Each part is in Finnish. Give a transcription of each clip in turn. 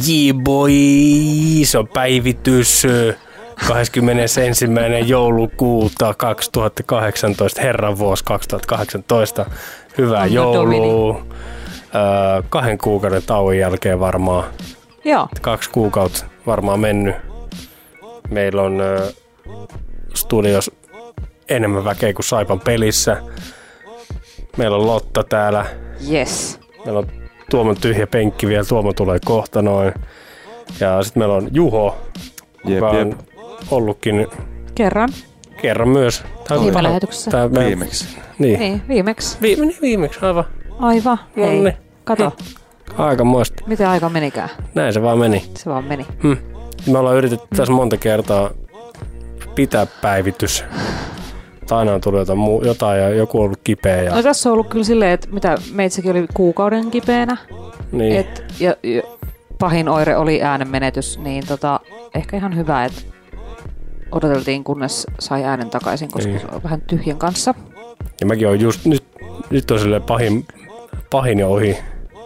J-boy, iso päivitys 21. joulukuuta 2018, herran vuosi 2018. Hyvää joulua. 2 kuukauden tauon jälkeen varmaan. Joo. 2 kuukautta varmaan mennyt. Meillä on studios enemmän väkeä kuin Saipan pelissä. Meillä on Lotta täällä. Yes. Meillä on Tuomon tyhjä penkki vielä. Tuomo tulee kohta noin. Ja sitten meillä on Juho, joka on ollutkin kerran myös. Viime lähetyksessä. Viimeksi. Niin, viimeksi. Viimeksi, aivan. Aivan, ei. Kato. Aikamoista. Miten aika menikään? Näin se vaan meni. Se vaan meni. Me ollaan yritetty tässä monta kertaa pitää päivitys. Aina on tullut jotain ja joku on ollut kipeä. Ja... No tässä on ollut kyllä silleen, että mitä meitsäkin oli kuukauden kipeänä. Niin. Ja pahin oire oli äänenmenetys, niin ehkä ihan hyvä, että odoteltiin kunnes sai äänen takaisin, koska se on vähän tyhjän kanssa. Ja mäkin on just nyt on silleen pahin jo ohi.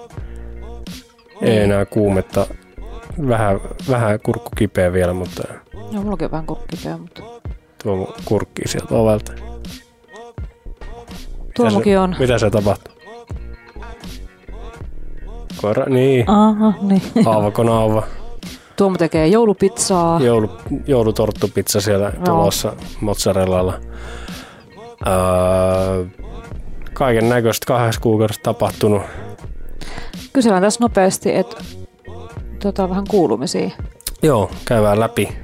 Ei enää kuumetta. Vähän kurkku kipeä vielä, mutta... Joo, mullakin on vähän kurkku kipeä, mutta... Tuo kurkkii sieltä ovelta. Tuomokin on. Mitä se tapahtuu? Koira, niin. Aha, niin. Aavako nauva. Tuomo tekee joulupizzaa. Joulutorttupizza siellä tulossa mozzarellalla. Kaiken näköistä 2 kuukaudesta tapahtunut. Kysellään tässä nopeasti, että vähän kuulumisia. Joo, käydään läpi.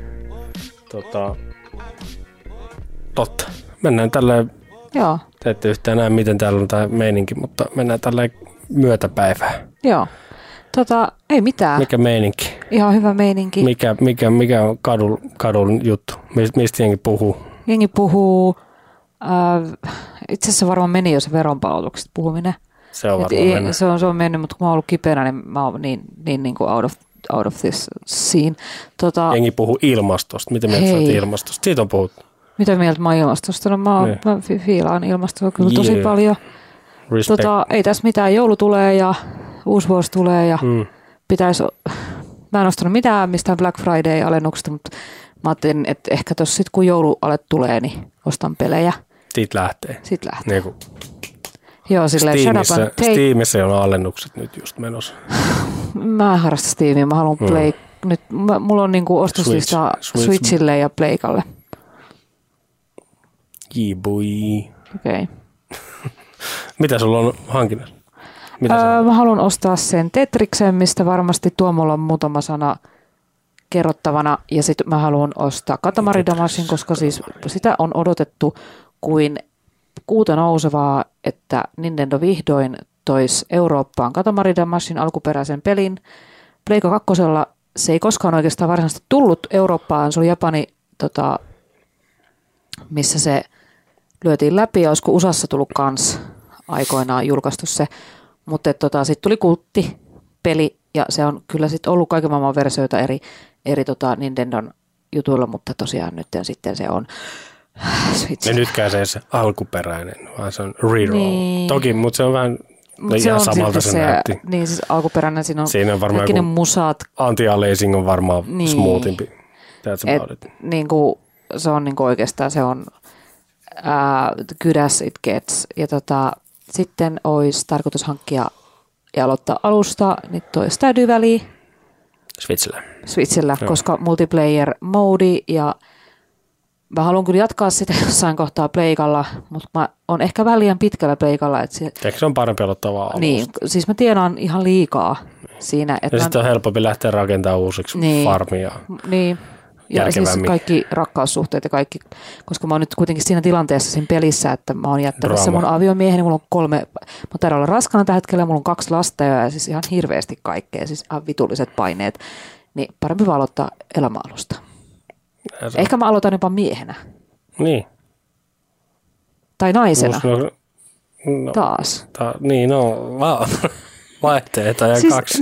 Totta. Mennään tälleen. Joo. Te ette yhtään näe, miten täällä on tämä meininki, mutta mennään tälleen myötäpäivään. Joo. Ei mitään. Mikä meininki? Ihan hyvä meininki. Mikä on kadun juttu? Mistä jengi puhuu? Jengi puhuu. Itse asiassa varmaan meni jo se veronpalautuksesta puhuminen. Se on varmaan mennyt. Se on mennyt, mutta kun mä oon ollut kipeänä, niin mä oon niin kuin out of this scene. Jengi puhuu ilmastosta. Mitä mieltä sä oot ilmastosta? Siitä on puhuttu. Mitä mieltä mä oon ilmastosta? No mä fiilaan ilmastoa kyllä tosi paljon. Ei tässä mitään. Joulu tulee ja uusi vuosi tulee ja mä en ostanut mitään mistään Black Friday-alennuksesta, mutta mä ajattelin, että ehkä tuossa sitten kun joulualet tulee, niin ostan pelejä. Siitä lähtee. Niin kuin joo, silleen Steamissa on alennukset nyt just menossa. Mä en harrasta Steamia, mä haluan Play. Nyt mulla on niinku ostoslista Switchille ja Playkalle. J-boy. Okei. Mitä sulla on hankinnassa? Mä haluan ostaa sen Tetriksen, mistä varmasti Tuomolla on muutama sana kerrottavana. Ja sitten mä haluan ostaa Katamari Damashin, koska siis sitä on odotettu kuin kuuta nousevaa, että Nintendo vihdoin toisi Eurooppaan Katamari Damashin alkuperäisen pelin. Pleikka 2. Se ei koskaan oikeastaan varsinaisesti tullut Eurooppaan. Se oli Japani, missä se lyötiin läpi ja olisiko USAssa tullut kans aikoinaan julkaistu se. Mutta sitten tuli kulttipeli ja se on kyllä sitten ollut kaiken maailman versioita eri Nintendon jutuilla, mutta tosiaan nyt sitten se on Switch. Ja nytkään se alkuperäinen, vaan se on reroll. Niin. Toki, mutta se on vähän ihan samalta se näytti. Niin siis alkuperäinen, siinä on varmaan kaikki ne musat. Anti-aliasing on varmaan smoothimpi. Niin kuin, se on niin kuin oikeastaan se on good as it gets. Ja sitten olisi tarkoitus hankkia ja aloittaa alusta, niin toi Stardew Valley Switchillä, koska multiplayer mode ja mä haluan kyllä jatkaa sitä jossain kohtaa Pleikalla, mutta mä oon ehkä vähän liian pitkällä Pleikalla. Eikö se on parempi aloittaa vaan alusta? Niin, siis mä tiedän ihan liikaa siinä. Ja sitten on helpompi lähteä rakentamaan uusiksi farmia. Niin. Ja siis kaikki rakkaussuhteet ja kaikki, koska mä oon nyt kuitenkin siinä tilanteessa siinä pelissä, että mä oon jättämässä mun aviomieheni, mulla on mä taidan olla raskana tällä hetkellä, mulla on 2 lasta ja siis ihan hirveästi kaikkea, siis ihan vitulliset paineet, niin parempi vaan aloittaa elämäalusta. Ehkä mä aloitan jopa miehenä. Niin. Tai naisena. Taas. Vaihteita ja siis, 2.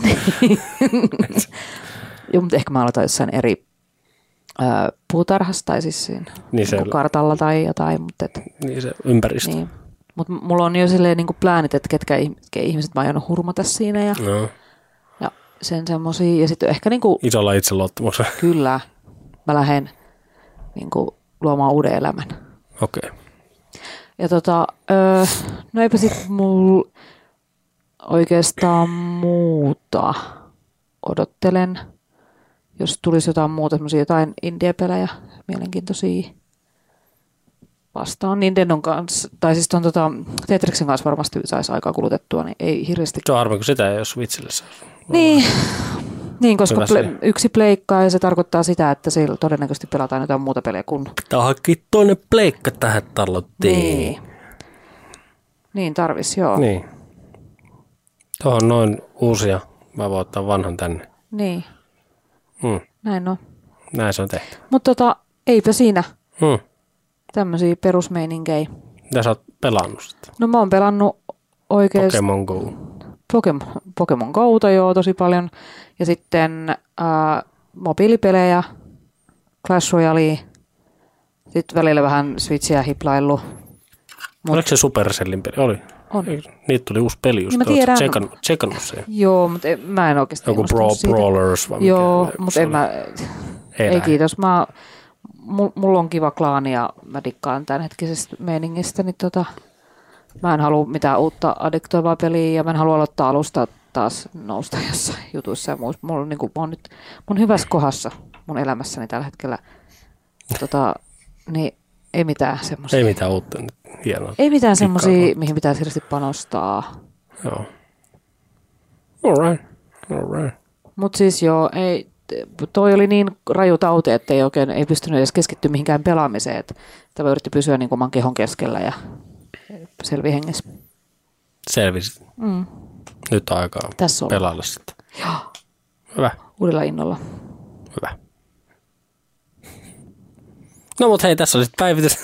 Joo, mutta ehkä mä aloitan jossain eri puutarhassa tai siis siinä kartalla tai jotain. Niin se ympäristö. Niin. Mutta mulla on jo silleen niin pläänit, että ketkä ihmiset mä aion hurmata siinä. Ja sen semmosia. Ja sitten ehkä niinku, Isolla itseluottamuksella. kyllä mä lähden niinku luomaan uuden elämän. Okei. Ja no eipä sit mulla oikeastaan muuta. Odottelen, jos tulisi jotain muuta, semmosia jotain indie-pelejä, mielenkiintoisia. Vastaan Nintendon kanssa, tai siis Tetriksen kanssa varmasti saisi aikaa kulutettua, niin ei hirveästi. Se on harmi, kun sitä ei ole Switchille saa. Niin, koska Hyvä se. yksi pleikkaa ja se tarkoittaa sitä, että siellä todennäköisesti pelataan jotain muuta peliä kuin. Pitää hankkia toinen pleikka tähän talottiin. Niin tarvis, joo. Niin. Tuohon noin uusia. Mä voin ottaa vanhan tänne. Niin, Hmm. näin on. Näin se on tehty. Mutta eipä siinä Hmm. tämmöisiä perusmeininkejä. Mitä sä oot pelannut sitten? No mä oon pelannut oikeasti Pokemon Go. Pokemon Gouta joo tosi paljon. Ja sitten mobiilipelejä, Clash Royalea. Sitten välillä vähän Switchiä hiplaillut. Oliko se Supercellin peli? Oli. On. Niitä tuli uusi peli just. Niin mä tiedän. Tsekannut sen. Joo, mutta mä en oikeasti Joku innostunut siitä. Brawlers vai Joo, mikä mutta se en oli? mä. Ei lähde. kiitos. Mulla on kiva klaani ja mä dikkaan tämänhetkisestä meiningistä. Niin mä en halua mitään uutta addiktoivaa peliä ja mä en halua aloittaa alusta taas nousta jossain jutuissa ja muissa. Mulla on mä oon nyt hyvässä kohdassa mun elämässäni tällä hetkellä. Niin ei mitään semmoisia. Ei mitään uutta nyt. Hienoa. Ei mitään Kikkaa semmoisia, kohta. mihin pitää hirveästi panostaa. Joo. Alright. Mutta siis joo, toi oli niin raju tauti, että ei pystynyt edes keskittyä mihinkään pelaamiseen. Että yritti pysyä niin kuin oman kehon keskellä ja selvi hengessä. Selvisi. Nyt on aikaa Tässä on. pelailla sitten. Joo, Hyvä. uudella innolla. Hyvä. No mut hei, tässä oli sitten päivitys.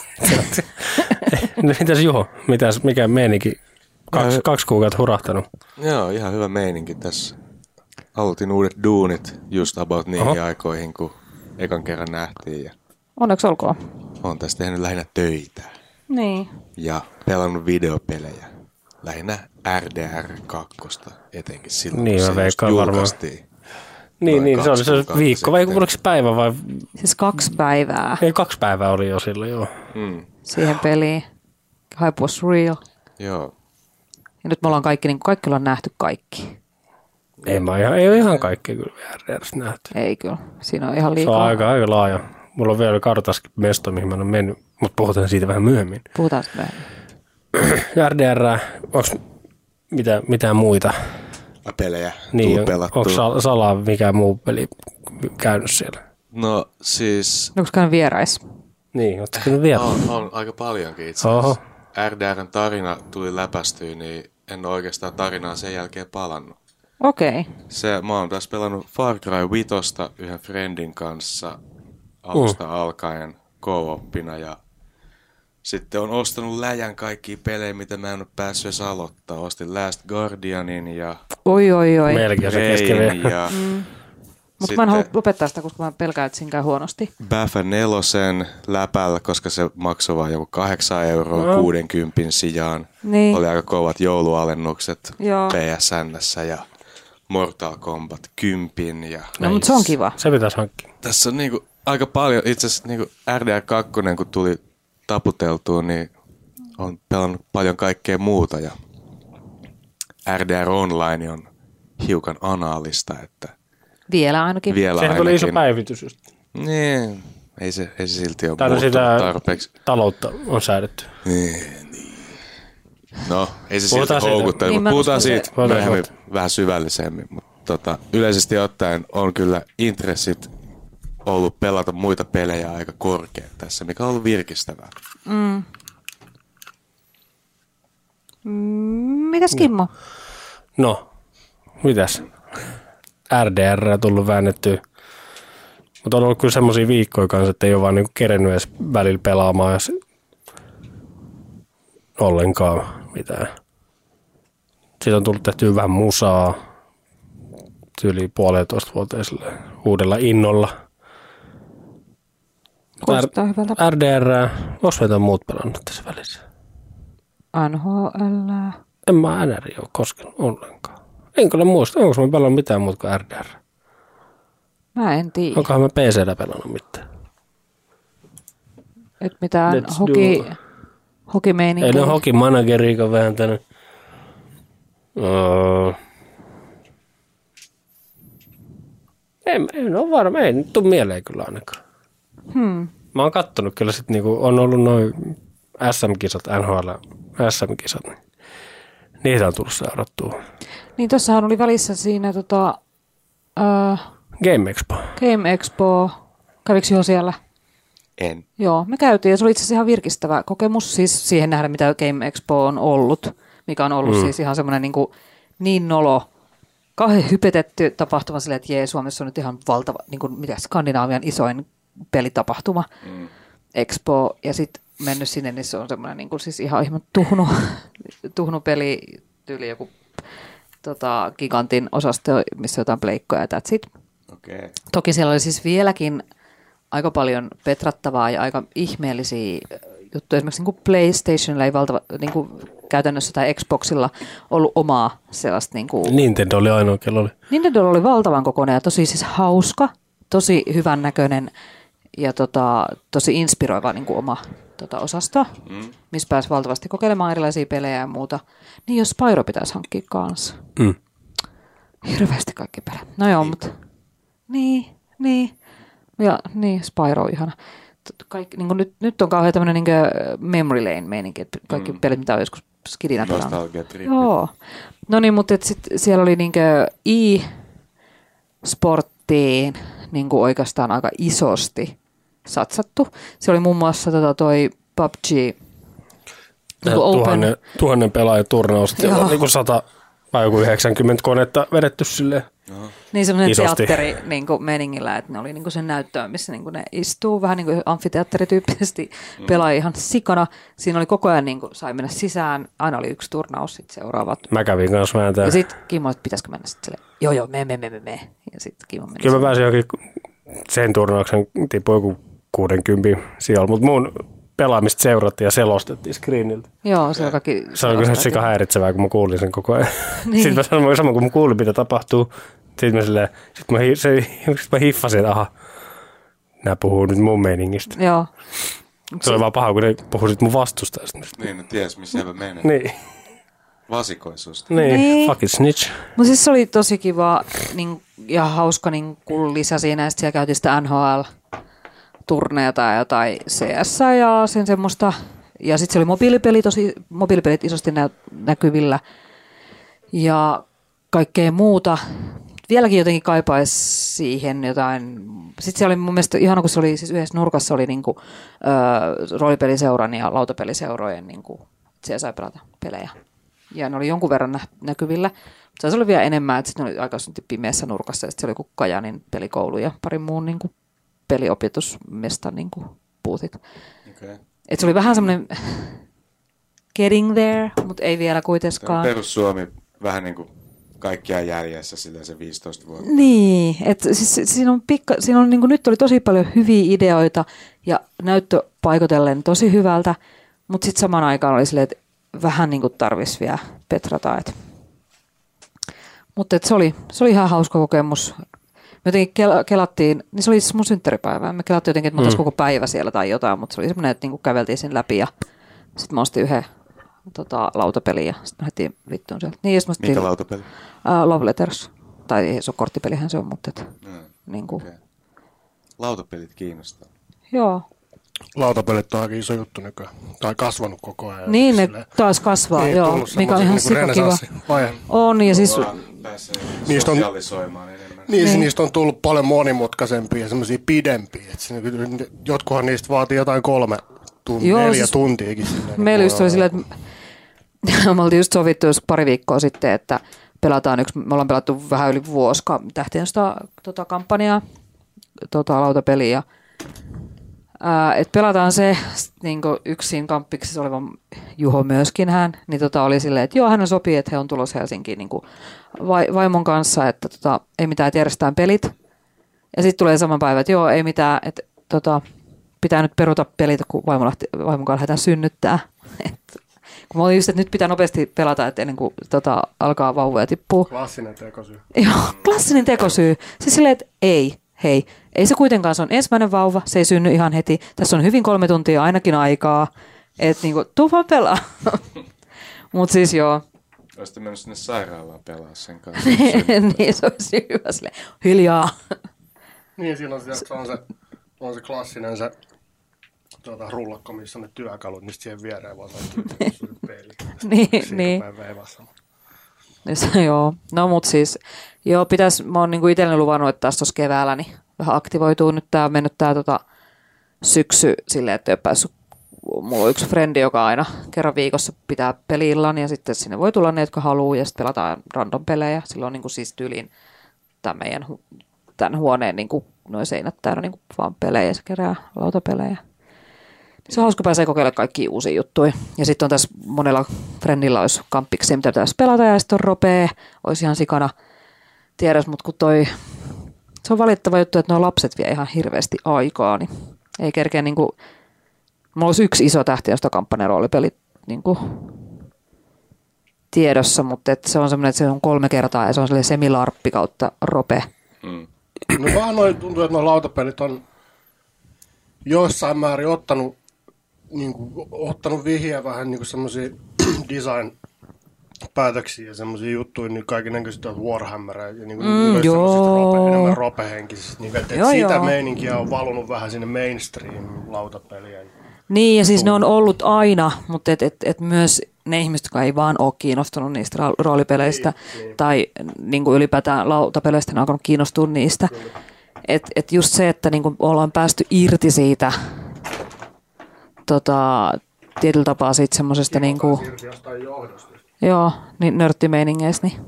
Mitäs Juho? Mikä meininki? Kaksi kuukautta hurahtanut. Joo, ihan hyvä meininki tässä. Aloitin uudet duunit just about niihin aikoihin, kun ekan kerran nähtiin. Ja Onneksi olkoon. olen tässä tehnyt lähinnä töitä Niin. ja pelannut videopelejä. Lähinnä RDR 2 etenkin silloin, Niin, kun mä se just veikkaan varmaan. julkaistiin. Niin, se oli se 2 viikko, vai sitten. oliko se päivä vai? Siis 2 päivää Ei, 2 päivää oli jo silloin, joo. siihen peliin. Hype was real. Joo. Ja nyt me ollaan kaikki ollaan nähty kaikki. Ei ole ihan kaikkea kyllä RDRstä nähty. Ei kyllä. Siinä on ihan Se on liikaa. aika laaja. Mulla on vielä kartaskin mesto, mihin mä en ole mennyt, mutta puhutaan siitä vähän myöhemmin. Puhutaan sitten myöhemmin. RDR, onko mitään muita? Pelejä Niin, tullut pelattua. onko salaa mikään muu peli käynyt siellä? No siis Onko käynyt vierais? Niin, ootko kyllä vielä? on aika paljonkin itse asiassa. RDRn tarina tuli läpästyä, niin en ole oikeastaan tarinaa sen jälkeen palannut. Okei. Mä oon tässä pelannut Far Cry 5 yhden friendin kanssa alusta alkaen co-oppina ja sitten on ostanut läjän kaikkia pelejä, mitä mä en ole päässyt edes aloittaa. Ostin Last Guardianin ja Oi. Melkein se Rain kesken ja Mutta mä en halua lopettaa sitä, koska mä pelkään, että siinä käy huonosti. Baffa 4 läpällä, koska se maksoi vain joku 8 euroa 60 sijaan. Niin. Oli aika kovat joulualennukset Joo. PSN:ssä ja Mortal Kombat 10 ja No, mutta se on kiva. Se pitäisi hankkia. tässä on niinku aika paljon, itse asiassa niinku RDR2 kun tuli taputeltua, niin on pelannut paljon kaikkea muuta ja RDR Online on hiukan anaalista, että Vielä ainakin. vielä Sehän tuli iso päivitys just. Niin, ei se silti ole Tai no muuttunut sitä tarpeeksi. taloutta on säädetty. No, ei se Puhutaan silti siitä. houkuttele, Niin, mutta mä puhutaan uskon, siitä Puhutaan myöhemmin siitä. vähän syvällisemmin. Mutta yleisesti ottaen on kyllä intressit ollut pelata muita pelejä aika korkeat tässä, mikä on ollut virkistävää. Mitäs Kimmo? No, mitäs? RDR tullut väännettyä. Mutta on ollut kyllä semmosia viikkoja kanssa, että ei ole vaan niinku kerennyt edes välillä pelaamaan ollenkaan mitään. Siitä on tullut tehtyä vähän musaa yli 1,5 vuoteiselle uudella innolla. Kuulostaa hyvältä. RDR, onko meitä muut pelannut tässä välissä? NHL. En mä NRI ole koskenut ollenkaan. En kyllä muista, onko mä pelannut mitään muuta kuin RDR. Mä en tiedä. Onkohan mä PC:llä pelannut mitään? Et mitään Let's do. hokimeininkiä. Ei ne hokimanageriikaan vääntänyt. En ole varma, ei nyt tule mieleen kyllä ainakaan. Mä oon kattonut kyllä sit niinku, on ollut noin SM-kisat, NHL SM-kisat, niin niitä on tullut seurattua. Niin tossahan oli välissä siinä Game Expo. Game Expo. Kävikö jo siellä? En. Joo, me käytiin ja se oli itse asiassa ihan virkistävä kokemus siis siihen nähdä, mitä Game Expo on ollut, mikä on ollut siis ihan semmoinen niin nolo, kauhean hypetetty tapahtuma silleen, että jee, Suomessa on nyt ihan valtava, niin kuin mitä Skandinaavian isoin pelitapahtuma, Expo, ja sitten mennyt sinne, niin se on semmoinen niin kuin siis ihan tuhnu peli, tyyli joku gigantin osasto, missä on jotain pleikkoja ja that's it. Okay. Toki siellä oli siis vieläkin aika paljon petrattavaa ja aika ihmeellisiä juttuja. Esimerkiksi niin kuin PlayStationilla ei valtava, niin kuin käytännössä tai Xboxilla ollut omaa sellaista. Niin kuin Nintendo oli ainoa, kello oli. Nintendo oli valtavan kokoinen ja tosi siis hauska, tosi hyvän näköinen ja tosi inspiroiva niin kuin oma osasto, missä pääsi valtavasti kokeilemaan erilaisia pelejä ja muuta. Niin jos Spyro pitäisi hankkia kanssa. Hirveästi kaikki pelejä. No joo, mutta niin. Ja niin, Spyro on ihana. Kaikki, niin nyt on kauhean tämmöinen niin memory lane meininki, että kaikki pelit, mitä on joskus skidinä pelannut. Joo. No niin, mutta siellä oli niin e-sporttiin niin oikeastaan aika isosti satsattu. Se oli muun muassa toi PUBG Open. 1000 pelaajaturnaus. Niin kuin 100 vai joku 90 konetta vedetty silleen. Niin semmoinen teatteri niin meningillä, että ne oli niin sen näyttöön, missä niin ne istuu vähän niin kuin amfiteatterityyppisesti, pelaa ihan sikana. Siinä oli koko ajan, niin sai mennä sisään, aina oli yksi turnaus, sitten seuraavat. Mä kävin kanssa vääntää. Ja sitten Kimmo, että pitäisikö mennä sitten silleen, joo, me. Ja sitten Kimmo meni. Kyllä mä pääsin johonkin sen turnauksen, tippui joku 60 siellä, mutta mun pelaamista seurattiin ja selostettiin screeniltä. Joo, se on kaikki. Se on kyllä sika häiritsevää, kun mä kuulin sen koko ajan. Niin. Sitten mä sanoin saman, kun mä kuulin, mitä tapahtuu. Sitten mä hiffasin, että aha, nää puhuu nyt mun meiningistä. Joo. Se oli vaan paha, kun ne puhuu sit mun vastustajasta. Niin, no ties, missä mä menen. Niin. Vasikoisusta. Niin, fucking snitch. Mutta siis se oli tosi kiva ja hauska lisä siinä, ja sitten siellä käytiin sitä NHL-turneja tai jotain CS ja sen semmoista. Ja sitten se oli mobiilipelit isosti näkyvillä ja kaikkea muuta. Vieläkin jotenkin kaipaisi siihen jotain. Sitten se oli mun mielestä ihana, kun se oli siis yhdessä nurkassa oli roolipeliseuran ja lautapeliseurojen, siellä sai pelata pelejä. Ja ne oli jonkun verran näkyvillä. Se oli vielä enemmän, että sitten ne oli aika pimeässä nurkassa ja sitten se oli Kajanin pelikoulu ja parin muun peliopetusmestan puutit. Okay. Et se oli vähän semmoinen getting there, mutta ei vielä kuitenkaan. Perus Suomi vähän niin kuin kaikkiaan järjessä sillä se 15 vuotta. Niin, että siis siinä on nyt oli tosi paljon hyviä ideoita ja näyttö paikotellen tosi hyvältä, mutta sitten samaan aikaan oli silleen, että vähän niin kuin tarvitsisi vielä petrata. Mutta se oli ihan hauska kokemus. Me jotenkin kelattiin, niin se oli siis mun synttäripäivä. Me kelattiin jotenkin, että me oltaisiin koko päivä siellä tai jotain, mutta se oli semmoinen, että käveltiin sen läpi ja sitten mä ostin yhden lautapeliin ja sitten me lähdettiin vittuun sieltä. Niin, mikä lautapeli? Love Letters. Tai se on korttipelihän se on, mutta okay. Lautapelit kiinnostaa. Joo. Lautapelit on aika iso juttu nykyään. Tai kasvanut koko ajan. Niin, ne taas kasvaa, niin, joo. Mikä on ihan sikakiva. On, ja siis niistä on sosiaalisoimaan enemmän. Niin. Niistä on tullut paljon monimutkaisempia ja semmoisia pidempiä. Jotkuhan niistä vaatii jotain 3 tuntia, 4 tuntiakin. Meillä just oli silleen, että me oltiin just sovittu pari viikkoa sitten, että pelataan me ollaan pelattu vähän yli vuosi Tähtien kampanjaa, lautapeliä. Että pelataan se niin yksin kamppiksessa oleva Juho myöskin niin oli silleen, että joo, hän sopii, että he on tulossa Helsinkiin niin vaimon kanssa, että ei mitään, että järjestetään pelit. Ja sitten tulee saman päivän, että joo, ei mitään, että pitää nyt peruta pelit, kun vaimon kanssa lähdetään synnyttää. Kun mä olin just, että nyt pitää nopeasti pelata, että ennen kuin alkaa vauvoja tippua. Klassinen tekosyy. Joo, klassinen tekosyy. Siis silleen, että ei se kuitenkaan, se on ensimmäinen vauva, se ei synny ihan heti. Tässä on hyvin 3 tuntia ainakin aikaa, että niinku, tuu vaan pelaa. Mut siis joo. Olisitte mennyt sinne sairaalaan pelaa sen kanssa. Niin, se olisi hyvä silleen, hiljaa. Niin, siinä on se klassinen se rullakko, missä on ne työkalut, mistä siihen viereen vaan saa peili. Niin. Joo, no mut siis, joo, mä oon niinku itselleni luvannut, että taas tuossa keväällä niin vähän aktivoituu. Nyt tää on mennyt tää syksy silleen, että ei ole päässyt. Mulla on yksi frendi, joka aina kerran viikossa pitää peli-illan ja sitten sinne voi tulla ne, jotka haluaa ja sitten pelataan random pelejä. Silloin on niinku siis tyliin tämän huoneen niinku, noin seinät täynnä niinku vaan pelejä, se kerää lautapelejä. Se on hauska pääsee kokeilemaan kaikkia uusia juttuja. Ja sitten on tässä monella friendilla olisi kamppiksi, mitä pitäisi pelata ja sitten on ropea, olisi ihan sikana tiedäs, mutta kun se on valittava juttu, että nuo lapset vie ihan hirveästi aikaa, niin ei kerkeä niinku. Mulla olisi yksi iso tähti, josta kampanjaroolipelit niinku tiedossa, mutta se on semmoinen, että se on 3 kertaa ja se on sellainen semilarppi kautta rope. No vaan tuntuu, että nuo lautapelit on jossain määrin ottanut vihjeä vähän niinku semmoisia design-päätöksiä ja semmoisia juttuja, niin kaikennäköistä Warhammeria ja niinku enemmän ropehenkisistä. Niin, sitä meininkiä on valunut vähän sinne mainstream-lautapeliin. Niin, ja siis ne on ollut aina, mutta et myös ne ihmiset, jotka ei vaan ole kiinnostunut niistä roolipeleistä tai niin kuin ylipäätään lautapeleistä, ne on alkanut kiinnostua niistä. Et just se, että niin kuin ollaan päästy irti siitä tietyllä tapaa siitä semmoisesta niin kuin, niin nörttimeiningeistä. Niin.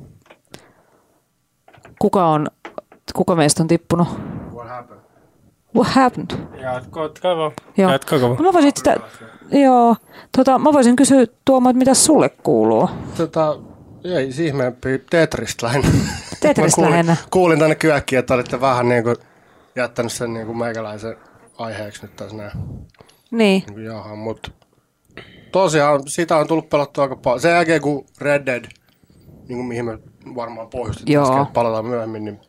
Kuka meistä on tippunut? What happened? Jatkaa vaan. Joo. Mä voisin mä voisin kysyä Tuomo, että mitä sulle kuuluu? Ei ihmeempi Tetristä lähinnä. Tetristä lähinnä. Kuulin tänne kyökkiin, että olitte vähän niin kuin jättänyt sen niin kuin meikäläisen aiheeksi nyt tässä näin. Niin. Jaha, mutta tosiaan sitä on tullut pelattua aika paljon. Sen jälkeen kun Red Dead, niin kuin mihin me varmaan pohjustettiin, että palataan myöhemmin, niin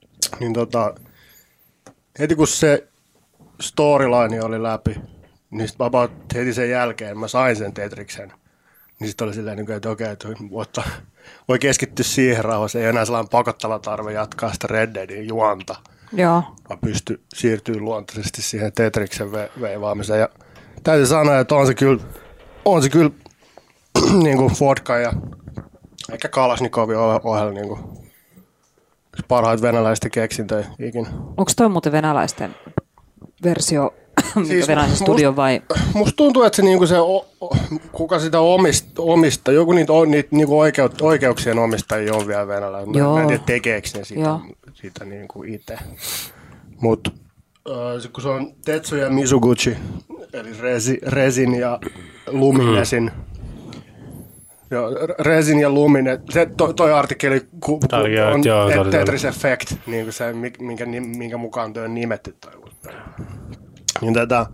heti kun se storyline oli läpi, niin sitten heti sen jälkeen mä sain sen Tetriksen. Niin sitten oli silleen, että okei, että voi keskittyä siihen rauhassa. Ei enää sellainen pakottava tarve jatkaa sitä Red Deadin juonta. Joo. Mä pystyn siirtyä luontaisesti siihen Tetriksen veivaamiseen. Ja täytyy sanoa, että on se kyllä niin kuin vodka ja ehkä Kalashnikovin ohella niin kuin parhaita venäläisten keksintöjä ikinä. Onko toi muuten venäläisten versio, siis venäläisen studio vai? Musta tuntuu, että se, niinku se kuka sitä omistaa, joku niitä niinku oikeuksien omistajia on vielä venäläinen. Mä en tiedä tekeekö ne sitä niinku itse. Mutta kun se on Tetsuya Mizuguchi, eli Resin ja Luminesin. Joo, Resin ja Lumine, toi artikkeli on Tetris Effect, niin kuin se, minkä mukaan toi on nimetty. Niin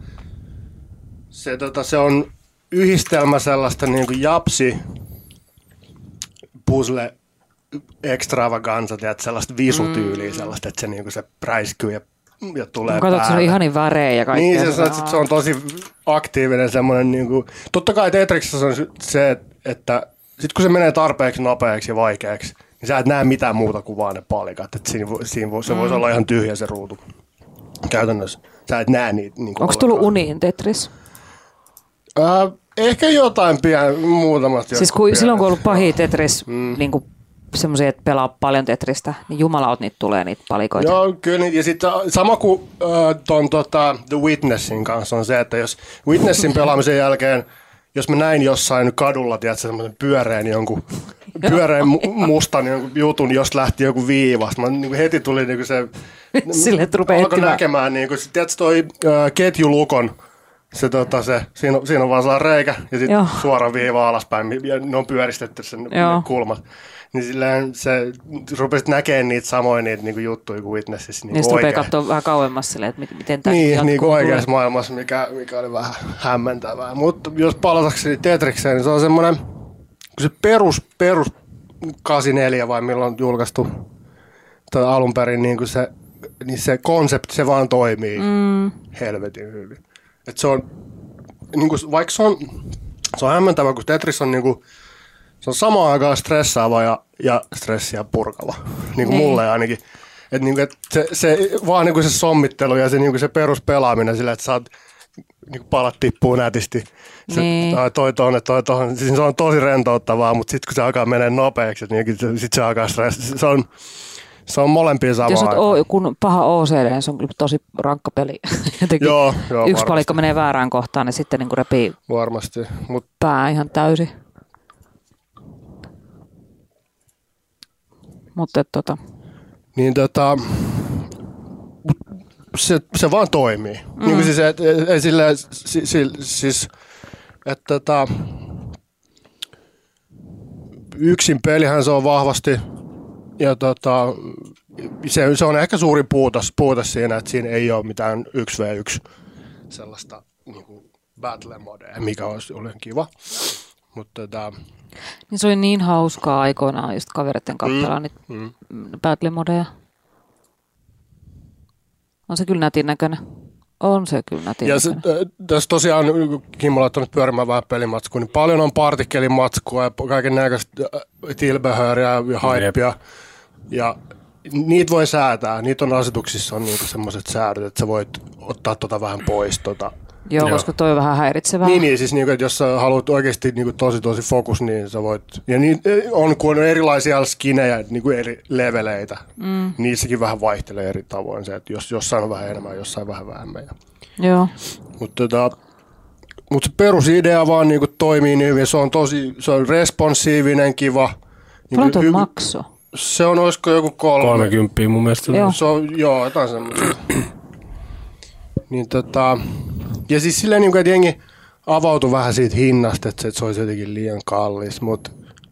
se on yhdistelmä sellaista niin kuin japsi puzzle extravaganza, sellaista visutyyliä, sellaista, että se, niin kuin se präiskyy ja tulee päälle. Katsotko, se on ihanin värejä ja kaikkea. Niin, se on tosi aktiivinen semmoinen, niin kuin, totta kai Tetriksessä on se, että sitten kun se menee tarpeeksi nopeaksi ja vaikeaksi, niin sä et näe mitään muuta kuin vaan ne palikat. Että se voisi olla ihan tyhjä se ruutu käytännössä. Sä et näe niitä. Niin onko tullut uniin Tetris? Ehkä jotain muutamasta. Siis silloin kun on ollut pahia Tetris, niin kuin semmoisia, että pelaa paljon Tetristä, niin jumalaut niitä tulee niitä palikoita. Joo, kyllä. Ja sitten sama kuin The Witnessin kanssa on se, että jos Witnessin pelaamisen jälkeen, jos mä näin jossain kadulla, tiedätkö, semmoisen pyöreän mustan jonkun jutun, jos lähti joku viivasta. Mä niin heti tuli niin se, sille, että rupeaa alkoi näkemään, niin kuin, tiedätkö toi ketjulukon Siinä on vaan sellainen reikä ja sitten suora viiva alaspäin, ja ne on pyöristetty sen kulmat. Niin silleen se rupesit näkemään niitä samoja niitä juttuja kuin Witnessissä. Niin sitten rupeaa katsoa vähän kauemmas silleen, että miten tämä niin kuin oikeassa maailmassa, mikä oli vähän hämmentävää. Mutta jos palatakseni Tetrikseen, niin se on semmoinen, kun se perus 84 vai milloin on julkaistu alun perin, niin se konsepti, se vaan toimii helvetin hyvin. Et se on, niin kuin, vaikka se on hämmentävä, kun Tetris on, niin kuin, se on samaan aikaan stressaava ja stressiä purkava, niin kuin mulle ainakin. Että niin se vaan niin kuin se sommittelu ja se, niin kuin se peruspelaaminen sillä, että saat niin palat tippuu nätisti. Toi tuohon. Siis se on tosi rentouttavaa, mutta sitten kun se alkaa mennä nopeaksi, niin sitten se alkaa stressata. Se on molempia samaa. Jos kun paha OCD, niin se on tosi rankka peli. Joo, yksi varmasti. palikka menee väärään kohtaan, niin sitten niin repii varmasti. Pää ihan täysin. Mutta niin se vaan toimii. Niin kuin siis että yksin pelihän se on vahvasti ja se on ehkä suurin puutos siinä, että siinä ei ole mitään 1v1 sellaista niinku battle modea, mikä olisi kiva. Mutta niin se oli niin hauskaa aikoinaan just kavereiden kappelaa niitä battle modeja. On se kyllä nätin näköinen. On se kyllä nätin näköinen. Tässä tosiaan Kimmo on laittanut pyörimään vähän pelimatskua, niin paljon on partikkelimatskua ja kaiken näköistä tilbehööriä ja haippia. Ja niitä voi säätää. Niitä on asetuksissa on niinku semmoiset säädöt, että sä voit ottaa vähän pois. Joo, koska toi on vähän häiritsevää. Niin siis niinku, että jos sä haluat oikeasti niinku tosi fokus, niin sä voit. Ja niin kun on erilaisia skinejä, niinku eri leveleitä, niissäkin vähän vaihtelee eri tavoin se, että jossain on vähän enemmän, jossain vähän vähemmän. Joo. Mutta se perusidea vaan niinku toimii niin hyvin. Se on responsiivinen, kiva. Paljon tuo makso? Se on, olisiko joku 30 mun mielestä. Se on, jotain semmoista. Niin ja siis silleen niin kuin, että jengi avautui vähän siitä hinnasta, että se olisi jotenkin liian kallis, mutta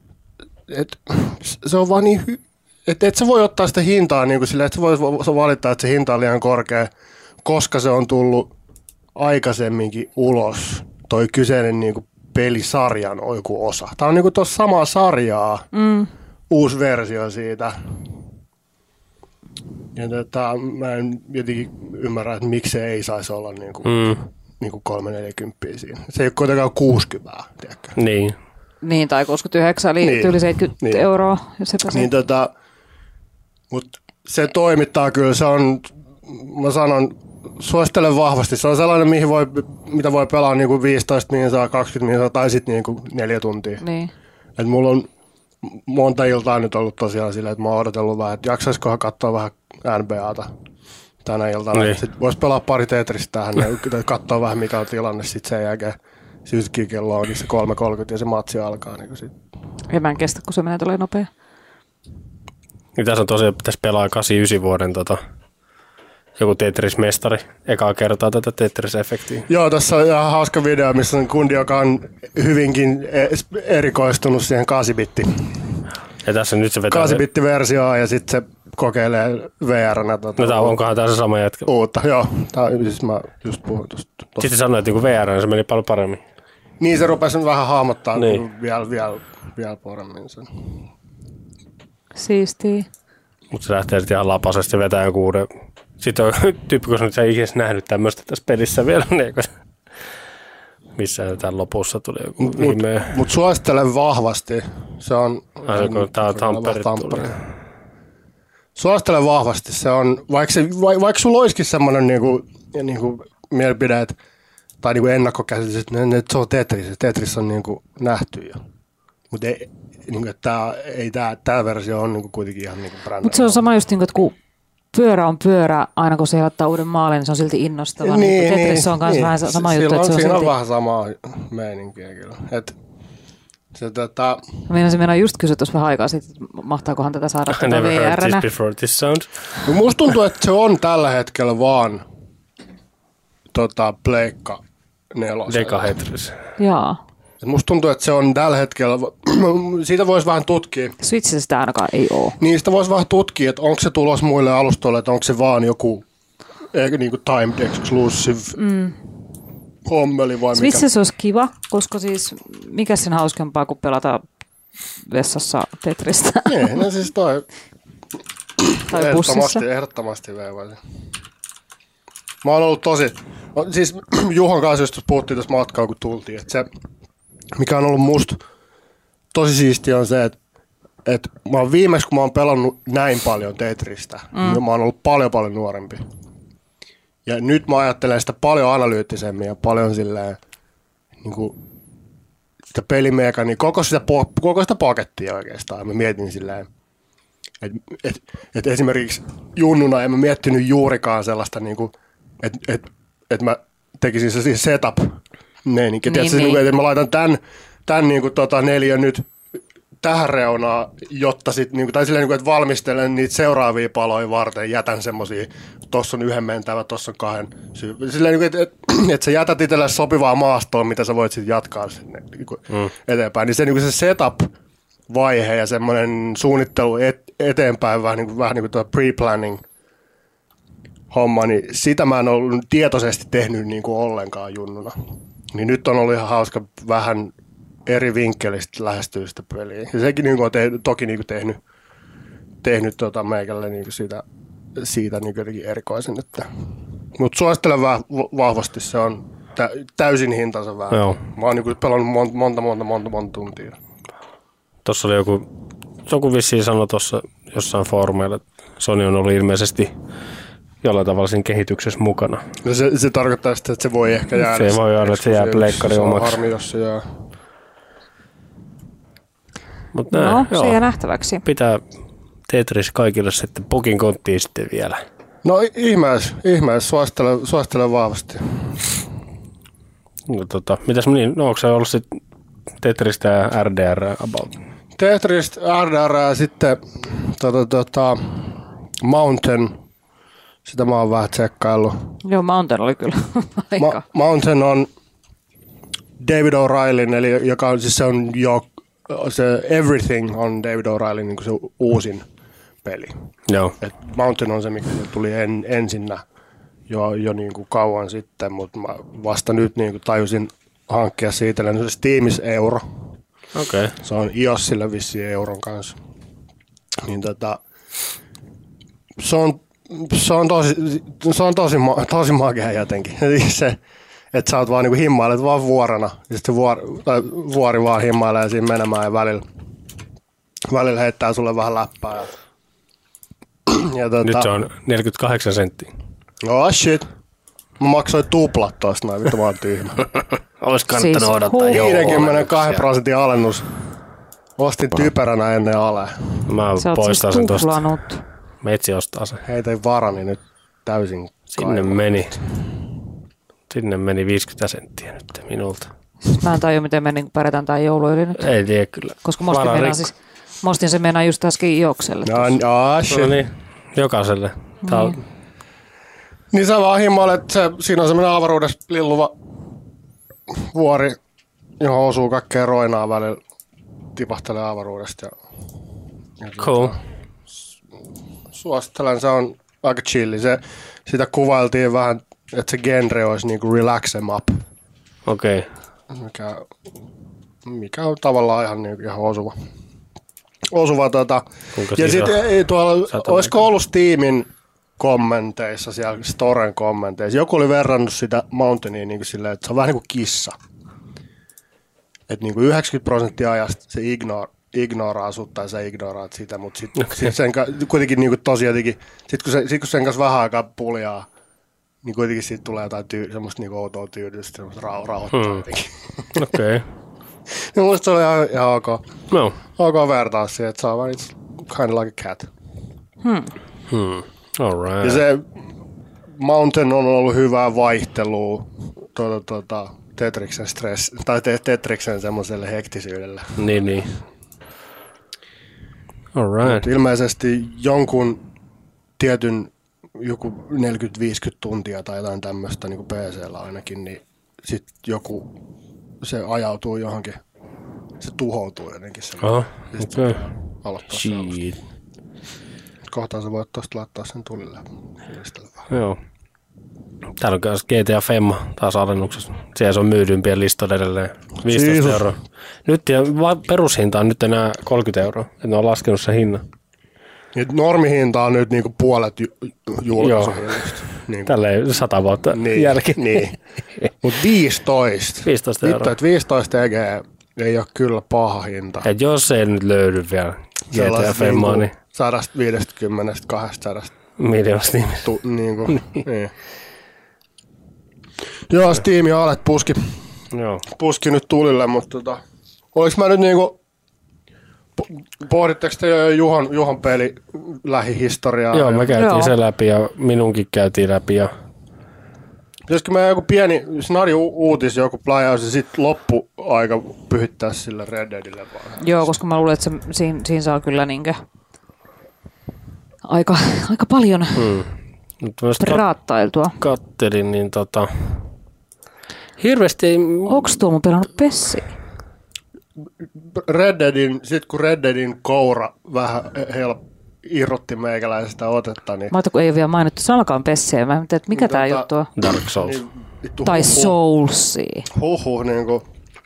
se on vaan niin että et sä voi ottaa sitä hintaa niin kuin silleen, että sä valittaa, että se hinta on liian korkea, koska se on tullut aikaisemminkin ulos, toi kyseinen niin kuin pelisarjan joku osa. Tää on niin kuin tuossa samaa sarjaa, uusi versio siitä. Ja mä en jotenkin ymmärrä, että miksi se ei saisi olla niinku 340 siinä. Se ei ole kuitenkaan 60, tiedätkö? Niin. Niin, tai 69, eli yli 70 euroa. Niin mutta se toimittaa kyllä, se on, mä sanon, suosittelen vahvasti. Se on sellainen, mitä voi pelaa niinku 15 minsaa, 20 minsaa tai sitten niinku 4 tuntia. Niin. Et mulla on monta iltaa nyt ollut tosiaan silleen, että mä oon odotellut vähän, että jaksaisikohan katsoa vähän NBAta tänä iltana. Niin. Sitten vois pelaa pari Tetristä tähän ja katsoa vähän mikä on tilanne sitten sen jälkeen. Syyskin kello onkin se 3.30 ja se matsi alkaa. Niin sit. En mä en kestä, kun se menee tulee nopea. Niin tässä on tosiaan, pitäisi pelaa 89 vuoden joku Tetris-mestari ekaa kertaa tätä Tetris-efektiä. Joo, tässä on ihan hauska video, missä on kundi, joka on hyvinkin erikoistunut siihen 8-bitti. Ja tässä nyt se vetää 8-bitti-versioa ja sitten se kokeilee VR-nä. No onkohan tämä se sama jätkä? Uutta, joo. Siis mä just puhun tuosta. Sitten sanoit, että VR, se meni paljon paremmin. Niin, se rupesi vähän hahmottaa vielä paremmin sen. Siistii. Mutta se lähtee sitten ihan lapasesti vetää joku uuden. Sitten on tyyppi, kun sä ikinä nähnyt tämmöistä tässä pelissä vielä, niin missä tämän lopussa tuli joku ihme. Mutta suosittelen vahvasti. Se on... Tämä on Tampere. Suosittelen vahvasti. Se on, vaikka sulla olisikin semmoinen niinku mielipide, tai niinku ennakkokäsitys, että se on Tetris. Tetris on niinku nähty jo. Mutta tämä versio on niinku kuitenkin ihan niinku brändä. Mutta se on sama just niin kuin, että kun pyörä on pyörä, aina kun se ottaa uuden maalin, niin se on silti innostava. Niin, Tetris on myös vähän sama juttu. Että siinä on vähän samaa meininkiä kyllä. Minä just kysyä tuossa vähän aikaa sitten, mahtaakohan tätä saada tätä VR-nä. Musta tuntuu, että se on tällä hetkellä vaan pleikka 4. Dekahetris. Jaa. Musta tuntuu, että se on tällä hetkellä, siitä voisi vähän tutkia. Switchissä sitä ainakaan ei ole. Niin, sitä voisi vähän tutkia, että onko se tulos muille alustoille, että onko se vaan joku niin kuin timed exclusive hommeli vai mikä. Switchissä olisi kiva, koska siis mikä sen hauskempaa kuin pelata vessassa Tetristä. Niin, no siis toi Tai bussissa. Ehdottomasti veivaisi. Mä oon ollut siis Juhon kanssa just puhuttiin tässä matkalla, kun tultiin, että se, mikä on ollut musta tosi siistiä on se, että mä oon viimeksi, kun mä oon pelannut näin paljon Tetristä, niin mä oon ollut paljon nuorempi. Ja nyt mä ajattelen sitä paljon analyyttisemmin ja paljon silleen, niin kuin, sitä pelimekaniikkaa, niin koko sitä pakettia oikeastaan. Mä mietin silleen, että esimerkiksi junnuna en mä miettinyt juurikaan sellaista, niin että mä tekisin se siis setup-meininki. Niin. Että mä laitan tämän niin kuin, neliön nyt tähän reunaan, jotta sit, niin kuin, tai silleen, että valmistelen niitä seuraavia paloja varten, jätän semmosia, tossa on 1 mentävä, tossa on 2. Silleen, että sä jätät itsellesi sopivaa maastoa, mitä sä voit sitten jatkaa sinne, eteenpäin. Niin se setup-vaihe ja semmoinen suunnittelu eteenpäin, vähän niin kuin tuo pre-planning homma, niin sitä mä en ollut tietoisesti tehnyt niin kuin ollenkaan junnuna. Niin nyt on ollut ihan hauska vähän eri vinkkelistä lähestyä sitä peliä. Ja sekin niin on toki niin tehnyt meikälle niin siitä niin jotenkin erikoisen. Mutta suosittelen vahvasti, se on täysin hintansa vähän. Joo. Mä oon niin pelannut monta tuntia. Tuossa oli joku vissiin sanoi tuossa jossain foorumeilla, että Sony on ollut ilmeisesti jollain tavalla siinä kehityksessä mukana. No se tarkoittaa sitä, että se voi ehkä jäädä. Se voi jäädä, että se jää pleikkari omaksi. Se on harmi, jos se jää. Se jää nähtäväksi. Pitää Tetris kaikille sitten pukin konttiin sitten vielä. No ihmeessä, suosittelen vahvasti. No, mitäs niin, onko se ollut sitten Tetristä ja RDR about? Tetristä, RDR ja sitten Mountain. Sitä mä oon vähän tsekkaillut. Joo, Mountain oli kyllä aika. Mountain on David O'Reillyn, eli joka on siis se Everything on David O'Reillyn niin kuin se uusin peli. Joo. Et Mountain on se, mikä tuli ensinnä jo niin kuin kauan sitten, mutta mä vasta nyt niin kuin tajusin hankkia siitä. Se on Steamissa €1. Okay. Se on iOSille vissiin euron kanssa. Niin se on tosi makea jotenkin. Se, että sä oot vaan niinku himmailet vaan vuorona. Ja sitten vuori vaan himmailee siinä menemään ja välillä heittää sulle vähän läppää. Nyt se on 48 senttiä. Oh shit. Mä maksoin tuplat tosta noin, vittu mä oon tyhmä. Olis kannattanut odottaa 52% alennus. Ostin typeränä ennen ale. Mä poistan sen tosta. Metsi ostaa sen. Heitä ei varani nyt täysin. Sinne meni 50 senttiä nyt minulta. Mä en tajua, miten me pärjätään tää jouluyli nyt. Ei tiedä kyllä. Koska Mostin se meinaa just äsken Iokselle. No niin, jokaiselle. Niin sä vaan himmailet, siinä on semmoinen avaruudessa lilluva vuori, johon osuu kaikkea roinaa välillä, tipahtelee avaruudesta. Cool. Suosittelen, se on aika chilli. Sitä kuvailtiin vähän, että se genre olisi niinku relax em up. Okei. Mikä on tavallaan ihan osuva. Ja sitten tuolla, olisiko ollut Steamin kommenteissa, siellä Storen kommenteissa, joku oli verrannut sitä Mountainia niin kuin silleen, että se on vähän niin kuin kissa. Että niin kuin 90% ajasta se ignoraa sut tai sä ignoraat sitä, mutta sitten sen kuitenkin niin kuin tosi jotenkin, sit kun sen kanssa vähän aikaa puljaa, niin kuitenkin siitä tulee jotain semmoista niin outoa tyydystä, semmoista rauhoittaa jotenkin. Okei. Ja musta se oli ihan ok. No. Ok vertaa siihen, että se on vaan it's kind of like a cat. All right. Ja se Mountain on ollut hyvää vaihtelua Tetriksen tai Tetriksen semmoiselle hektisyydelle. Niin. All right. Mut ilmeisesti jonkun tietyn joku 40-50 tuntia tai jotain tämmöistä niin PC:llä ainakin, niin sitten joku, se ajautuu johonkin, se tuhoutuu jotenkin. Okei. Aloittaa Shit. Kohtaan sä voit tosta laittaa sen tulille. Joo. Täällä on myös GTA Femma taas alennuksessa. Siellä se on myydympiä listoilla edelleen. 15 €. Nyt perushinta on nyt enää 30 €. Et ne on laskenut sen hinnan. Normihinta on nyt niinku puolet julkaisuhinnasta. Niin. Tälleen 100 vuotta jälkeen. Niin. Mutta 15. 15 €. Vittu, että 15 EG ei ole kyllä paha hinta. Et jos ei nyt löydy vielä GTA Femmaa, niin 150-200 miljoonasta ihmistä. Niin. Joo, Steam ja Alet puski nyt tulille, mutta olis mä nyt niinku, pohditteko te jo Juhon peli lähihistoriaa? Joo, me käytiin se läpi ja minunkin käytiin läpi. Ja pitäisikö mä joku pieni snadi uutis, joku playaus ja sitten loppuaika pyhittää sille Red Deadille vaan? Joo, koska mä luulen, että siinä saa kyllä niinkö aika paljon raattailtua. Kattelin, niin hirveästi ei... Onks tuo mun pelannut Pessiä? Kun Red Deadin koura vähän irrotti meikäläisestä otetta, niin... Mä ajattelin, kun ei ole vielä mainittu sanakaan Pessiä. Mä ajattelin, että mikä tää juttu on? Dark Souls. Niin, Tai Soulsia. Niinku...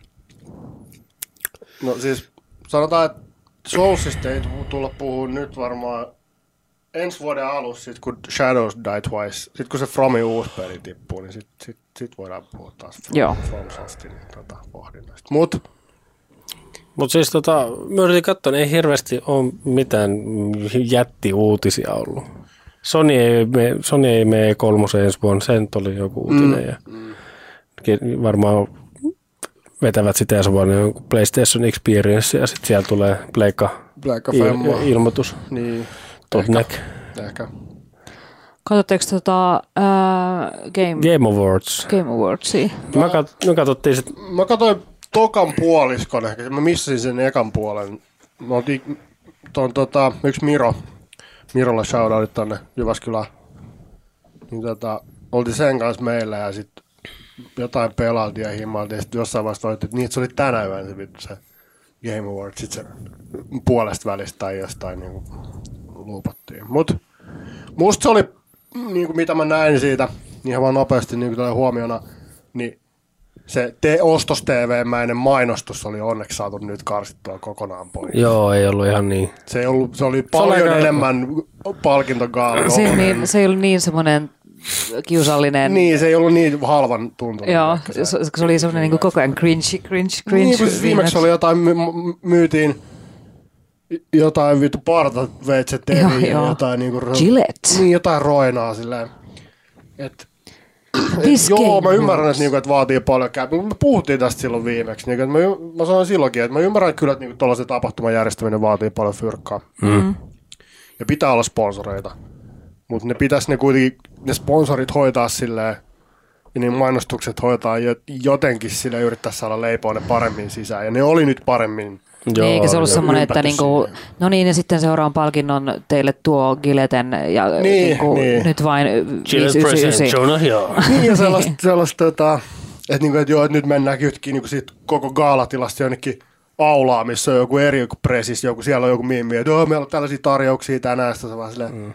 No siis sanotaan, että Soulsista ei tulla puhua nyt varmaan ensi vuoden alussa, sit kun Shadows Die Twice, sit kun se Fromin uusi peli tippuu, niin sit voidaan puhua taas From Sostin pohdinnasta. Mut siis mä yritin katsoa, niin ei hirveästi ole mitään jättiuutisia ollut. Sony ei mene E3 ensi vuonna, sen oli joku uutinen. Ja varmaan vetävät sitä ensi vuonna joku PlayStation Experience ja sitten siellä tulee Pleikka-ilmoitus. Niin. Ehkä. Katsotteko Game Awards? Game Awardsia? Me katsottiin sit... Mä katsoin tokan puoliskon ehkä. Mä missasin sen ekan puolen. Me oltiin yksi Mirolle shoutoutit tonne Jyväskylään. Niin oltiin sen kanssa meillä ja sit jotain pelailtiin ja himmailtiin. Sitten jossain vaiheessa valittiin, että se oli tänä yönä se Game Awards. Sitten se puolesta välistä tai jostain niinku luupattiin. Mut musta se oli, niinku mitä mä näin siitä, ihan vaan nopeasti niinku tällä huomiona, niin se ostos-TV-mäinen mainostus oli onneksi saatu nyt karsittua kokonaan pois. Joo, ei ollut ihan niin. Se oli paljon enemmän palkintogaala. Se ei ollut niin semmoinen kiusallinen. Niin, se ei ollut niin halvan tuntunut. Joo, se oli semmoinen niin koko ajan cringe. Niin, kun viimeksi oli jotain, myytiin jotain vittu partaveitset ja jotain niinku... Gillette. Niin, jotain roinaa silleen. Joo, mä ymmärrän, että vaatii paljon me puhuttiin tästä silloin viimeksi. Mä sanoin silloinkin, että mä ymmärrän kyllä, että tuollaisen tapahtuman järjestäminen vaatii paljon fyrkkaa. Ja pitää olla sponsoreita. Mutta ne kuitenkin, ne sponsorit hoitaa silleen, ja niin mainostukset hoitaa jotenkin sille yrittää saada leipoa ne paremmin sisään. Ja ne oli nyt paremmin. Joo, eikä se ollut semmoinen, että niinku, no niin, ja sitten seuraavan palkinnon teille tuo Gilleten ja niin. Nyt vain 599. Niin, ja sellaista että nyt mennään yhtäkkiä niinku siitä koko gaalatilasta jonnekin aulaa, missä on joku eri joku presis, siellä on joku mimmi, että meillä on tällaisia tarjouksia tänään, sitä se vaan silleen.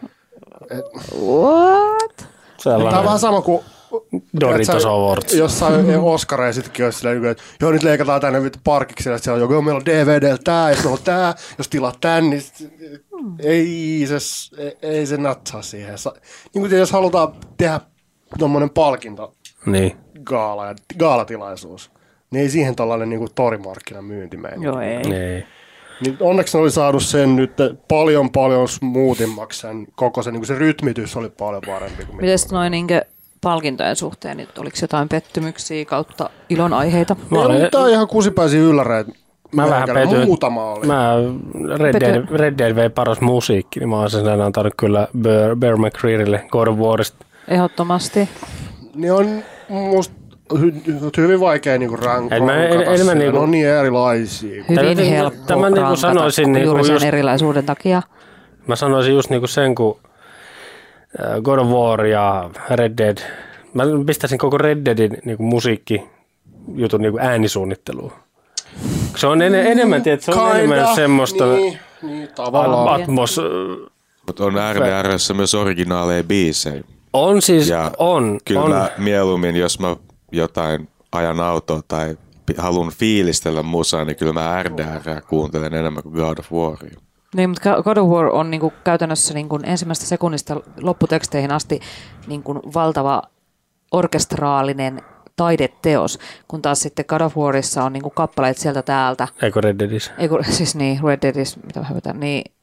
What? Tämä on vähän sama kuin Doritos Awards. Jossain Oscareisitkin olisi silleen, että joo, nyt leikataan tänne parkiksi, että siellä on joku, meillä on DVD:llä tää, ja meillä on tää, jos tilaat tän, niin ei se natsaa siihen. Niin kuin jos halutaan tehdä tommonen palkinto, niin. Gaalatilaisuus, niin ei siihen tollainen niin kuin torimarkkinan myynti mene. Joo, ei. Niin onneksi ne oli saanut sen nyt paljon smoothimmaksi, sen koko se, niin kuin se rytmitys oli paljon parempi. Mites noin niinkö palkintojen suhteen, nyt oliko jotain pettymyksiä kautta ilonaiheita? Tämä on ihan kusipäisiä ylläreitä. Mä vähän petyin. Muutama oli. Red Dead vei paras musiikki, niin mä oon sen antanut kyllä Bear McCrearylle God of Warista. Ehdottomasti. Niin on musta hyvin vaikea niinku rankata. Ne on niin erilaisia. Hyvin helppo rankata juuri sen erilaisuuden takia. Mä sanoisin just niinku sen, kun God of War ja Red Dead, Mä pistäisin koko Red Deadin niinku musiikkijutun niinku äänisuunnitteluun. Se on enemmän, se on enemmän semmoista atmos. Mutta on RDR:ssä myös originaaleja biisejä. On siis, ja on. Kyllä mä mieluummin, jos mä jotain ajan autoa tai haluan fiilistellä musaa, niin kyllä mä RDR kuuntelen enemmän kuin God of Waria. Niin, mutta God of War on niinku käytännössä niinku ensimmäistä sekunnista lopputeksteihin asti niinku valtava orkestraalinen taideteos, kun taas sitten God of Warissa on niinku kappaleet sieltä täältä. Eikö Red Deadissä? Eikö, siis niin, Red Deadissä, mitä mä hyvätän, niin,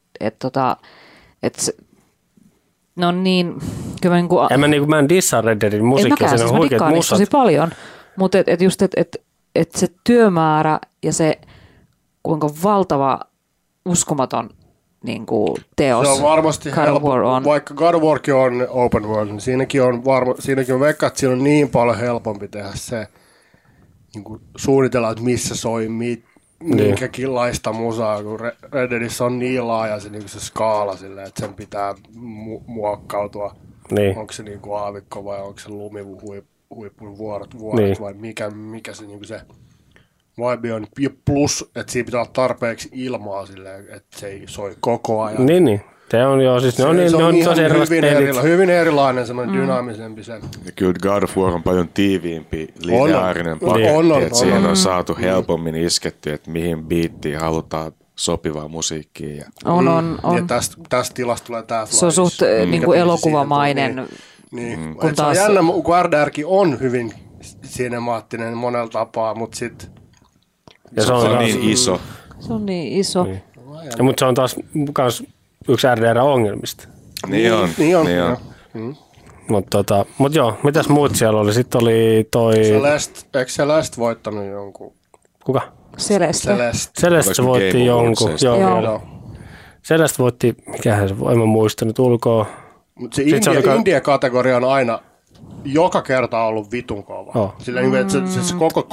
no niin, kyllä mä Mä en dissaa Red Deadin musiikkia, siinä on huikeat musat. Tosi paljon, mutta just, se työmäärä ja se kuinka valtava uskomaton niin kuin teos. Se on varmasti helppo, vaikka God of Warkin on open world, niin siinäkin on veikka, että siinä on niin paljon helpompi tehdä se, niin kuin suunnitella, että missä soi minkäkinlaista musaa, kun Red Deadissä on niin laaja se, niin se skaala silleen, että sen pitää muokkautua. Niin. Onko se niin kuin aavikko vai onko se lumihuipun vuoret niin. Vai mikä se, niin kuin se vibe on. Ja plus, että siinä pitää olla tarpeeksi ilmaa silleen, että se ei soi koko ajan. Niin. Se on joo, siis se on hyvin erilainen, semmoinen dynaamisempi sen. Ja kyllä God of War on paljon tiiviimpi, lineaarinen paketti, että siihen on saatu helpommin isketty, että mihin biittiin halutaan sopivaa musiikkia. Ja on. Ja tästä tilasta tulee tämä se on suht niinku elokuvamainen. Niin. Se on jännä, kun RDRkin on hyvin sinemaattinen monella tapaa, mutta sitten se on niin iso. Se on niin iso. Niin. Mutta se on taas myös yksi RDR-ongelmista. Niin on. Mutta joo, mitäs muut siellä oli? Sitten oli toi... Eikö Celeste voittanut jonkun? Kuka? Celeste voitti jonkun. Joo. Celeste voitti, mikähän se, en mä muista nyt ulkoa. Mutta se India-kategoria on aina joka kerta ollut vitun kova. Sillä että se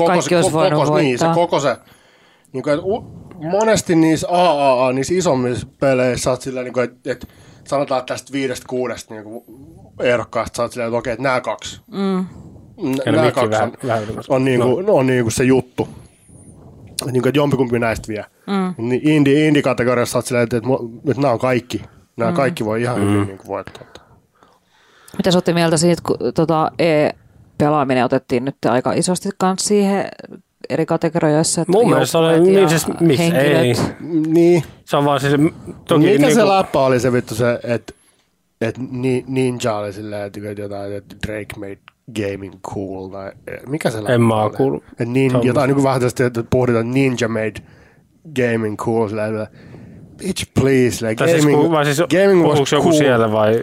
koko se niin kuin, monesti niissä niissä isommissa peleissä sä oot sillä niin kuin, että sanotaan, että tästä 5-6 niin ehdokkaasta sä oot sillä, että okei, että nämä kaksi. Nämä kaksi on niin kuin se juttu. Niin kuin, että jompikumpi näistä vie. Niin Indie-kategoriassa sä oot sillä, että nämä on kaikki. Nämä kaikki voi ihan hyvin niin kuin voittaa. Mitä sä ootte mieltä siitä, kun e-pelaaminen otettiin nyt aika isosti kanssa siihen eri kategorioissa? Mun mielestä oli niin siis, miksi ei? Niin. Se on vaan siis, toki mikä niinku... se läppä oli se vittu se, että Ninja oli silleen, että jotain, että Drake made gaming cool, tai mikä se läppä en mä oo kuullut. Jotain niin kuin vähän tästä, että pohditaan Ninja made gaming cool, silleen, bitch please, like gaming was cool. Joku siellä vai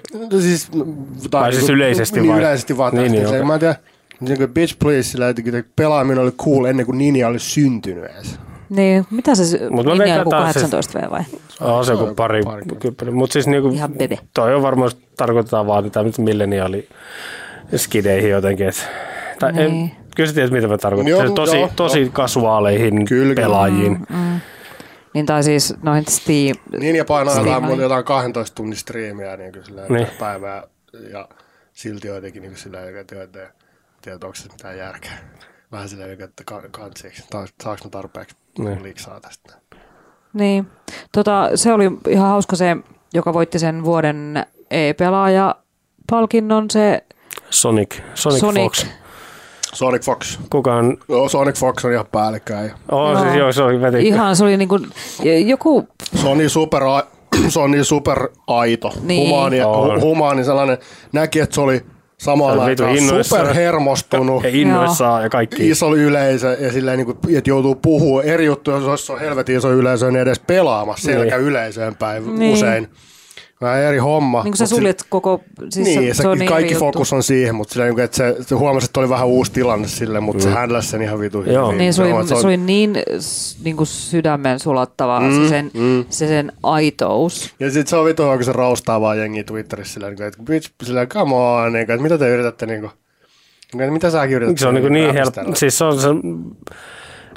siis yleisesti vai? Yleisesti vaan tästä. Niin, mä en tiedä, niin bitch please, sillä, että pelaaminen oli cool ennen kuin Ninja oli syntynyt edes. Niin, mitä se Ninja joku 18V vai? Se joku pari. Mutta siis niinku, toi on varmaan tarkoitetaan vaan tätä milleniaali skideihin jotenkin. Kyllä sä tiedät, mitä mä tarkoitan. Tosi kasuaaleihin pelaajiin. Niin tai siis noihin Steam... Niin ja painaa jotain 12 tunnin striimiä niin päivää ja silti jotenkin niin sillä että onko se mitään järkeä. Vähän silleen, että kantsiksi, saanko tarpeeksi liksaa tästä. Niin, se oli ihan hauska se, joka voitti sen vuoden e-pelaaja-palkinnon, se... Sonic Fox. Sonic Fox. Kukaan... Sonic Fox on ihan päällekkäin. Siis joo, se oli vetikkä. Ihan, se oli niinku joku... Se on niin super aito. Niin. Humaani sellainen. Näki, että se oli samaan aikaan superhermostunut. Ja innoissaan ja kaikki. Iso yleisö ja silleen, niin kuin, että joutuu puhua eri juttuja, jos on helvetin iso yleisö, niin edes pelaamassa selkä yleisöön päin usein. Vähän eri homma. Niin kuin sä suljet koko... Siis niin, se on niin kaikki fokus on siihen, mutta sillä, että se huomasi, että oli vähän uusi tilanne sille, mutta se handlasi sen ihan vitu hyvin. Niin, se oli niin kuin sydämen sulattava se sen aitous. Ja sitten se on vitu, kun se raustaa vaan jengiä Twitterissä sillä, että bitch, sillä come on, että mitä te yritätte, mitä säkin yrität? Se on niin helppo. Siis se on se...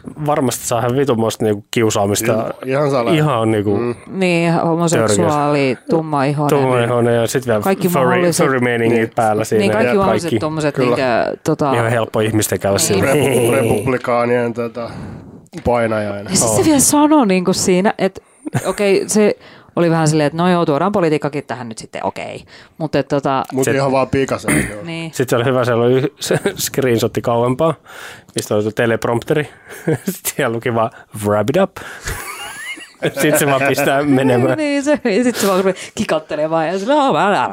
varmasti saadaan vitumoista niinku kiusaamista. Ihan niinku... Niin, homoseksuaali, tummaihoinen. Tummaihoinen ja sitten vielä furry-meiningit päällä siinä. Niin, kaikki mahdolliset tommoset ihan helppo ihmisten käydä siinä. Republikaanien painajainen. Ja se vielä sanoi niinku siinä, että okei, se oli vähän silleen, että no joo, tuodaan politiikkakin tähän nyt sitten, okei. Mutta ihan vaan pikaisen. Niin. Sitten se oli hyvä, siellä oli screenshotti kauempaa, mistä oli teleprompteri. Sitten siellä luki vaan wrap it up. Sitten se vaan pistää menemään. Niin, sitten se vaan kikattelemaan ja sillä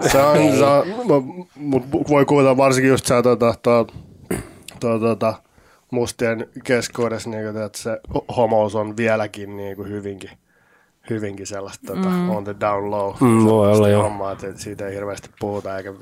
voi kuvata varsinkin just se mustien keskuudessa, niin, että se homous on vieläkin niin kuin hyvinkin sellaista on the down low. Voi olla joo. Hommaa, että siitä ei hirveästi puhuta, eikä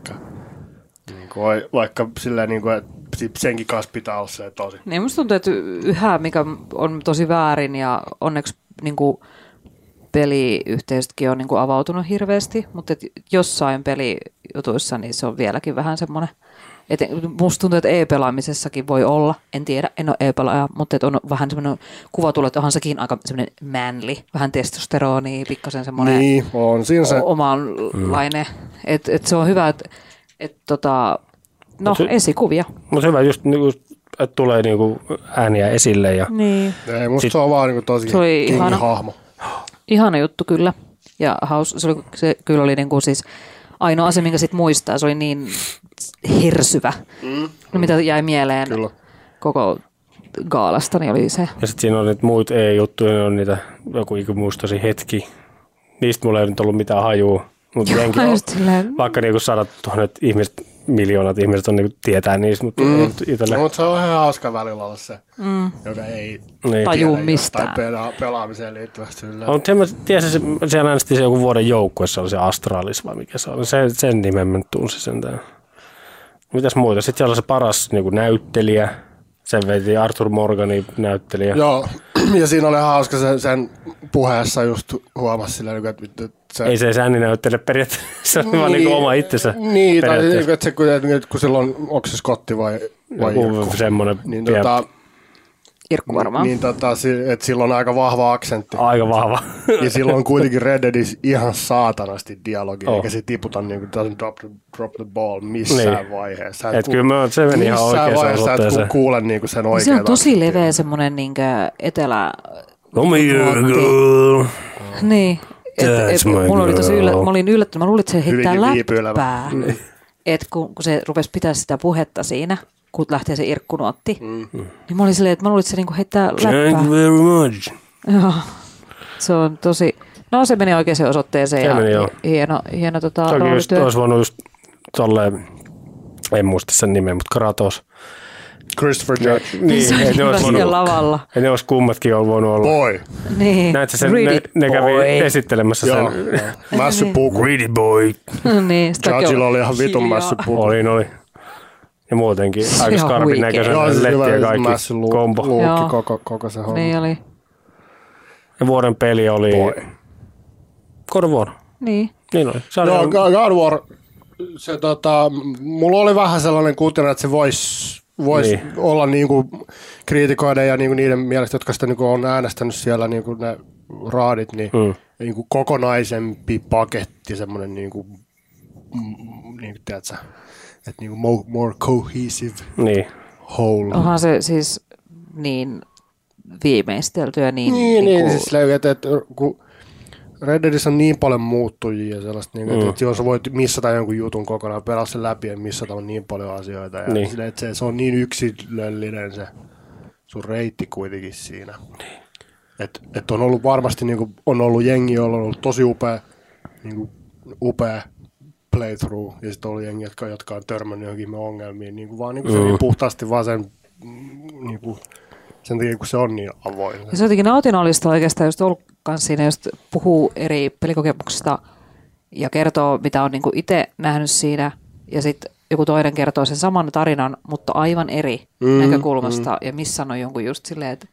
vaikka silleen, niin kuin, että senkin kanssa pitää olla se tosi. Niin musta tuntuu, että yhä mikä on tosi väärin ja onneksi niin kuin peliyhteisötkin on niin kuin avautunut hirveästi, mutta et jossain pelijutuissa niin se on vieläkin vähän semmoinen. Musta tuntuu, että e-pelaamisessakin voi olla, en tiedä, en ole e-pelaaja, mutta on vähän semmoinen kuva tullut, että onhan sekin aika semmoinen manly, vähän testosteronia, pikkasen semmoinen niin, on siinä se omanlainen. Et se on hyvä, että esikuvia. Mutta hyvä just, että tulee niinku ääniä esille. Ja niin. Ei, musta se on vaan niinku tosi hahmo. Ihana juttu kyllä. Ja se kyllä oli niinku siis ainoa asia, minkä sit muistaa, se oli niin hirsyvä. No, mitä jäi mieleen kyllä koko gaalasta, niin oli se. Ja sitten siinä on niitä muita e-juttuja, ne on niitä joku muistasi hetki. Niistä mulla ei nyt ollut mitään hajua. Mutta vaikka niinku 100 000 ihmiset, miljoonat ihmiset on niinku tietää niistä, mutta itselle. Mutta se on ihan hauska välillä olla se, joka ei tajuu mistään. Tai pelaamiseen liittyvästi. Mutta mä tiesin, siellä äänestin se joku vuoden joukkuessa, oli se Astralis vai mikä se oli. Sen nimen mä nyt tunsin sentään. Mitäs muita? Sitten siellä oli se paras niinku näyttelijä. Sen veti Arthur Morganin näyttelijä. Joo, ja siinä oli hauska sen puheessa just huomasi silleen, että se... Ei se ääni näyttele periaatteessa, se on vaan niinku oma itsensä. Niin, tai että se kun silloin, onko se Skotti vai Irkku? Semmoinen. Niin Irkku varmaan. Niin että sillä on aika vahva aksentti. Aika vahva. Ja silloin on kuitenkin Red Deadissä ihan saatanasti dialogia, eikä se tiputa niinku doesn't drop the ball missään vaiheessa. Et kyllä se meni ihan oikein osoitteeseen. Missään vaiheessa et kuule niinku sen oikein. Se on tosi leveä semmoinen niinku etelä... Come here, girl. Niin. Mulla oli tosi mä olin yllättynyt. Mä luulin, että se heittää läppää. Että kun se rupesi pitää sitä puhetta siinä, kun lähtee se irkkunuotti, niin mä olin silleen, että mä luulin, että se niinku heittää läppää. Thank you very much. Joo. Se on tosi... No se meni oikeaan osoitteeseen ja hieno roolityö. Olisi voinut just tolleen, en muista sen nimen, mutta Kratos. Christopher Judge. Niin, se oli siellä lavalla. Ja ne olisi kummatkin voinut olla. Boy. Niin. Näetkö sen, ne kävi esittelemässä sen. Mässypuku. Greedy boy. Niin. Judgeilla oli ihan vitun mässypuku. Oli. Ja muutenkin aika skarpin näköisen letti ja kaikki kombo. Luukki koko se homma. Niin oli. Ja vuoden peli oli God of War. Niin. Niin oli. Joo, God of War. Se, mulla oli vähän sellainen kutina, että se voisi olla niinku kriitikoiden ja niinku niiden mielestä, jotka sitä niinku on äänestänyt siellä niinku ne raadit, niin niinku kokonaisempi paketti, semmoinen niinku tiedätkö, että niinku more cohesive whole. Onhan se siis niin viimeistelty ja niin siis että kun Red Deadissä on niin paljon muuttujia ja sellaista, että jos voit missata jonkun jutun kokonaan, pelaa sen läpi ja missata on niin paljon asioita. Ja sille, että se on niin yksilöllinen se sun reitti kuitenkin siinä. Että on ollut varmasti, on ollut jengi, jolla on ollut tosi upea playthrough, ja sitten on ollut jengi, jotka on törmännyt johonkin ongelmiin, vaan se puhtaasti vaan sen... sen takia, kun se on niin avoin. Ja se on jotenkin nautinnollista oikeastaan just ollut kanssa siinä, just puhuu eri pelikokemuksista ja kertoo, mitä on niinku itse nähnyt siinä, ja sitten joku toinen kertoo sen saman tarinan, mutta aivan eri näkökulmasta, ja missä on jonkun just silleen, että...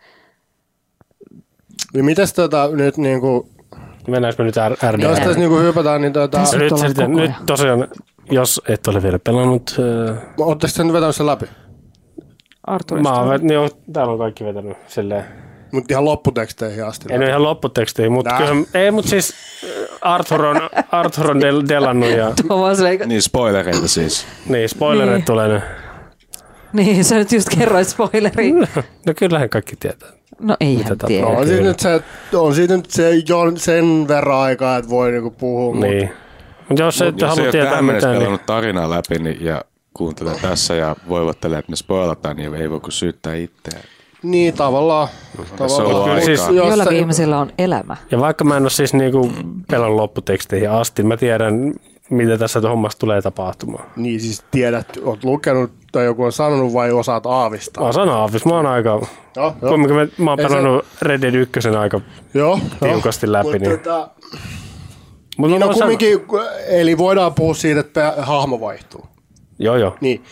Ja mitäs nyt niinku... Mennäänkö me nyt RDR? Jos tässä niinku hypätään, niin nyt tosiaan, jos et ole vielä pelannut... Oletteko sen vetänyt sen läpi? Arthurista. Joo, täällä on kaikki vetänyt silleen. Mutta ihan lopputeksteihin asti. En ole ihan lopputekstiin, mutta ei, mutta siis Arthur on delannut ja... Niin, spoilereita siis. Niin, spoilereita tulee nyt. Niin, sä nyt just kerroit spoileria. No kyllähän kaikki tietää. No eihän tiedä. On siitä nyt sen verran aikaa, että voi niinku puhua. Niin. Mutta jos ette halua tietää mitään, niin... tarinaa läpi ja kuuntelee tässä ja voivottelee, että me spoilataan, niin ei voi kuin syyttää itseään. Niin, tavallaan. Siis, joillakin ihmisillä on elämä. Ja vaikka mä en ole siis niinku pelannut lopputeksteihin asti, mä tiedän, mitä tässä hommassa tulee tapahtumaan. Niin, siis tiedät, oot lukenut tai joku on sanonut vai osaat aavistaa? Mä osaan aavistaa. Mä oon aika... Kuitenkin mä oon pelannut Red Dead 1 aika tiukasti läpi. Niin. Niin on kumminkin, eli voidaan puhua siitä, että hahmo vaihtuu. Joo. Niin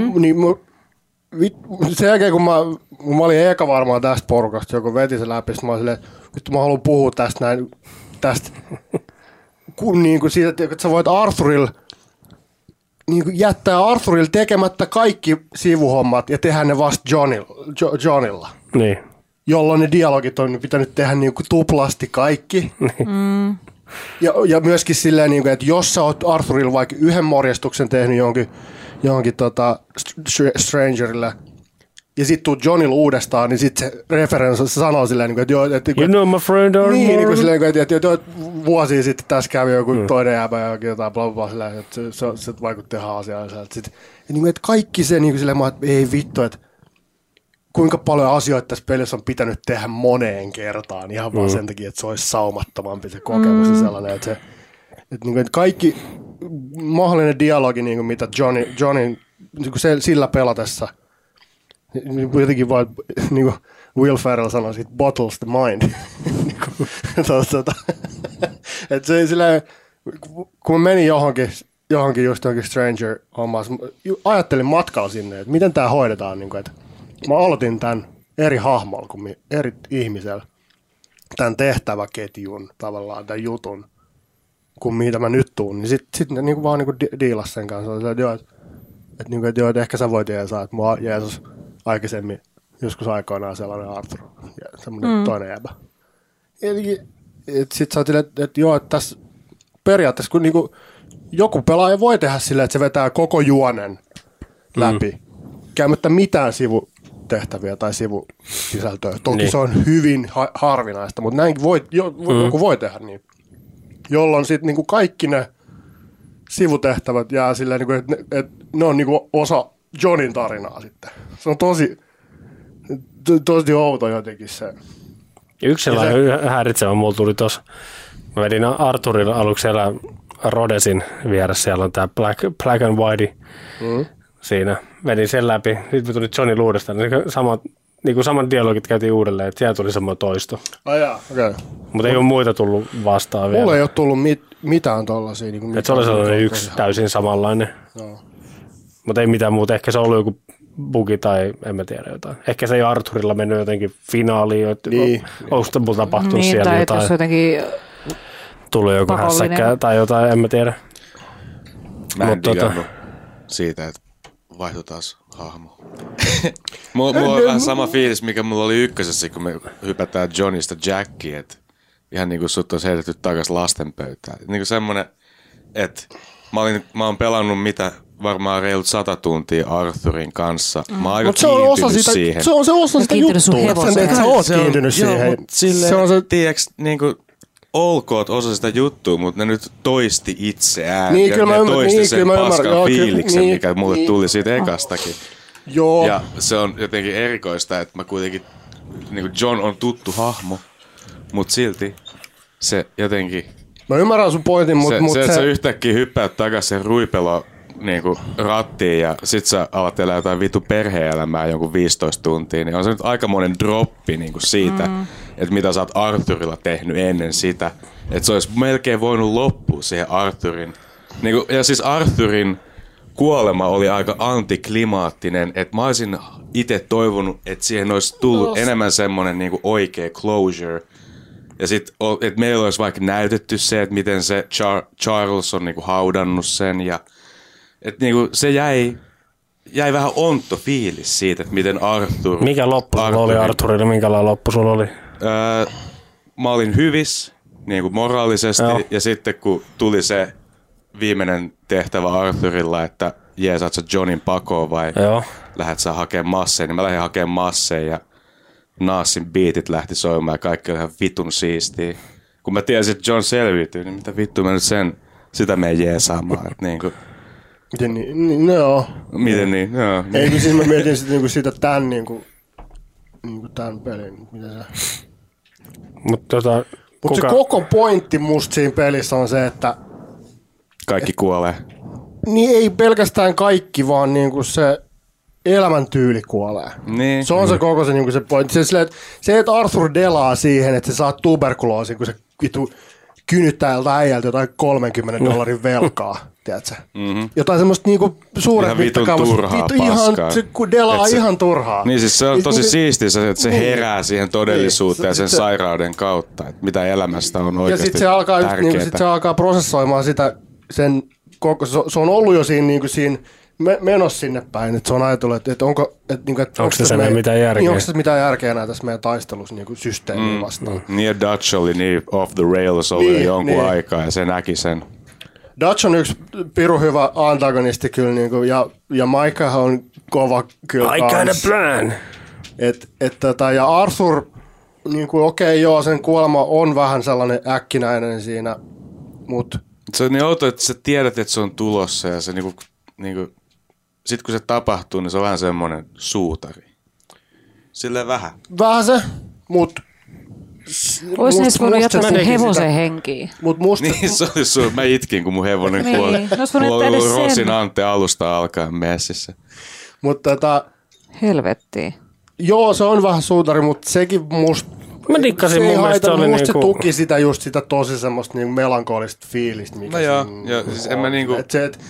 sen jälkeen, kun mä olin eka varmaan tästä porukasta, joku veti se läpi, mä olin silleen, että mä haluan puhua tästä niin kuin siitä, että sä voit Arthurille niin kuin jättää Arthurille tekemättä kaikki sivuhommat ja tehdä ne vasta Johnilla. Niin. Jolloin ne dialogit on pitänyt tehdä niin kuin tuplasti kaikki. Ja myöskin silleen, niin kuin, että jos sä oot Arthurille vaikka yhden morjestuksen tehnyt johonkin Strangerille, ja sit tuu Johnille uudestaan, niin sit se referenssi sanoo silleen, että joo, että... You know my friend Arthur. Niin kuin silleen, että vuosia sitten tässä kävi joku toinen jääpä ja jotain bla bla bla, että se vaikutti ihan asialliselta. Että kaikki se niin kuin silleen, että ei vittu, että kuinka paljon asioita tässä pelissä on pitänyt tehdä moneen kertaan ihan vaan sen takia, että se olisi saumattomampi se kokemus ja sellainen, että niin kuin, että kaikki mahdollinen dialogi, niin kuin mitä Johnny niin kuin sillä pelatessa, niin jotenkin vaan, niin kuin Will Ferrell sanoi siitä, bottles the mind. Että se silleen, kun mä menin johonkin just johonkin Stranger-hommaan, ajattelin matkalla sinne, että miten tää hoidetaan, niin kuin, että mä aloitin tämän eri hahmolla kuin eri ihmisellä, tämän tehtäväketjun tavallaan, tämän jutun, kuin mitä mä nyt tuun, niin sit ne niinku vaan niinku diilas sen kanssa. Että ehkä sä voit Jeesaa, että mua Jeesus aikaisemmin joskus aikoinaan sellainen Arthur ja semmoinen toinen jäbä. Eli sit sä oot että joo, että tässä periaatteessa kun niinku joku pelaaja voi tehdä silleen, että se vetää koko juonen läpi, käymättä mitään sivutehtäviä tai sivusisältöä. Toki se on hyvin harvinaista, mutta näinkin joku voi tehdä niin. Jolloin sitten niinku kaikki ne sivutehtävät jää silleen, niinku, että ne on niinku osa Johnin tarinaa sitten. Se on tosi outo jotenkin se. Yksi sellainen häiritsevä mulla tuli tuossa. Mä vedin Arthurilla aluksi siellä Rhodesin vieressä. Siellä on tää Black and White siinä. Vedin sen läpi. Sitten tuli Johnny uudestaan. Saman dialogit käytiin uudelleen, että siellä tuli semmoinen toisto. Okay. Mutta ei ole muita tullut vastaan vielä. Mulla ei ole tullut mitään tollaisia. Niin se oli sellainen yksi täysin samanlainen. No. Mutta ei mitään muuta. Ehkä se on ollut joku bugi tai en mä tiedä jotain. Ehkä se ei Arthurilla mennyt jotenkin finaaliin. Niin. Onko sitä tapahtunut niin, siellä tai jotain? Jotenkin tullut joku hässäkkä tai jotain, en mä tiedä. Mä en digannut siitä, että vaihtui taas hahmo. Mulla on vähän sama fiilis, mikä mulla oli ykkösessä, kun me hypätään Johnnysta Jackiin, että ihan niin kuin sut olisi heitetty takaisin lastenpöytään. Niin kuin semmoinen, että mä oon pelannut varmaan reilut 100 tuntia Arthurin kanssa. Mä oon aika kiintynyt siihen. Se on se osa sitä juttua, että sä oot kiintynyt siihen. Se on se, tiiäks, niinku olkoot osa sitä juttua, mutta ne nyt toisti itseään. Niin, ja ne toisti sen paskan fiiliksen, mikä mulle tuli siitä ekastakin. Joo. Ja se on jotenkin erikoista, että mä kuitenkin, niinku John on tuttu hahmo, mutta silti se jotenkin... Mä ymmärrän sun pointin, mutta sä yhtäkkiä hyppäät takaisin sen ruipelo niinku rattiin ja sit sä alat elää jotain vitu perhe-elämää jonkun 15 tuntia, niin on se nyt aikamoinen droppi niinku siitä, että mitä sä oot Arthurilla tehnyt ennen sitä. Että se olisi melkein voinut loppua siihen Arthurin. Niinku, ja siis Arthurin kuolema oli aika antiklimaattinen, että mä olisin itse toivonut, että siihen olisi tullut enemmän semmoinen niinku oikea closure. Ja sit, että meillä olisi vaikka näytetty se, että miten se Charles on niinku haudannut sen ja että niinku se jäi jäi vähän ontto fiilis siitä, että miten Arthur... Mikä loppu sulla oli Arthurille? Minkälainen loppu sulla oli? Mä olin hyvissä, niin kuin moraalisesti, ja sitten kun tuli se viimeinen tehtävä Arthurilla, että jeesaat sä Johnin pakoon vai lähdet sä hakemaan masseja, niin mä lähdin hakemaan masseja ja Nasin beatit lähti soimaan ja kaikki oli ihan vitun siistiä. Kun mä tiesin, että John selviytyy, niin mitä vittua mä nyt sitä menen jeesaamaan. Niinku. Miten niin? No. Miten niin? No. Eikö siis mä mietin sitä tämän tämän pelin. Mitä se? Mutta se koko pointti musta siinä pelissä on se, että kaikki kuolee. Niin ei pelkästään kaikki, vaan niinku se elämäntyyli kuolee. Niin. Se on se koko se, niinku se pointti. Se, että Arthur delaa siihen, että se saa tuberkuloosin, kun se vittu kynyttää jolta äijältä jotain $30 velkaa. Tiedätkö? Mm-hmm. Jotain semmoista niinku suuret mittakaavassa. Vittu ihan, se delaa ihan turhaa. Niin siis se on tosi siistiä, että se herää siihen todellisuuteen ja sen sairauden kautta, että mitä elämästä on oikeasti ja sitten se alkaa prosessoimaan sitä, se on ollut jo siinä menossa sinne päin, että se on ajatellut, että onko tässä mitään järkeä. Niin, onko tässä mitään järkeä enää tässä meidän taistelussa systeemiä vastaan. Niin ja Dutch oli niin off the rails oli jonkun aikaa ja se näki sen. Dutch on yksi pirun hyvä antagonisti kyllä, ja Maikahan on kova kyllä. I got a plan! Ja Arthur, sen kuolema on vähän sellainen äkkinäinen siinä, mutta se on niin outo, että sä tiedät, että se on tulossa ja se sit kun se tapahtuu, niin se on vähän semmoinen suutari. Silleen vähän. Vähän se, mutta Ois edes voinut jättää sen hevosen henkiin. Niin, se oli mä itkin, kun mun hevonen kuoli. Mulla oli ollut Rosin Ante alusta alkaen messissä. Mutta helvettiin. Joo, se on vähän suutari, mutta sekin musta... Mä dikkasin mun mielestä oli niinku... se tuki sitä tosi semmoista melankolista fiilistä. Mikä no joo, siis en mä niinku...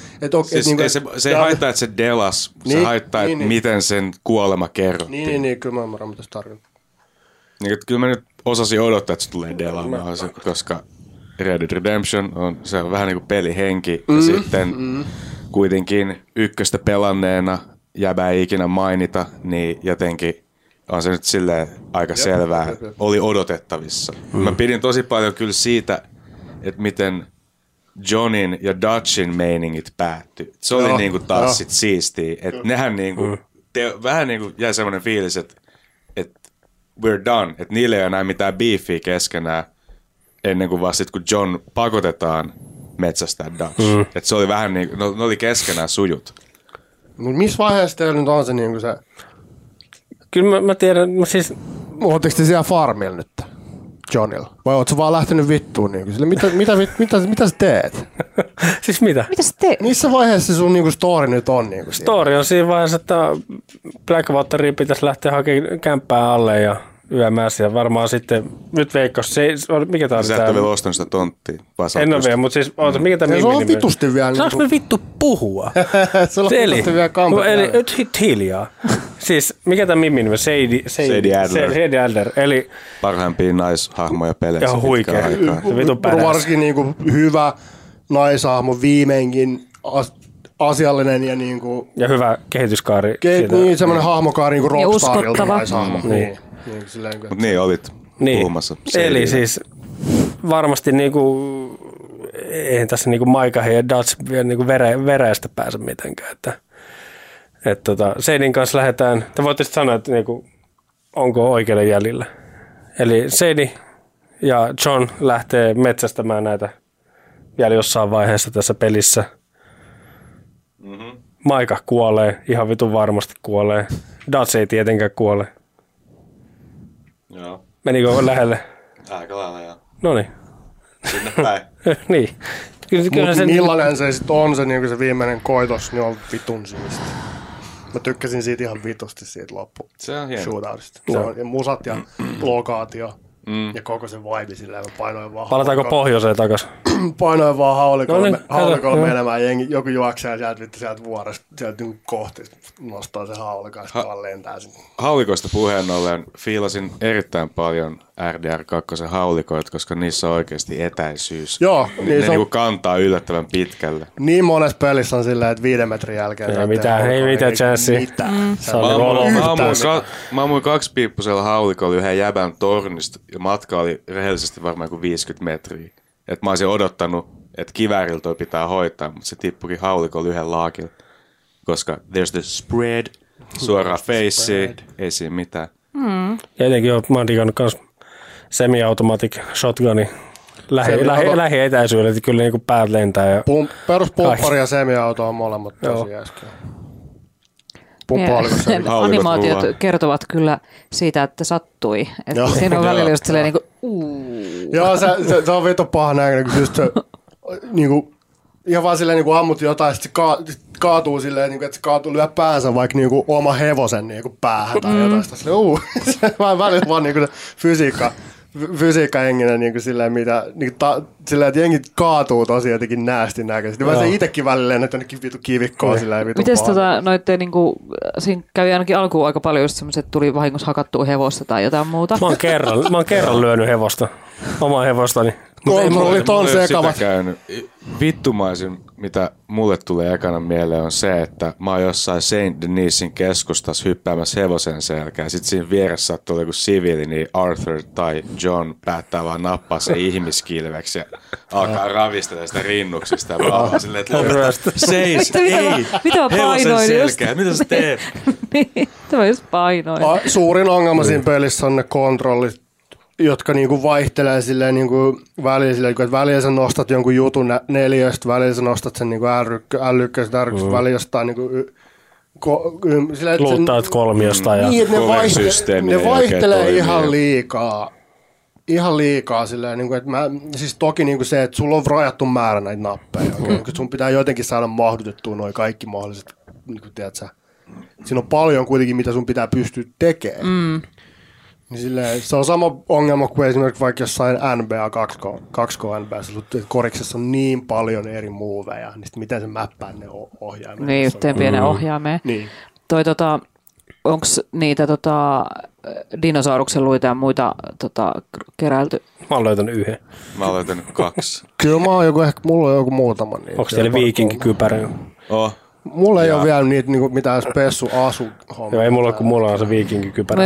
Se ei haittaa, että se delas. Se haittaa, että miten sen kuolema kerrottiin. Niin, kyllä mä ymmärrän, mitä se tarkoittaa. Niin, kyllä mä nyt osasin odottaa, että se tulee delaamaan, koska Red Dead Redemption se on vähän niin kuin pelihenki. Ja sitten kuitenkin ykköstä pelanneena, jäbä ei ikinä mainita, niin jotenkin on se nyt silleen aika selvää. Oli odotettavissa. Mä pidin tosi paljon kyllä siitä, että miten Johnin ja Dutchin meiningit päättyi. Se oli niinku taas sit siistiä. Että nehän niinku, vähän niinku jäi semmoinen fiilis, että we're done. Että niillä ei ole enää mitään beefiä keskenään ennen kuin vasta sit, kun John pakotetaan metsästää Dutch. Että se oli vähän niinku, ne oli keskenään sujut. Mutta missä vaiheessa teillä nyt on se niinku se... Kyllä mä tiedän, siis... Oletteko te siellä farmilla nyt, Johnilla? Vai ootko sä vaan lähtenyt vittuun? Niin sille, mitä sä teet? Siis mitä? Mitä sä teet? Missä vaiheessa sun niinku story nyt on? Niinku story on siinä vaiheessa, että Blackwateria pitäisi lähteä hakemaan kämppää alle ja yömään siellä. Varmaan sitten, nyt Veikkaus, mikä tää on? Sä et ole vielä ostanut sitä tonttia. En ole vielä, mutta siis, mikä tämä se on vitusti vielä. Saanko me vittu puhua? Se on vitusti vielä kampa. Eli nyt hiljaa. Siis, mikä tämä Mimmin nimi? Sadie Adler. Eli parhaimpia naishahmoja peleissä. Ihan huikea. Vitun badass. Varsinkin niinku hyvä naishahmo viimeinkin asiallinen ja niinku... Ja hyvä kehityskaari. Niin, semmoinen hahmokaari niinku rockstarilta naishahmo. Niin. Mutta niin olit puhumassa. Eli siis varmasti niinku, eihän tässä niinku Maikahe ja Dutch vielä niinku vereistä pääse mitenkään. Että Sadien kanssa lähdetään, te voitte sitten sanoa, että niinku, onko oikealle jäljellä. Eli Sadie ja John lähtee metsästämään näitä vielä jossain vaiheessa tässä pelissä. Maika kuolee, ihan vitun varmasti kuolee. Dutch ei tietenkään kuole. Joo. Menikö lähelle? Aika lailla, joo. Noniin. Sinne päin. Niin. Mutta millainen se sitten on niin se viimeinen koitos, niin on vitun sinistä. Mä tykkäsin siitä ihan vitusti siitä loppu. Se on hieno. Shootoutista. Se on musat ja lokaatio ja koko se vibe silleen, mä painoin vaan. Palataanko pohjoiseen takas? painoin vaan haulikolla kato, menemään. Joku juoksee sieltä vuoresta sieltä niin kohti, nostaa se haulikon ja sitten vaan lentää sinne. Haulikoista puheen ollen fiilasin erittäin paljon RDR2 haulikoita, koska niissä on oikeasti etäisyys. Joo. Ne niinku kantaa yllättävän pitkälle. Niin monessa pelissä on silleen, että 5 metrin jälkeen. Ei mitään chanssia. Mä ammuin 2-piippusella haulikolla yhden jäbän tornista ja matka oli rehellisesti varmaan kuin 50 metriä. Et mä olisin odottanut, että kiväärillä toi pitää hoitaa, mutta se tippukin haulikolla yhden laakilla. Koska there's the spread, suoraan faceen, ei siinä mitään. Ja etenkin mä oon digannut kans semi-automatic shotguni lähietäisyydellä, että kyllä niinku päät lentää. Ja peruspumppari ja semi-auto on molemmat tosi äsken. Animaatiot kertovat kyllä siitä, että sattui. Että siinä on välillä just silleen niinku Joo, se on vittu paha näin, kun just se niinku ihan vaan silleen niinku ammut jotain, sit se kaatuu silleen, niinku, että se kaatuu lyö päänsä vaikka niinku oma hevosen niinku päähän tai jotain. Silleen se vaan välillä vaan niinku se fysiikka-henginen niinku silleen, mitä niinku silleen, että jengi kaatuu tosi jotenkin näästi näköisesti. Mä se itekin välillä lennät jonnekin vitu kivikkoon silleen vitu mites noitte niinku, siinä kävi ainakin alkuun aika paljon just semmoset, että tuli vahingossa hakattua hevosta tai jotain muuta. Mä oon kerran lyönyt hevosta, omaa hevostani. Mulla oli ton sekavat. Vittumaisin, mitä mulle tulee ekana mieleen, on se, että mä oon jossain Saint Denisin keskustassa hyppäämässä hevosen selkään. Sitten siinä vieressä sattuu joku siviili, niin Arthur tai John päättää vaan nappaa sen ihmiskilveksi ja alkaa ravistella sitä rinnuksista. Ja mä oon silleen, että seis, ei, hevosen selkään, mitä sä teet? Niin, tämä just painoin. Suurin ongelma siinä pelissä on ne kontrollit, jotka niinku vaihtelee silleen niinku välillä silleen, että välillä sä nostat jonkun jutun 4, välillä sä nostat sen niinku L1, välillä jostain niinku luuttaat kolmiosta ja niin, ne vaihtelee ihan liikaa. Ihan liikaa silleen, niinku, että siis toki niinku se, että sulla on rajattu määrä näitä nappeja. Sun pitää jotenkin saada mahdutettua noi kaikki mahdolliset, niinku tiedätkö, siinä on paljon kuitenkin, mitä sun pitää pystyä tekemään. Niin silleen, se on sama ongelma kuin esimerkiksi vaikka jossain NBA 2K NBA:ssa, että koriksessa on niin paljon eri moveja, niin sitten miten se mäppää ne ohjaimeen. Niin, yhteen pienen ohjaimeen. Niin. Onks niitä dinosauruksen luita ja muita keräilty? Mä oon löytänyt yhden. Mä oon löytänyt 2. Kyllä mulla on joku muutama. Niin onko teillä viikinkikypärä? Mulla ei ole vielä niitä niinku mitään spessu-asu-hommia. Ei mulla, kun mulla on se viikinkikypärä.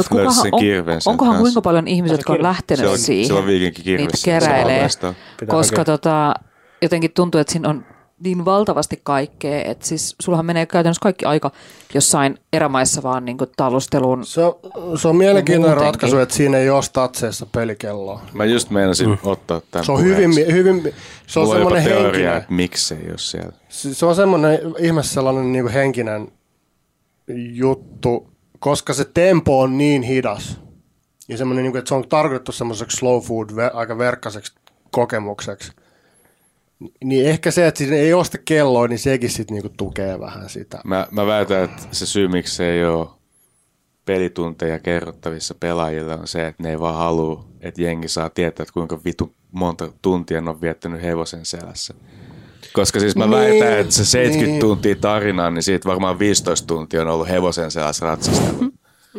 Onkohan kuinka paljon ihmiset, jotka on lähtenyt siihen, niitä keräilee. Koska jotenkin tuntuu, että siinä on niin valtavasti kaikkea, että siis sullahan menee käytännössä kaikki aika jossain erämaissa vaan niinku tallusteluun. Se on mielenkiintoinen ratkaisu, että siinä ei ole statseissa pelikelloa. Mä just meinasin ottaa tämän se on hyvin se on semmoinen teoria, että miksei ole siellä. Se on semmoinen sellainen niinku henkinen juttu, koska se tempo on niin hidas. Ja semmoinen, niinku, että se on tarkoitettu semmoiseksi slow food, aika verkkaiseksi kokemukseksi. Niin ehkä se, että siinä ei ole sitä kelloa, niin sekin sitten niinku tukee vähän sitä. Mä väitän, että se syy, miksi ei ole pelitunteja kerrottavissa pelaajille, on se, että ne ei vaan halua, että jengi saa tietää, että kuinka vitu monta tuntia ne on viettänyt hevosen selässä. Koska siis mä väitän, että se 70 tuntia tarinaa, niin siitä varmaan 15 tuntia on ollut hevosen selässä ratsastelu.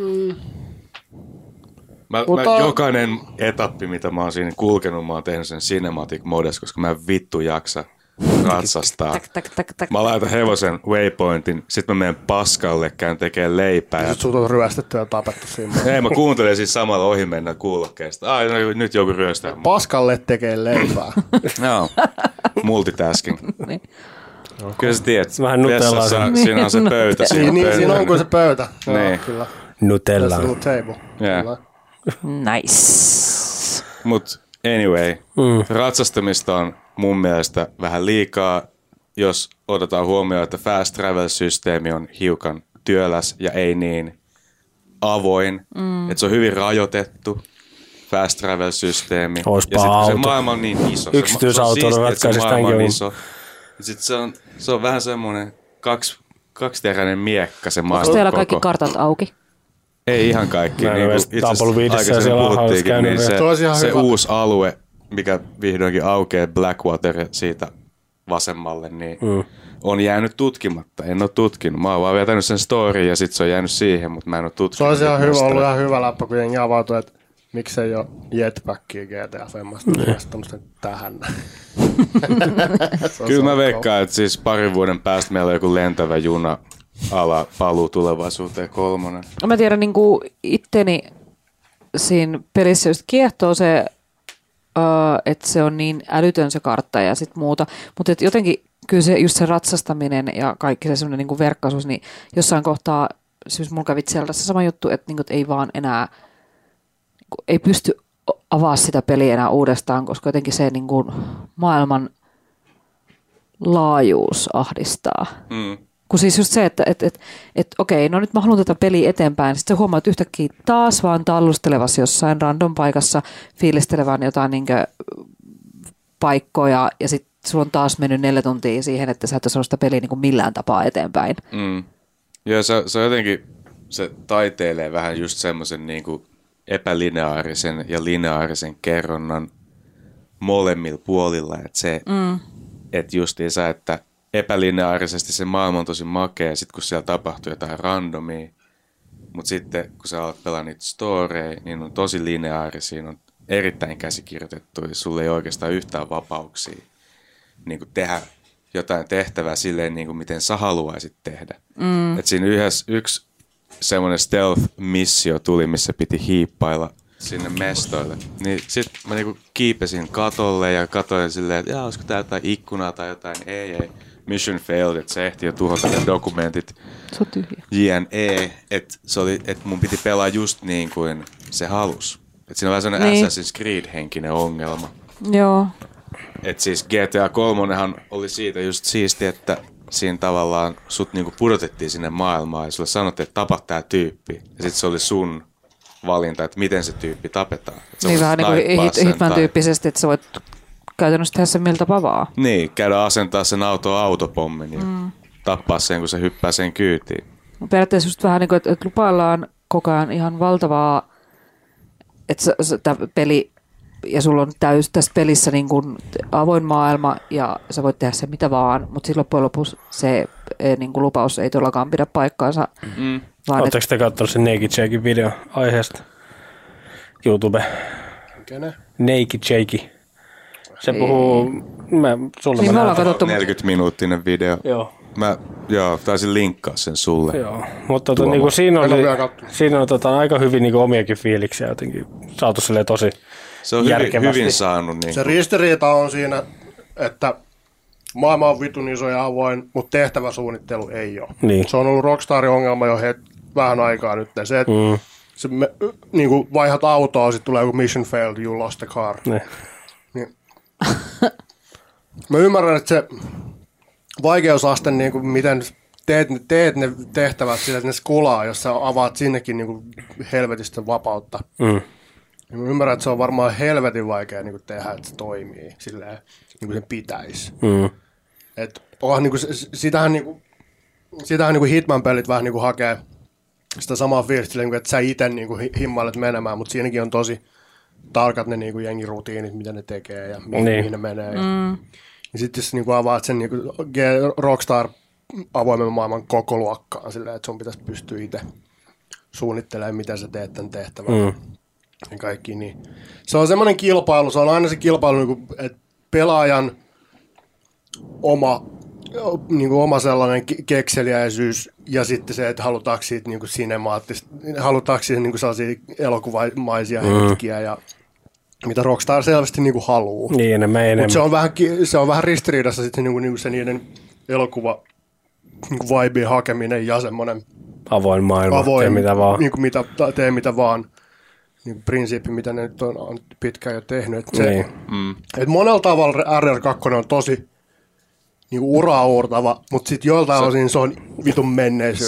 Jokainen etappi, mitä mä oon siinä kulkenut, mä oon tehnyt sen cinematic modes, koska mä en vittu jaksa ratsastaa. Mä laitan hevosen waypointin, sit mä menen paskalle, käyn tekemään leipää. Sit sut on ryöstetty ja tapettu siinä. Ei, mä kuuntelen siis samalla ohi mennä kuulokkeesta. Ai, no, nyt joku ryöstää. Paskalle tekee leipää. No, multitasking. Niin. Kyllä sä tiedät, vähän siinä on se pöytä. Siinä on kuin se pöytä. Niin. Kyllä. Nutella. Tässä on table. Yeah. Nice. Mut anyway, ratsastamista on mun mielestä vähän liikaa, jos otetaan huomioon, että fast travel-systeemi on hiukan työläs ja ei niin avoin. Että se on hyvin rajoitettu fast travel-systeemi. Oispa ja auto. Se maailma on niin iso. Yksityisauto ratkaisisi tämänkin. Sitten se on vähän semmoinen kaksiteräinen miekka se maailma. Onko teillä kaikki kartat auki? Ei ihan kaikki. Niin itse asiassa aikaisemmin puhuttiinkin, niin se uusi alue mikä vihdoinkin aukeaa Blackwater siitä vasemmalle, niin on jäänyt tutkimatta. En ole tutkinut. Mä oon vaan vetänyt sen storyin ja sit se on jäänyt siihen, mutta mä en ole tutkinut. Se olisi ihan hyvä, ollut ihan hyvä läppä, kun jengi avautui, että miksei ole jetpackia GTA-femmasta tämmöistä tähän. Kyllä mä veikkaan, että siis parin vuoden päästä meillä on joku lentävä juna ala paluu tulevaisuuteen 3. Mä tiedän niin kuin itteni siinä pelissä just kiehtoo se, että se on niin älytön se kartta ja sit muuta, mutta jotenkin kyllä se just se ratsastaminen ja kaikki se semmoinen niin verkkaisuus, niin jossain kohtaa siis mulla kävi siellä se sama juttu, että, niin kuin, että ei vaan enää ei pysty avaa sitä peliä enää uudestaan, koska jotenkin se niin kuin maailman laajuus ahdistaa. Kun siis just se, että okei, no nyt mä haluan tätä peliä eteenpäin. Sitten sä huomaat yhtäkkiä taas vaan tallustelevassa jossain random paikassa fiilistelevän jotain niin paikkoja ja sitten sulla on taas mennyt 4 tuntia siihen, että sä et ole saanut sitä peliä niin kuin millään tapaa eteenpäin. Joo, se jotenkin, se taiteilee vähän just semmoisen niin kuin epälineaarisen ja lineaarisen kerronnan molemmilla puolilla. Että se, että justiinsa, että epälineaarisesti se maailma on tosi makea, sit kun siellä tapahtuu jotain randomia, mutta sitten kun sä alat pelaa niitä storeja, niin on tosi lineaarisia, on erittäin käsikirjoitettu ja sulla ei oikeastaan yhtään vapauksia niin kuin tehdä jotain tehtävää silleen, niin kuin miten sä haluaisit tehdä. Että siinä yksi semmoinen stealth-missio tuli, missä piti hiippailla sinne mestoille. Niin sit mä niinku kiipesin katolle ja katoin silleen, että olisiko tää jotain ikkunaa tai jotain. Ei. Mission failed, että se ehti jo tuhota ne dokumentit. Se on tyhjä. JNE, että mun piti pelaa just niin kuin se halus. Että siinä on vähän sellainen niin. Assassin's Creed-henkinen ongelma. Joo. Että siis GTA 3 oli siitä just siisti, että siinä tavallaan sut niinku pudotettiin sinne maailmaan ja sulle sanottiin, että tapa tää tyyppi. Ja sit se oli sun valinta, että miten se tyyppi tapetaan. Niin vähän niin kuin Hitman-tyyppisesti, että sä voit käytännössä tehdä sen miltä tapaa vaan. Niin, käydä asentaa sen autopommin ja tappaa sen, kun se hyppää sen kyytiin. Periaatteessa just vähän niin kuin, että lupaillaan koko ajan ihan valtavaa, että tämä peli, ja sulla on tässä pelissä niin kuin avoin maailma ja sä voit tehdä se mitä vaan, mutta sitten loppujen lopuksi se niin kuin lupaus ei todellakaan pidä paikkaansa. Oletteko te katsonut sen Naked Jakein video aiheesta? YouTube. Kenen? Naked Jake. Se puhuu... Niin me ollaan katsottu. 40-minuuttinen video. Joo. Taisin linkkaa sen sulle. Joo, mutta niinku siinä on aika hyvin niinku omiakin fiiliksiä jotenkin saatu silleen tosi se on hyvin saanut. Niin se ristiriita on siinä, että maailma on vitun iso ja avoin, mutta tehtäväsuunnittelu ei ole. Niin. Se on ollut Rockstarin ongelma jo vähän aikaa nyt. Se, että niinku vaihdat autoa, sitten tulee joku mission failed, you lost the car. Niin. Mä ymmärrän, että se vaikeusaste, niin kuin miten teet ne tehtävät sillä, että ne skulaa, jos sä avaat sinnekin niin kuin helvetistä vapautta. Niin mä ymmärrän, että se on varmaan helvetin vaikea niin kuin tehdä, että se toimii silleen, niin kuin sen pitäisi. Et, niin kuin, sitähän niin kuin Hitman-pelit vähän niin kuin hakee sitä samaa fiilistä, niin kuin, että sä itse niin kuin himmailet menemään, mutta siinäkin on tosi tarkat ne niin kuin jengirutiinit, mitä ne tekee ja mihin ne menee. Ja sitten jos niinku avaat sen niinku Rockstar avoimen maailman koko luokkaan silleen, että sun pitäisi pystyä itse suunnittelemaan, mitä sä teet tämän tehtävän ja kaikki. Niin. Se on semmoinen kilpailu, se on aina se kilpailu, että pelaajan oma sellainen kekseliäisyys ja sitten se, että halutaanko siitä niinku sinemaattista, halutaanko siihen niinku sellaisia elokuvamaisia hetkiä ja mitä Rockstar selvästi niinku haluu. Niin, enemmän. Mutta se on vähän ristiriidassa sitten niinku se niiden elokuva niinku vibeen hakeminen ja semmoinen avoin maailma, tee mitä vaan. Niinku tee mitä vaan. Niinku prinsiippi, mitä ne nyt on pitkään jo tehnyt. Et monella tavalla RR2 on tosi niinku uraurtava, mutta sitten joiltain osin se on vitun menneisyys.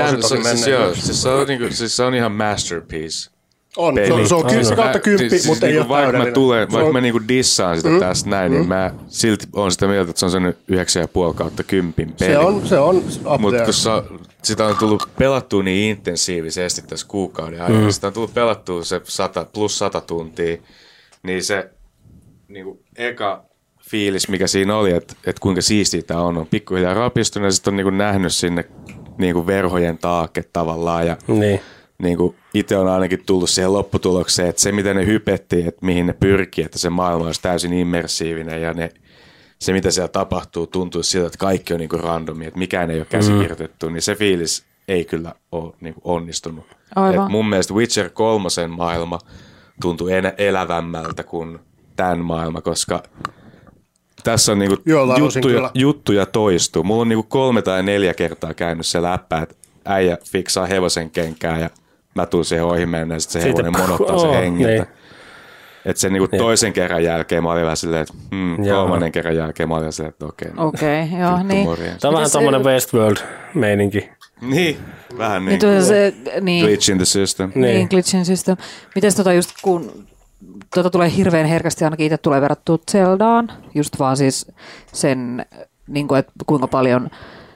Se on ihan masterpiece. On, se on 10/10, mutta ei ole täydellinen. Vaikka mä niinku dissaan sitä tästä näin, niin mä silti on sitä mieltä, että se on sen 9,5/10 peli. Se on mutta kun sitä on tullut pelattua niin intensiivisesti tässä kuukauden ajan, sitä on tullut pelattua se +100 tuntia, niin se niinku eka fiilis, mikä siinä oli, että kuinka siistiä tämä on pikkuhiljaa rapistunut ja sitten on niinku nähnyt sinne niinku verhojen taakke tavallaan ja niinku itse on ainakin tullut siihen lopputulokseen, että se mitä ne hypettiin, että mihin ne pyrkii, että se maailma olisi täysin immersiivinen ja se mitä siellä tapahtuu tuntuu siltä, että kaikki on niinku randomia, että mikään ei ole käsikirjoitettu, niin se fiilis ei kyllä ole niinku onnistunut. Et mun mielestä Witcher 3 maailma tuntuu elävämmältä kuin tämän maailma, koska tässä on niinku juttuja toistuu. Mulla on niinku 3 tai 4 kertaa käynyt se läppä, että äijä fiksaa hevosen kenkää ja mä tuun siihen ohi mennä ja sitten se hevonen monottaa se hengiltä. Että sen niinku toisen kerran jälkeen mä olin vähän silleen, että kolmannen kerran jälkeen mä olin silleen, että okei, joo, niin. Tämä on vähän tommonen Westworld-meininki. Niin, vähän niin. Glitch in the system. Niin, glitch in the system. Mites just kun tulee hirveän herkästi, ainakin itse tulee verrattua Zeldaan, just vaan siis sen, niin kuin, että kuinka paljon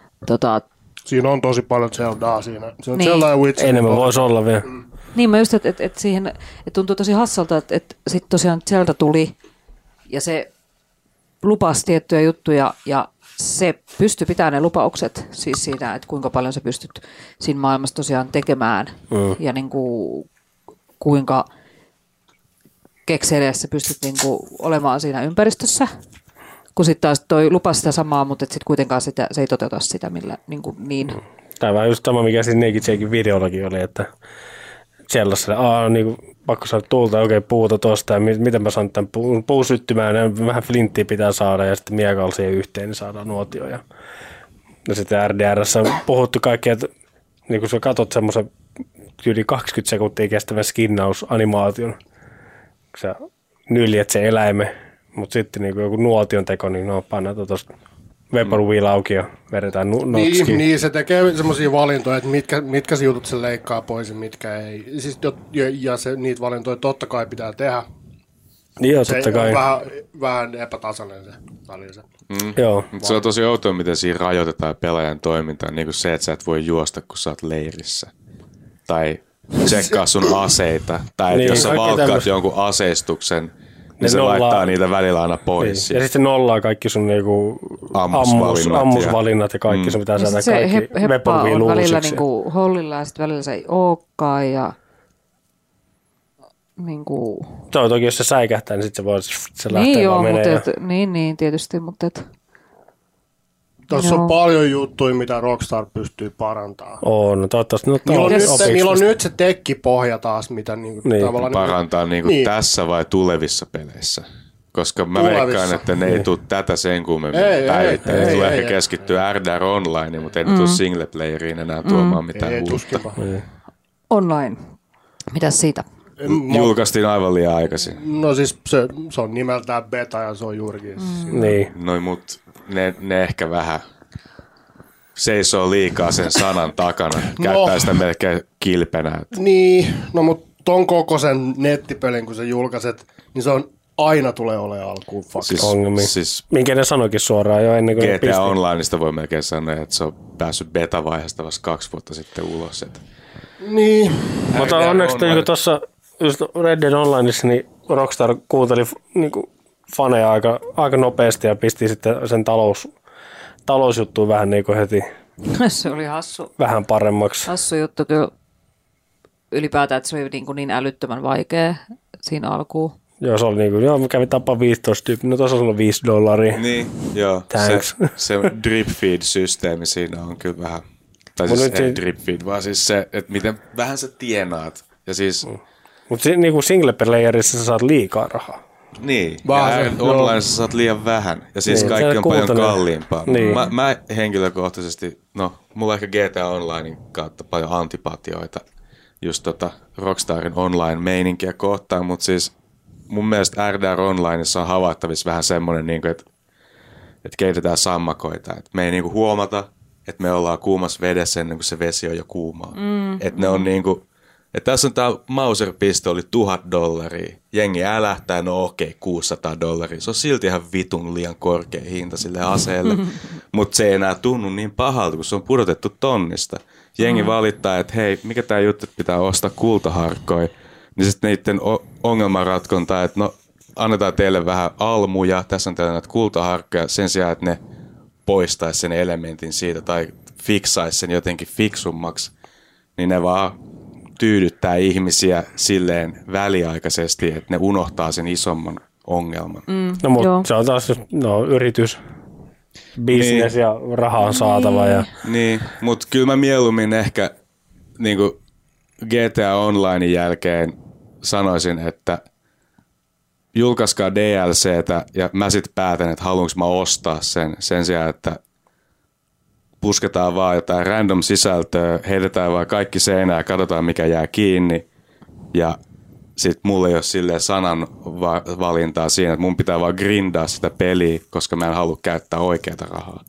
siinä on tosi paljon Zeldaa siinä. Se on niin. Zelda ja Witcher. Enemmän voisi olla vielä. Niin, mä just, että siihen että tuntuu tosi hassalta, että sitten tosiaan Zelda tuli ja se lupasi tiettyjä juttuja ja se pystyi pitämään ne lupaukset siis siinä, että kuinka paljon sä pystyt siinä maailmassa tosiaan tekemään ja niin kuin, kuinka kekseliässä pystyt niin kuin olemaan siinä ympäristössä. Kun sitten taas toi lupasi sitä samaa, mutta sitten kuitenkaan se ei toteuta sitä millä niin. Tämä on vähän just sama, mikä siinä Naked Jakein videollakin oli, että sellaisella, niin pakko saada tuulta oikein puuta tuosta ja miten mä saan tämän puun syttymään ja vähän flinttiä pitää saada ja sitten miekalla siihen yhteen, niin saadaan nuotio. Ja sitten RDR:ssä on puhuttu kaikkea, että niin kun sä katsot semmoisen yli 20 sekuntia kestävän skinnausanimaation, kun sä nyljet sen eläimen, mutta sitten niin joku nuotion teko, niin pannaan tuosta Vaporwheel auki ja vedetään notskiin. Niin, se tekee semmoisia valintoja, että mitkä jutut se leikkaa pois ja mitkä ei. Siis, ja niitä valintoja totta kai pitää tehdä. Joo, totta kai. Vähän epätasainen se välillä. Joo. Se on tosi outoa, miten siinä rajoitetaan pelaajan toimintaa. Niin kuin se, että sä et voi juosta, kun sä oot leirissä. Tai tsekkaa sun aseita. Tai niin, jos sä valkkaat jonkun aseistuksen, niin se laittaa niitä välillä aina pois. Niin. Ja sitten nollaa kaikki sun niinku ammusvalinnat ja kaikki. Se pitää saada kaikki Vaporwheel on välillä uusiksi. niinku hollilla ja sitten välillä se ei olekaan. Ja niinku Se on toki, jos se säikähtää, niin sitten se lähtee vaan menee. Niin, tietysti, mutta tuossa on paljon juttuja, mitä Rockstar pystyy parantamaan. On, toivottavasti. Niillä on nyt se tekkipohja taas, mitä niinku tavallaan parantaa niinku tässä vai tulevissa peleissä. Koska mä veikkaan, että ne ei tule tätä sen kummemmin päivittäin. Ne tulee ehkä keskittyä RDR Online, mutta ei tule single playeriin enää tuomaan mitään uutta. Online. Mitäs siitä? Julkaistiin aivan liian aikaisin. No siis se on nimeltään beta ja se on juurikin. Niin. Noin mut ne ehkä vähän seisoo liikaa sen sanan takana. Käyttää sitä melkein kilpenä. Niin, no mut ton kokoisen nettipelin kun sä julkaiset, niin se on aina tulee olemaan alkuun ongelmia. Siis, minkä ne sanoikin suoraan jo ennen kuin GTA Onlineista voi melkein sanoa, että se on päässyt beta-vaiheesta vasta 2 vuotta sitten ulos. Niin. Mutta onneksi niin tuossa just Red Dead Onlineissa niin Rockstar kuunteli niin faneja aika nopeasti ja pisti sitten sen talousjuttuun vähän niin kuin heti. Se oli hassu. Vähän paremmaksi. Hassu juttu kyllä ylipäätään, että se oli niin älyttömän vaikea siinä alkuun. Joo, se oli niin kuin, mä kävin tappaa 15 tyyppiä, no tuossa on $5. Niin, joo. Se drip feed-systeemi siinä on kyllä vähän, tai siis ei drip feed, vaan siis se, että miten vähän sä tienaat. Ja siis mutta niin single playerissa sä saat liikaa rahaa. Niin, ja online sä saat liian vähän. Ja siis niin, kaikki on paljon kalliimpaa. Niin. Mä henkilökohtaisesti, mulla on ehkä GTA Onlinein kautta paljon antipatioita just Rockstarin online-meininkiä kohtaan, mutta siis mun mielestä RDR Onlineissa on havaittavissa vähän semmoinen, niin että keitetään sammakoita. Et me ei niin kuin huomata, että me ollaan kuumassa vedessä ennen kuin se vesi on jo kuumaa. Että ne on niin kuin, että tässä on tää Mauser-pistooli $1,000. Jengi älähtää, no okei, $600. Se on silti ihan vitun liian korkea hinta sille aseelle. Mutta se ei enää tunnu niin pahalta, kun se on pudotettu tonnista. Jengi valittaa, että hei, mikä tää juttu, että pitää ostaa kultaharkkoja. Niin sitten niiden ongelmanratkonta, että no annetaan teille vähän almuja, tässä on teille näitä kultaharkkoja sen sijaan, että ne poistaisi sen elementin siitä tai fiksaisi sen jotenkin fiksummaksi, niin ne vaan tyydyttää ihmisiä silleen väliaikaisesti, että ne unohtaa sen isomman ongelman. No mutta se on taas yritys, business ja raha on saatava. Niin, mutta kyllä mä mieluummin ehkä niin kuin GTA Onlinein jälkeen sanoisin, että julkaiskaa DLCtä ja mä sitten päätän, että haluanko mä ostaa sen sijaan, että pusketaan vaan jotain random sisältöä, heitetään vaan kaikki seinään ja katsotaan mikä jää kiinni ja sitten mulla ei ole silleen sanan valintaa siinä, että mun pitää vaan grindaa sitä peliä, koska mä en halua käyttää oikeata rahaa.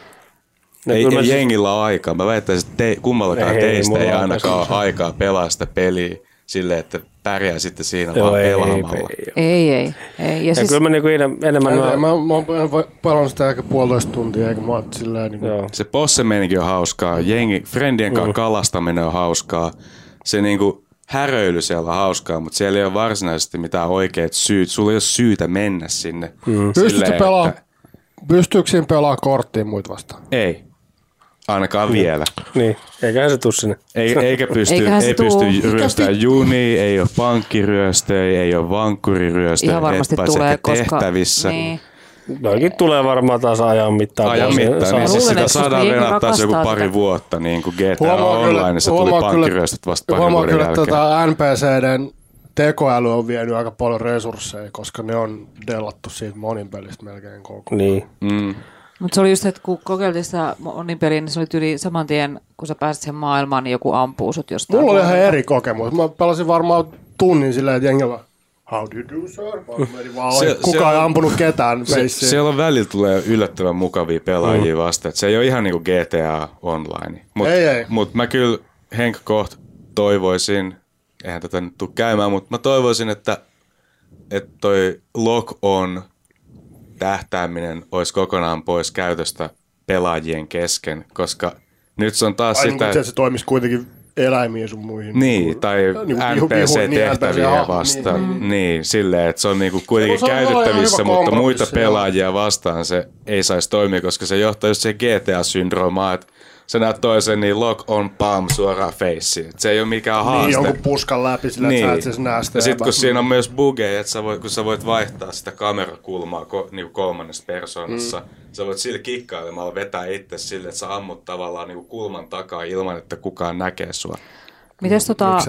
Ei jengillä ole aikaa. Mä väittäisin, että kummallakaan teistä ei ainakaan ole aikaa pelaa sitä peliä silleen, että pärjää sitten siinä vaan pelaamalla. Ei. Ja siis, kyllä mä niinku enemmän... Mä oon pelannut sitä ehkä 1,5 tuntia, eikä mä oon silleen... Niin se bosse-meininki on hauskaa, friendien kanssa kalastaminen on hauskaa, se niinku häröily siellä on hauskaa, mutta siellä ei ole varsinaisesti mitään oikeat syyt. Sulla ei ole syytä mennä sinne. Pystyykö siinä pelaamaan korttiin muita vastaan? Ei. Ainakaan vielä. Niin, eiköhän se tuu sinne. Eikä pysty ryöstämään junia, ei ole pankkiryöstöjä, ei ole vankkuriryöstöjä. Ihan varmasti tulee, koska... tehtävissä. Niin. Noikin tulee varmaan taas ajan mittaan. Niin siis sitä saadaan venää taas joku pari vuotta, niin kuin GTA Onlineissa tuli pankkiryöstöt vasta parin vuoden jälkeen. Huomaa kyllä, että NPC:den tekoäly on vienyt aika paljon resursseja, koska ne on dellattu siitä monin pelistä melkein koko ajan. Niin. Mutta se oli just, että kun kokeiltiin sitä monin peliä, niin se oli tyyli saman tien, kun sä pääsit siihen maailmaan, niin joku ampuu sut jostain. Mulla oli ihan eri kokemus. Mä pelasin varmaan tunnin silleen, että jengellä how do you do, sir? Kukaan ei ampunut ketään. Siellä on välillä tulee yllättävän mukavia pelaajia vasta. Se ei ole ihan niin kuin GTA Online. Mutta mä kyllä henkkoht toivoisin, eihän tätä nyt tule käymään, mutta mä toivoisin, että toi lock-on tähtääminen olisi kokonaan pois käytöstä pelaajien kesken, koska nyt se on taas sitä... Niin, se toimisi kuitenkin eläimiin sun muihin. Niin, tai NPC-tehtäviä vastaan. Niin, silleen, että se on niinku kuitenkin käytettävissä, mutta muita pelaajia vastaan se ei saisi toimia, koska se johtaa just siihen GTA-syndroomaan, että sä näet toisen, niin lock on palm suoraan faceen. Se ei ole mikään haaste. Niin, jonkun puskan läpi sillä, että sä et siis näe sitä. Ja sit kun siinä on myös bugeja, että kun sä voit vaihtaa sitä kamerakulmaa niin kolmannessa persoonassa, sä voit sillä kikkailemalla vetää itse sille, että sä ammut tavallaan niin kulman takaa ilman, että kukaan näkee sua. Mites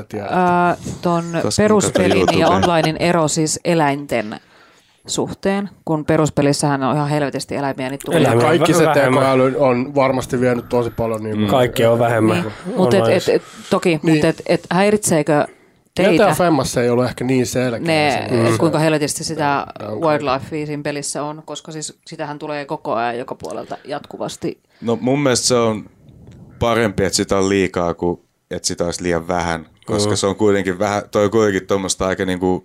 ton peruspelin ja onlinein ero siis eläinten suhteen, kun peruspelissähän on ihan helvetisti eläimiä. Niin kaikki se tekoäly on varmasti vienyt tosi paljon. Niin kaikki on vähemmän. Niin. Toki, niin. mutta häiritseekö teitä? GTA Femmassa ei ollut ehkä niin selkeä. Kuinka helvetisti sitä wildlife siinä pelissä on, koska siis sitähän tulee koko ajan joka puolelta jatkuvasti. No mun mielestä se on parempi, että sitä on liikaa kuin että sitä olisi liian vähän, koska se on kuitenkin vähän, toi on kuitenkin tuommoista aika niinku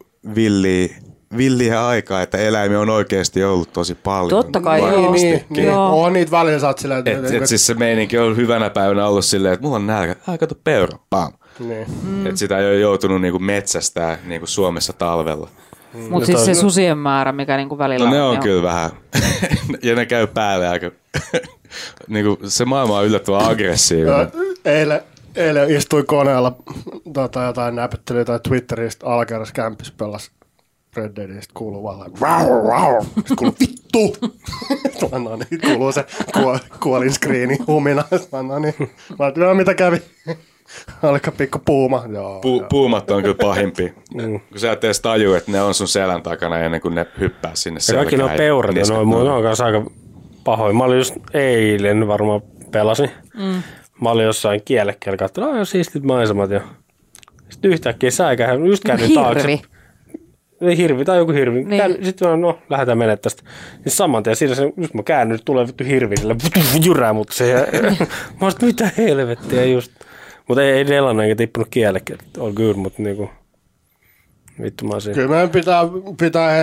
villiä aikaa, että eläimiä on oikeasti ollut tosi paljon. Totta kai, niin. On niitä välillä saat silleen. Et siis se meininki on hyvänä päivänä ollut silleen, että mulla on nälkä. Kato peura, pam. Niin. Että sitä ei ole joutunut niinku metsästää niinku Suomessa talvella. Mutta siis se susien määrä, mikä niinku välillä on. No ne on kyllä vähän. Ja ne käy päälle aika. Niinku, se maailma on yllättävän aggressiivinen. Eilen istuin koneella jotain näpyttelyä tai Twitteristä Alkeras kämpis pelasi Red Deadistä, kuuluu vaan sitten kuuluu vittu! No niin, kuuluu se kuolin screeni humina. No niin, mä ajattelin, mitä kävi? Oliko pikku puuma? Puumat on kyllä pahimpia. Kun sä et edes taju, että ne on sun selän takana ennen kuin ne hyppää sinne selkään. Kaikki ne peurat ja noin on kanssa aika pahoin. Mä olin just eilen varmaan pelasin. Mä olin jossain kielekkeellä katsoin, että siistit maisemat ja sitten yhtäkkiä säikähän just käydin taakse. Hirvi tai joku hirvi. Niin. Sitten lähdetään menemään tästä. Niin saman tien siinä, just mä käännyin, tulee vittu hirvi, sillä jyrää mut se. Mä olisin, mitä helvettiä just. Mutta ei delannut enkä tippunut kielekkeellä. All good, mutta niinku vittu mä oon siinä. Kyllä meidän pitää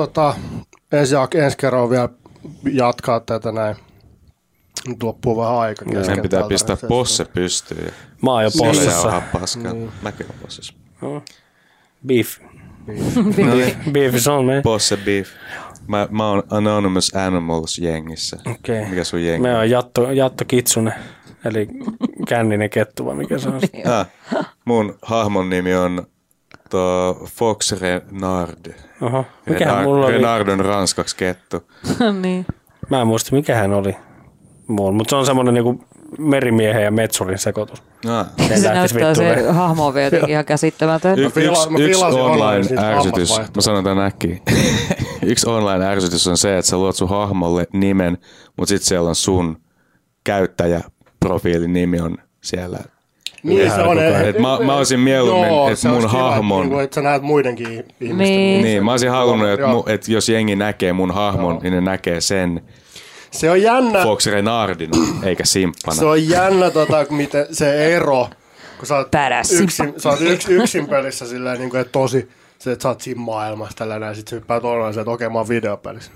ensi kerralla vielä jatkaa tätä näin. Nyt loppuu vähän aika. Sen pitää pistää posse pystyyn. Mä oon jo possessa. Paskaa. Mäkin oon possessa. Beef. Beef is on, man. Bosse Beef. Mä oon Anonymous Animals jengissä. Okay. Mikä sun jengi? Me on Jatto Kitsune, eli känninen kettu, vai mikä se on? Mun hahmon nimi on Fox Renard. Oho. Mikähän mulla oli? Renard on ranskaksi kettu. Niin. Mä en muista, mikähän oli mulla, mutta se on semmoinen niinku merimiehen ja metsurin sekoitus. Se näyttää se hahmo vielä ihan käsittämätön. Yksi online-ärsytys, mä sanon tämän äkkiä. Yksi online-ärsytys on se, että sä luot sun hahmolle nimen, mutta sit siellä on sun käyttäjäprofiilin nimi on siellä. Niin se on. Mä olisin mieluummin, että mun hahmon... Kiva, että sä näet muidenkin ihmisten. Niin, mä olisin halunnut, että jos jengi näkee mun hahmon, niin ne näkee sen. Se on jännä. Fox Renardina, eikä simppana. Se on jännä, miten se ero, kun sä oot yksin pelissä silleen, niin kuin, että tosi, se, että sä oot siinä maailmassa tällainen, ja sit sä hyppäät online, että okei, mä oon videopelissä.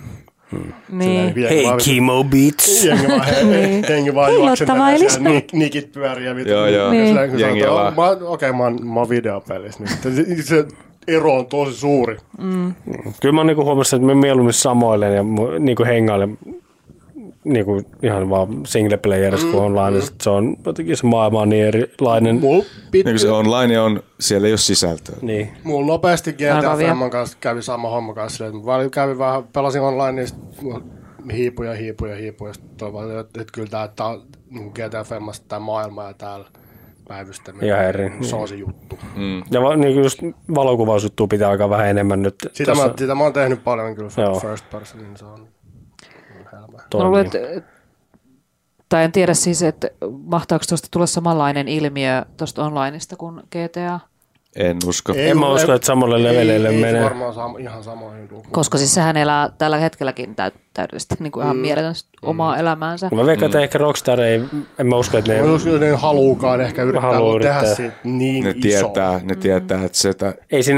Niin. Hei, Kimo Beats. Jengi vaan juoksentelee siellä, nikit pyörii ja Joo. Jengi vaan. Okei, mä oon videopelissä. Se ero on tosi suuri. Kyllä mä oon niinku huomannut, että mä mieluummin samoilen ja niinku hengailen niinku ihan vaan single playerissa kuin online. Se on jotenkin se maailma on niin erilainen. Niin se online on, siellä ei ole sisältöä. Niin. Mulla nopeasti GTA Femman kanssa kävi sama homma kanssa. Kävin vähän, pelasin online, niin hiipuja. Toivon, että kyllä tämä on niin GTA Femmasta tämä maailma ja täällä päivystäminen. Ja herri. Se on se juttu. Ja niin just valokuvausjuttua pitää aika vähän enemmän nyt. Sitä mä oon tehnyt paljon kyllä first person, niin se on helppoa. Tai en tiedä siis, että mahtaako tuosta tulla samanlainen ilmiö tuosta onlineista kuin GTA? En usko. En mä usko, että samalle leveleille menee. Ei varmaan ihan samoihin. Koska siis sehän elää tällä hetkelläkin täydellisesti niin kuin ihan mieletön omaa elämäänsä. Mä veikkaan, että ehkä Rockstar en mä usko, että ne... Mä usko, että ne haluukaan ehkä yrittää tehdä siitä niin iso. Ne tietää, että sitä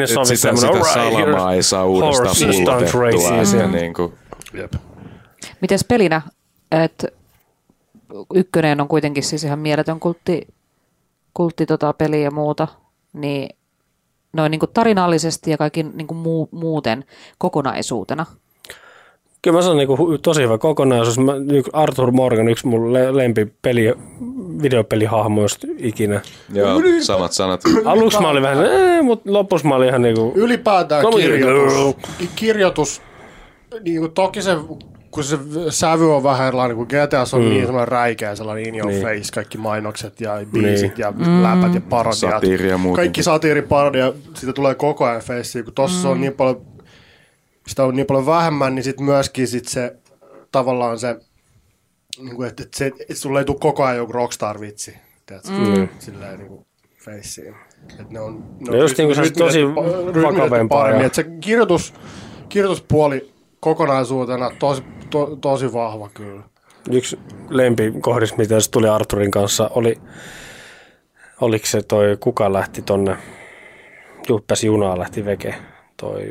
salamaa ei saa uudestaan pullotettua. Niin mites pelinä? Että ykkönen on kuitenkin siis ihan mieletön kultti peli ja muuta, niin noin niin kuin tarinallisesti ja kaikki niin kuin muuten kokonaisuutena. Kyllä mä sanon niin tosi hyvä kokonaisuus. Arthur Morgan, yksi mun lempipeli, videopelihahmoista ikinä. Joo, samat sanat. Aluksi mä olin vähän, mutta lopussa mä olin ihan niinku... Ylipäätään kirjoitus niinku, toki se, kun se sävy on vähän erilainen, kun GTAs on niin semmoinen räikeä, sellainen in your face, kaikki mainokset ja biisit ja läpät ja parodiat. Satiiria muutenkin. Kaikki satiiriparodia, siitä tulee koko ajan faceen, kun tossa on niin paljon, sitä on niin paljon vähemmän, niin sit myöskin sit se tavallaan se, niin kuin, että sulle ei tule koko ajan joku rockstar-vitsi, silleen niin kuin faceen. Että ne on just niin kuin se tosi vakavempaa. Että se kirjoituspuoli kokonaisuutena tosi vahva kyllä. Yksi lempikohdista, mitä se tuli Arthurin kanssa, oliko se toi, kuka lähti tonne, hyppäsi junaa, lähti veke, toi...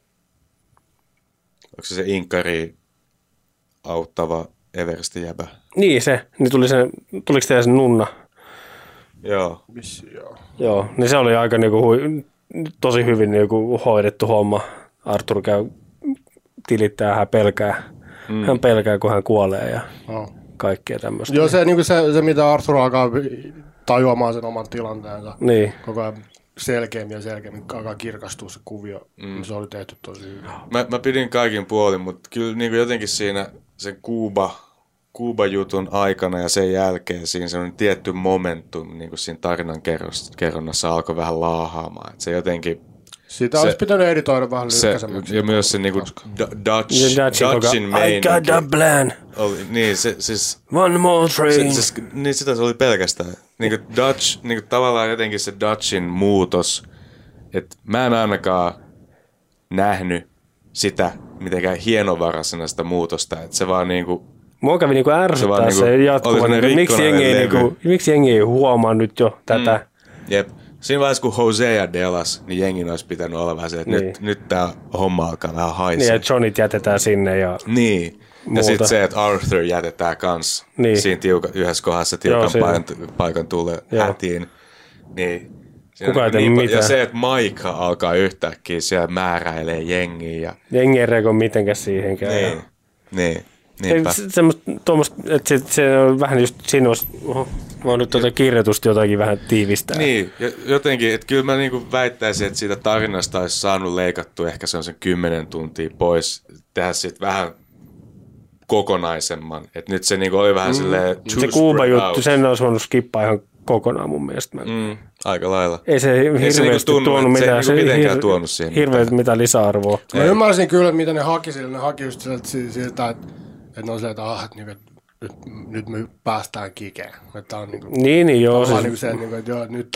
Onko se Inkari auttava Everestin jäbä? Niin se, niin tuliko teille se nunna? Joo. Joo, niin se oli aika niinku tosi hyvin niinku hoidettu homma. Arthur käy tilittää, hän pelkää. Hän pelkää, kun hän kuolee ja kaikkea tämmöistä. Joo, se, niin se mitä Arthur alkaa tajuamaan sen oman tilanteensa. Niin. Koko ajan selkeämmin alkaa kirkastua se kuvio. Se oli tehty tosi hyvin. Mä pidin kaikin puolin, mutta kyllä niin jotenkin siinä sen Kuuba-jutun aikana ja sen jälkeen siinä semmoinen tietty momentum niin siinä tarinan kerronnassa alkoi vähän laahaamaan. Että se jotenkin... Sitä olisi pitänyt editoida vähän lyhkäisemmäksi. Ja myös se niinku Dutchin main. I got a plan. Niin, se siis... One more train. Niin sitä se oli pelkästään. Niinku Dutch, niinku tavallaan jotenkin se Dutchin muutos, että mä en ainakaan nähnyt sitä mitenkään hienovaraisena sitä muutosta, että se vaan niinku... Mua kävi niinku ärsyttää se jatkuva. Miksi jengi ei huomaa nyt jo tätä? Jep. Siinä vaiheessa, kun Hosea delas, niin jengin olisi pitänyt olla vähän se, että nyt tämä homma alkaa vähän haisee. Niin, että Johnnyt jätetään sinne ja niin. Ja sitten se, että Arthur jätetään kanssa siinä yhdessä kohdassa tiukan paikan tulee hätiin. Niin Kuka ei niin mitään. Ja se, että Maika alkaa yhtäkkiä siellä määräilee jengiä. Jengi ei reago mitenkään siihenkään. Niin. Että se on vähän just siinä mä oon nyt kirjoitusta jotakin vähän tiivistää. Niin, jotenkin, että kyllä mä niinku väittäisin, että siitä tarinasta olisi saanut leikattua ehkä se on sen 10 tuntia pois, tehdä siitä vähän kokonaisemman. Että nyt se niinku oli vähän silleen se Kuuba juttu, sen olisi voinut skippaa ihan kokonaan mun mielestä. Aika lailla. Ei se hirveästi tuonut mitään. Se ei mitenkään tuonut siihen. Hirveästi mitään lisäarvoa. Mä ymmärsin kyllä, mitä ne haki sille. Ne haki just siltä, että ne on silleen, että nyt me päästään kikeen. Että on niin, joo. Niin se, että joo, nyt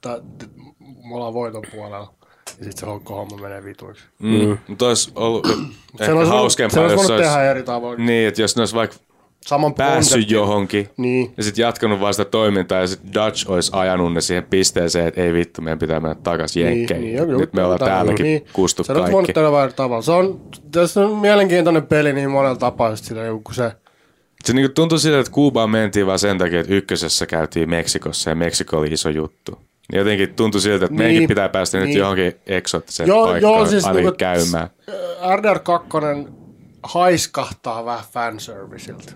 me ollaan voiton puolella. Ja sitten se homma menee vituiksi. Mutta olisi ollut ehkä hauskempaa. Se olisi voinut tehdä eri tavoin. Niin, että jos ne olisi vaikka päässyt johonkin ja sitten jatkanut vaan sitä toimintaa ja sitten Dutch olisi ajanut ne siihen pisteeseen, että ei vittu, meidän pitää mennä takaisin jenkkeihin. Nyt me ollaan täälläkin kustu kaikki. Se olisi voinut tehdä vähän tavalla. Tässä on mielenkiintoinen peli niin monella tapaa, kun se niinku tuntui siltä, että Kuubaan mentiin vaan sen takia, että ykkösessä käytiin Meksikossa ja Meksiko oli iso juttu. Jotenkin tuntui siltä, että meidänkin pitää päästä nyt johonkin eksoottiseen paikkaan siis ainakin käymään. RDR2 haiskahtaa vähän fanserviceltä.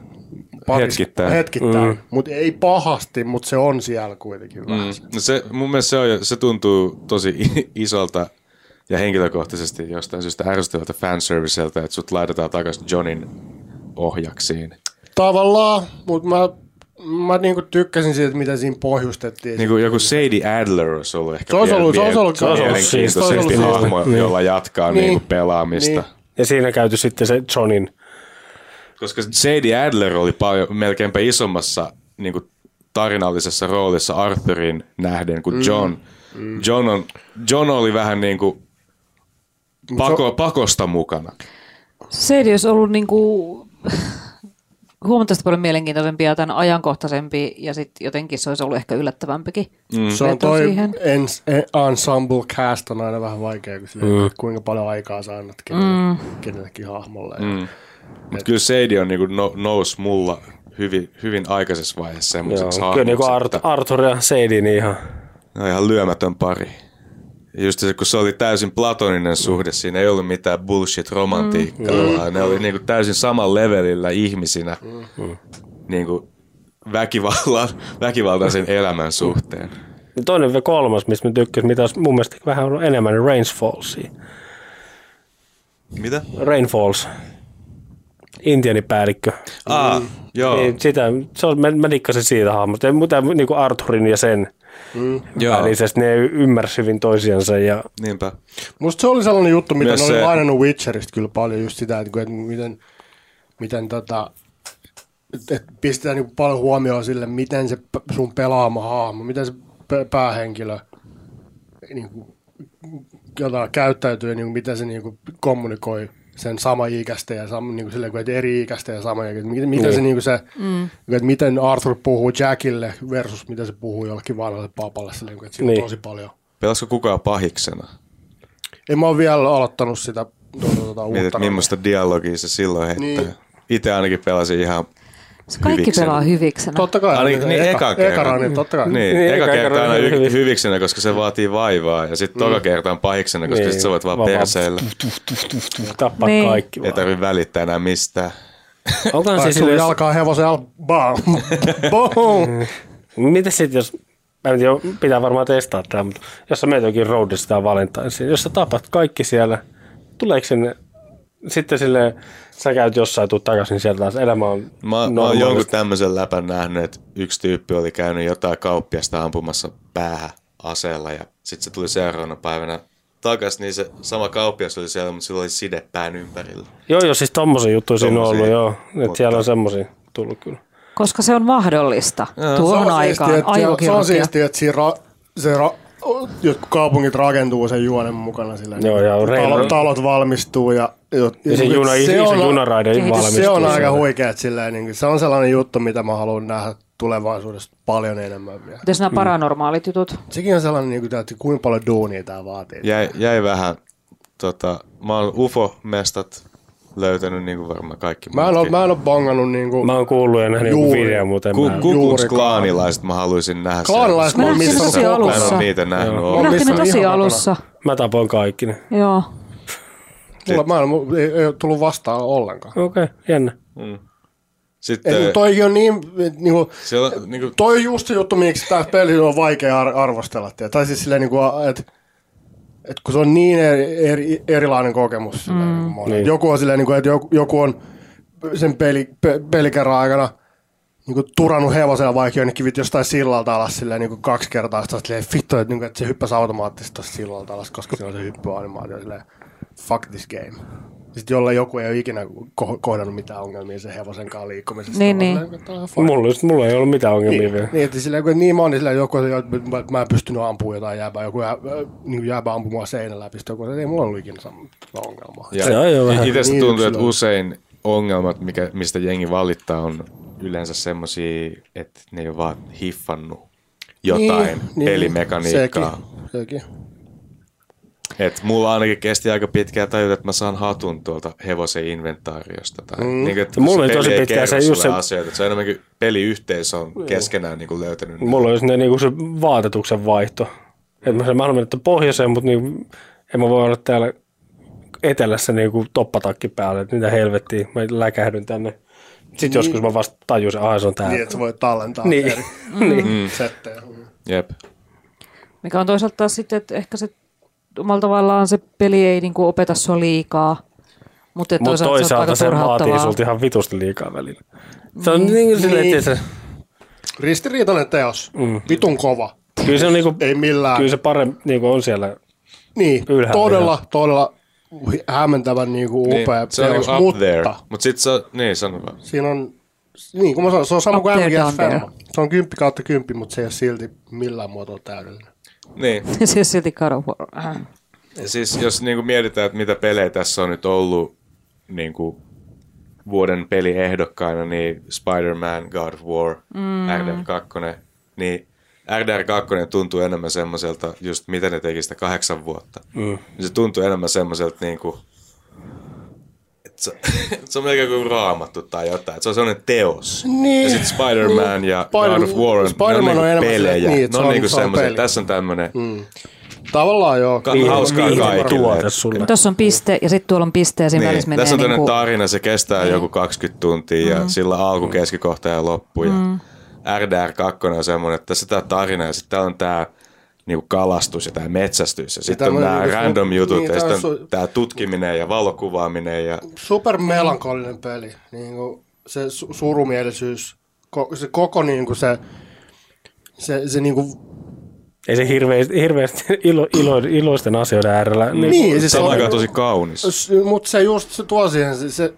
Hetkittäin. Mutta ei pahasti, mutta se on siellä kuitenkin vähän. No mun mielestä se tuntuu tosi isolta ja henkilökohtaisesti jostain syystä ärsyttävältä fanserviceltä, että sut laitetaan takaisin Johnin ohjaksiin. Tavallaan, mutta mä niinku tykkäsin siitä, mitä siinä pohjustettiin. Niinku joku Sadie Adler olisi ollut ehkä mielenkiintoisempi hahmo, jolla jatkaa niinku pelaamista. Niin. Ja siinä käyty sitten se Johnin. Koska Sadie Adler oli paljon melkeinpä isommassa niinku tarinallisessa roolissa Arthurin nähden kuin John. John oli vähän niinku pakosta mukana. Sadie olisi ollut niinku huomattavasti paljon mielenkiintoisempi ja tämän ajankohtaisempi ja sitten jotenkin se olisi ollut ehkä yllättävämpikin. Se on toi ensemble cast on aina vähän vaikea, kun kuinka paljon aikaa sä annat kenellekin hahmolle. Mutta kyllä Sadie on niinku nousi mulla hyvin aikaisessa vaiheessa semmoiseksi hahmoksi. Kyllä niinku Arthur ja Sadie niin ihan lyömätön pari. Ja just se, kun se oli täysin platoninen suhde, siinä ei ollut mitään bullshit-romantiikkaa, vaan ne oli niinku täysin saman levelillä ihmisinä niinku väkivaltaisen elämän suhteen. Toinen ja kolmas, mistä mä tykkäsin, mitä olisi mun mielestä vähän ollut enemmän, niin Rain Fallsia. Mitä? Rain Falls. Intianipäällikkö. Joo. Niin mä dikkasin siitä hahmosta. Mutta niinku Arthurin ja sen välisesti ne ymmärsi hyvin toisiansa. Ja niinpä. Musta se oli sellainen juttu, mitä ne oli lainannut Witcherista kyllä paljon, just sitä, että miten pistetään niinku paljon huomioon sille, miten se sun pelaama hahmo, miten se päähenkilö niinku, käyttäytyy ja niinku, miten se niinku, kommunikoi sen sama-ikäistä ja niinku silleen, että eri-ikäistä ja sama-ikäistä. Miten se niinku se, että miten Arthur puhuu Jackille versus miten se puhuu jollekin vanhalle papalle silleen, että siinä on tosi paljon. Pelasiko kukaan pahiksena? En mä ole vielä aloittanut sitä uutta. Mietit, millaista dialogia se silloin heittää. Niin. Itse ainakin pelasin ihan se kaikki hyviksenä. Pelaa hyviksenä. Totta kai. Eka kerran. Totta kai. Eka kerta aina hyviksenä, koska se vaatii vaivaa. Ja sitten toka kerta on pahiksena, koska sit sä voit vaan perseillä. Tappaa kaikki. Ei tarvitse välittää enää mistään. Onkohan siis sun jalkaa hevosella. Miten sitten, jos mä en tiedä, pitää varmaan testaa tämä, mutta jos sä menet jokin roadissa tai Valentinesiin, jos sä tapat kaikki siellä, tuleeko sinne sitten silleen, sä käyt jossain, tuut takaisin sieltä taas, elämä on Mä oon jonkun tämmöisen läpän nähnyt, että yksi tyyppi oli käynyt jotain kauppiasta ampumassa päähän aseella ja sitten se tuli seuraavana päivänä takaisin, niin se sama kauppias oli siellä, mutta sillä oli side pään ympärillä. Joo, siis tommosia juttuja siinä on ollut, joo, että siellä on semmosia tullut kyllä. Koska se on mahdollista tuohon aikaan. Se on siistiä, että jotkut kaupungit rakentuu sen juonen mukana. Talot valmistuu ja se junaraide valmistuu. Se on aika huikeat silleen. Niin se on sellainen juttu, mitä mä haluan nähdä tulevaisuudessa paljon enemmän vielä. Mites nämä paranormaalit jutut? Sekin on sellainen, että kuinka paljon duunia tämä vaatii. Jäi vähän, mä oon UFO-mestat löytänyt niin kuin varmaan kaikki Mä en ole bongannut niinku... Mä oon kuullut ja nähnyt joku video, mutta Kuklus-klaanilaiset mä haluaisin nähdä. Klaanilaiset mä nähtiin tosi alussa. Mä en ole niitä nähnyt. Mä nähtiin ne tosi alussa. Mä tapoin kaikki ne. Joo. Mulla ei ole tullut vastaan ollenkaan. Okei, jännä. Sitten... Toikin on niinku... niinku... Toi on just se juttu, miksi tää peli on vaikea arvostella. Tai siis silleen niinku, että kun se on niin erilainen kokemus. Niin. Joku on silleen niinku, että joku on sen pelikerran aikana niinku turannut hevosella vaikka jonnekin jostain sillalta alas silleen niinku 2 kertaa. Sitten silleen vittu, että se hyppäsi automaattisesti tosta sillalta alas, koska se on se hyppyanimaatio silleen fuck this game. Sitten jolla joku ei ole ikinä kohdannut mitään ongelmia sen hevosen kanssa liikkumisesta. Niin. Mulla ei ollut mitään ongelmia vielä. Niin, että silleen, kun niin moni silleen, joku, että mä en pystynyt ampumaan jotain jääpää, joku jääpää ampumaan seinän läpi, sitten joku, että ei mulla ollut ikinä ongelmaa. Itse tuntuu, että usein ongelmat, mistä jengi valittaa, on yleensä semmosia, että ne ei ole vaan hiffannut jotain pelimekaniikkaa. Sekin. Et mulla ainakin kesti aika pitkään tajuta, että mä saan hatun tuolta hevosen inventaariosta. Tai niin, että mulla oli tosi pitkään se just se... Asioita, se on enemmänkin peliyhteisö on keskenään niin kuin löytänyt. Mulla oli niin se vaatetuksen vaihto. Että mä haluan mennä pohjoiseen, mutta niin, en mä voi olla täällä etelässä niin kuin toppatakki päälle. Että mitä helvettiä, mä läkähdyn tänne. Sitten joskus mä vasta tajusin, että se on täällä. Niin, että sä voit tallentaa eri settejä. Jep. Mikä on toisaalta taas sitten, että ehkä se omalla tavallaan se peli ei niinku opeta sua liikaa, mutta toisaalta se vaatii sulta ihan vitusti liikaa välillä. Se on niin silleen, että se... Ristiriitainen teos. Vitun kova. Kyllä se on niinku... Ei millään. Kyllä se parempi niinku on siellä ylhäällä. Todella hämmentävän niinku upea se on teos, mutta... Mutta sit se on... Niin, sano vaan. Siinä on... Niin kuin mä sanoin, se on sama kuin MGS-femma. Se on 10/10, mutta se ei ole silti millään muotoa täydellinen. Niin. Se on silti God of War. Siis jos niinku mietitään, että mitä pelejä tässä on nyt ollut niinku vuoden peliehdokkaina, niin Spider-Man, God of War, RDR 2, niin RDR 2 tuntuu enemmän semmoiselta, just mitä ne teki sitä 8 vuotta. Se tuntuu enemmän semmoiselta niinku, se on melkein kuin raamattu tai jotain. Se on sellainen teos. Niin. Ja sitten Spider-Man ja God of War on niinku pelejä. Niin, ne on niinku semmoisia. Tässä on tämmöinen... Tavallaan joo. Hauskaa kaikille. Tuossa on piste ja sitten tuolla on piste ja siinä välissä menee... Tässä on tämmöinen tarina, se kestää joku 20 tuntia ja sillä alku, keskikohta ja loppu. Ja RDR 2 on semmoinen, että tässä tämä tarina ja sitten täällä on tämä niinku kalastus ja tämä metsästys ja sitten on nämä random jutut niin, ja sitten on tämä tutkiminen ja valokuvaaminen. Ja... Supermelankolinen peli. Niinku se surumielisyys, se koko niinku se niinku... Ei se hirveästi iloisten asioiden äärellä. Niin, siis se on aika tosi kaunis. Mutta se just se tuo siihen,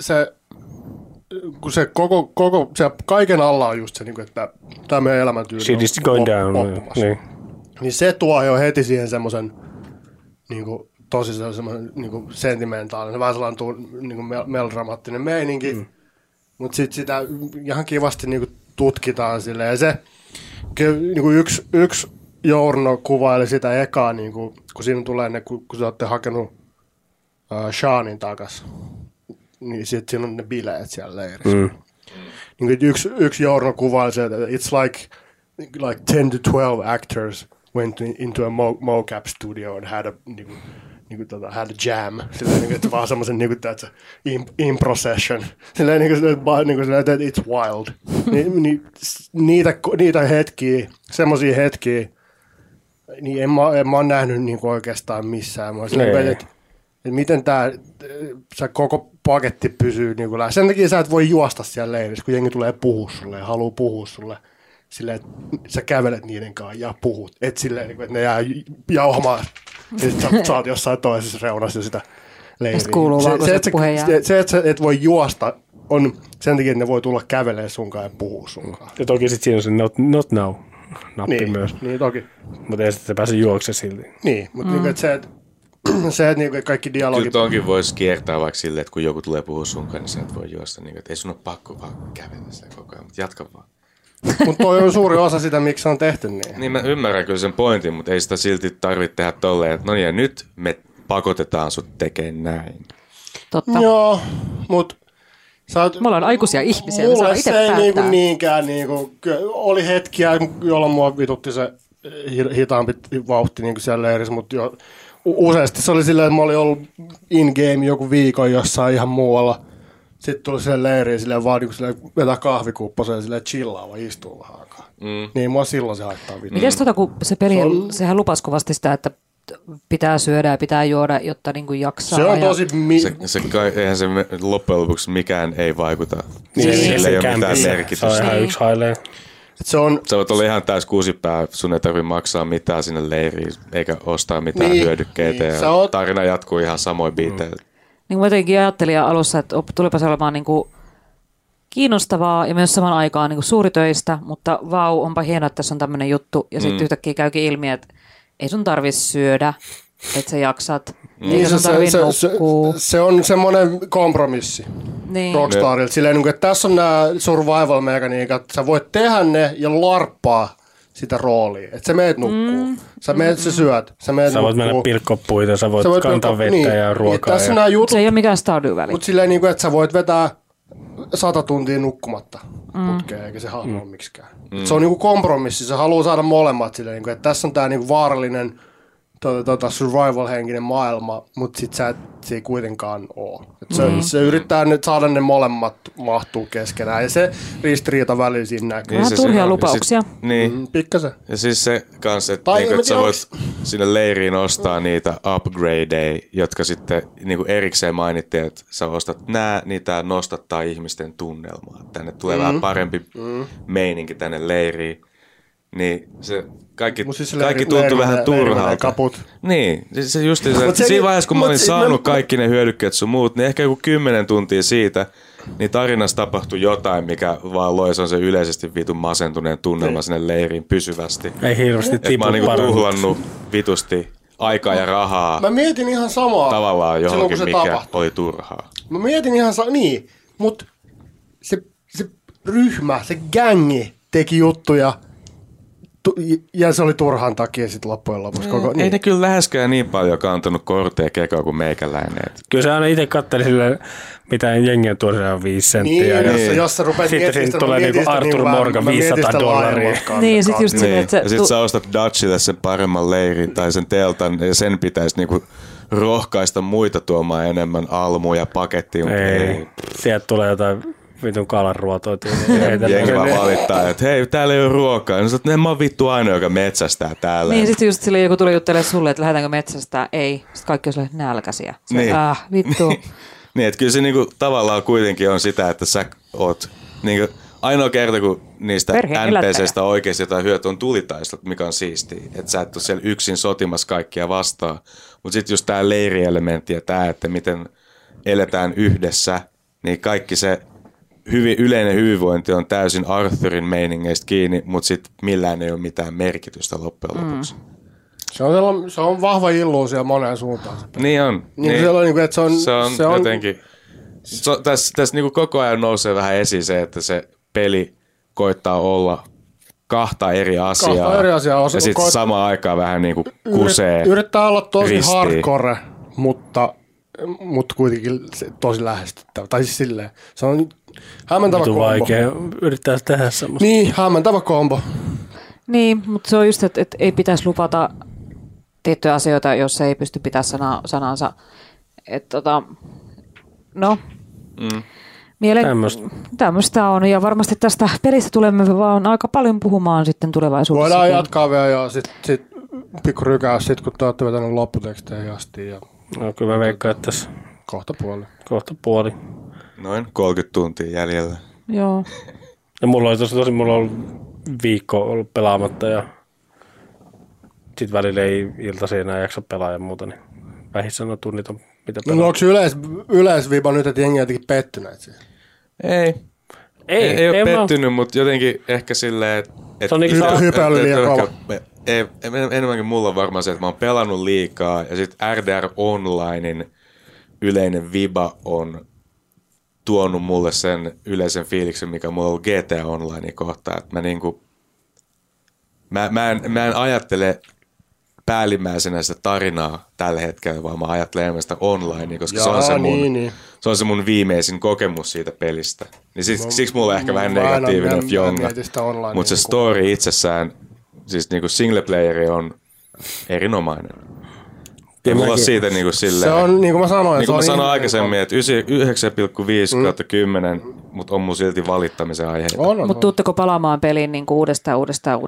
kun se koko se kaiken alla on just se, niinku, että tämä meidän elämäntyyli on going down. Niin se tuo jo heti siihen semmoisen niinku, tosi semmoisen niinku, sentimentaalinen, vähän sellainen niinku, melodramaattinen meininki. Mutta sitten sitä ihan kivasti niinku, tutkitaan silleen. Ja se niinku, yksi Journo kuvaili sitä ekaa, niin kun siinä tulee ne, kun sä olette hakenut Seanin takas, niin sitten siinä on ne bileet siellä leirissä. Niin yksi Journo kuvaili se, että it's like 10 to 12 actors went into a mocap studio and had a, had a jam. Silleen, että vaan semmoisen impro session. Silleen, että it's wild. Niitä hetkiä, semmoisia hetkiä, niin en mä ole nähnyt niin oikeastaan missään. Mä että miten se koko paketti pysyy niin kuin sen takia sä et voi juosta siellä leirissä, kun jengi tulee puhua sulle ja haluaa puhua sulle. Silleen, että sä kävelet niiden kanssa ja puhut. Et silleen, että ne jää jauhamaan. Ja sit sä oot jossain toisessa reunassa sitä leiriä. Se, että sä et voi juosta, on sen takia, että ne voi tulla kävelemään sunkaan ja puhua sunkaan. Ja toki sit siinä on se not now nappi niin, myös. Niin, toki. Mutta ei sitten pääse juokse silti. Niin, mutta niinku, että niinku, kaikki dialogi... Kyllä tonkin voisi kiertää vaikka silleen, että kun joku tulee puhua sunkaan, niin sä et voi juosta. Niin, että ei sun ole pakko vaan kävellä sitä koko ajan, mutta jatka vaan. Mutta toi on suuri osa sitä, miksi se on tehty niin. Niin mä ymmärrän kyllä sen pointin, mutta ei sitä silti tarvitse tehdä tolleen, että no niin, ja nyt me pakotetaan sut tekemään näin. Totta. Joo, mutta me ollaan aikuisia ihmisiä, me mulle itse se ei päättää. niinkään, oli hetkiä, jolloin mua vitutti se hitaampi vauhti niin siellä leirissä, mutta useasti se oli silleen, että mä olin ollut in-game joku viikon jossain ihan muualla. Sitten tuli siihen leiriin silleen vaan niin silleen vetää kahvikupposen ja silleen chillaa vaan istuu vähän aikaa. Niin mua silloin se haittaa vittu. Mites kun se peli, sehän lupasi kovasti sitä, että pitää syödä ja pitää juoda, jotta niin kuin jaksaa. Se on tosi... Eihän se loppujen lopuksi mikään ei vaikuta. Niin, sillä ei ole mitään merkitystä. Se on ihan yksi hailee. Sä voit olla ihan täys kuusipää, sun ei tarvitse maksaa mitään sinne leiriin, eikä ostaa mitään hyödykkeitä. Ja tarina jatkuu ihan samoin biiteillä. Niin mä jotenkin ajattelin alussa, että tulipa se olemaan niin kuin kiinnostavaa ja myös saman aikaan niin kuin suuritöistä, mutta vau, onpa hienoa, että tässä on tämmöinen juttu. Ja sitten yhtäkkiä käykin ilmi, että ei sun tarvitse syödä, että sä jaksat. Eikä sun tarvitse nukkua. Se on semmoinen kompromissi Rockstarilta. Silleen, että tässä on nämä survival-mekaniikat, sä voit tehdä ne ja larppaa sitä roolia. Että sä meet nukkuu. Sä meet sä syöt. Sä voit mennä pilkkopuita, sä voit kantaa vettä ja ruokaa. Tässä nämä jutut, se ei ole mikään Stardew-väli. mutta silleen, että sä voit vetää 100 tuntia nukkumatta putkeen, eikä se halua miksikään. Se on niinku kompromissi, se haluaa saada molemmat silleen, että tässä on tää niinku vaarallinen survival-henkinen maailma, mutta sit se ei kuitenkaan ole. Se yrittää nyt saada ne molemmat mahtuu keskenään, ja se ristiriita välillä siinä näkyy. Vähän turhia lupauksia. Pikkasen. Ja siis se kanssa, että sä voit sinne leiriin ostaa niitä upgradeja, jotka sitten niinku erikseen mainittiin, että sä ostat niin tää nostattaa ihmisten tunnelmaa. Tänne tulee vähän parempi meininki tänne leiriin. Niin se kaikki tuntuu vähän turhalta. Niin, se just se, siinä vaiheessa kun mä olin saanut kaikki ne hyödykkeet sun muut, niin ehkä joku 10 tuntia siitä, niin tarinassa tapahtui jotain, mikä vaan loi se yleisesti vitun masentuneen tunnelma sinne leiriin pysyvästi. Ei hirveästi tipu. Mä oon niinku tuhlannut vitusti aikaa ja rahaa. Mä mietin ihan samaa. Tavallaan johonkin, mikä oli turhaa. Mä mietin ihan niin, mutta se ryhmä, se gängi teki juttuja, ja se oli turhan takia sitten loppujen lopuksi. Ei ne kyllä läheskään niin paljon kantanut kortea kekoa kuin meikäläinen. Kyllä se aina itse katteli sille, mitä jengiä tuo siellä 5 senttiä. Niin, jos sä rupeat sitten siitä tulee niinku Arthur Morgan $500. Niin, sit just niin. Ja sit sä ostat Dutchille sen paremman leirin tai sen teltan, ja sen pitäisi niinku rohkaista muita tuomaan enemmän almuja pakettiin. Ei. Sieltä tulee jotain vitun kalanruotoa. Jengi vaan valittaa, että hei, täällä ei ole ruokaa. Ja sanotaan, että mä oon vittu ainoa, joka metsästää täällä. Niin, sitten just silleen joku tuli juttelemaan sulle, että lähdetäänkö metsästää. Ei. Sitten kaikki on silleen nälkäisiä. Niin. Vittu. Niin, että kyllä se niinku tavallaan kuitenkin on sitä, että sä oot niinku ainoa kerta, kun niistä NPCistä oikeasti jotain hyötyä on tulitaistot, mikä on siistiä. Että sä et ole siellä yksin sotimassa kaikkia vastaan. Mutta sitten just tää leirielementti ja tää, että miten eletään yhdessä, niin kaikki se yleinen hyvinvointi on täysin Arthurin meiningeistä kiinni, mutta sitten millään ei ole mitään merkitystä loppujen lopuksi. Se on vahva illuusio moneen suuntaan. Niin on. Se on jotenkin. Tässä niinku koko ajan nousee vähän esiin se, että se peli koittaa olla kahta eri asiaa. Ja sitten samaan aikaan vähän niinku kusee. Yrittää olla tosi hardcore, mutta kuitenkin tosi lähestyttävä. Tai siis silleen. Se on hämmentävä kombo. Vaikea yrittää tehdä semmoista. Niin, hämmentävä kombo. Niin, mutta se on just, että ei pitäisi lupata tiettyjä asioita, jos ei pysty pitämään sanansa. Tämmöistä on, ja varmasti tästä pelistä tulemme vaan aika paljon puhumaan sitten tulevaisuudessa. Voidaan jatkaa vielä, ja sitten pikku rykäys, kun te olette vetänyt lopputeksteihin asti. Ja no kyllä mä veikkaan, että tässä kohta puoli. Noin 30 tuntia jäljellä. Joo. Ja mulla on ollut viikko ollut pelaamatta, ja sitten välillä ei iltaisin enää jaksa pelaa ja muuta, niin vähissä nuo tunnit on mitä pelaa. No onko yleisviiva nyt, että jengi on jotenkin pettyneet siihen? Ei ole pettynyt, mutta jotenkin ehkä silleen, että se on niin hypäily liian kova. Enemmänkin mulla on varmaan se, että mä oon pelannut liikaa, ja sitten RDR Onlinein yleinen viba on tuonut mulle sen yleisen fiiliksen, mikä mulla on GTA Online kohtaan. Että mä en ajattele päällimmäisenä sitä tarinaa tällä hetkellä, vaan mä ajattelen enemmän sitä online, koska se on se mun viimeisin kokemus siitä pelistä. Niin siksi mulla on ehkä vähän negatiivinen fjonga. Mutta se story itsessään, siis niinku single playeri on erinomainen. Ja mulla on siitä niinku silleen... Se on, niin kuin mä sanoin... Niin kuin mä sanoin aikaisemmin, että 9,5/10, mutta on mun silti valittamisen aiheita. Mutta tuutteko palaamaan peliin niinku uudestaan?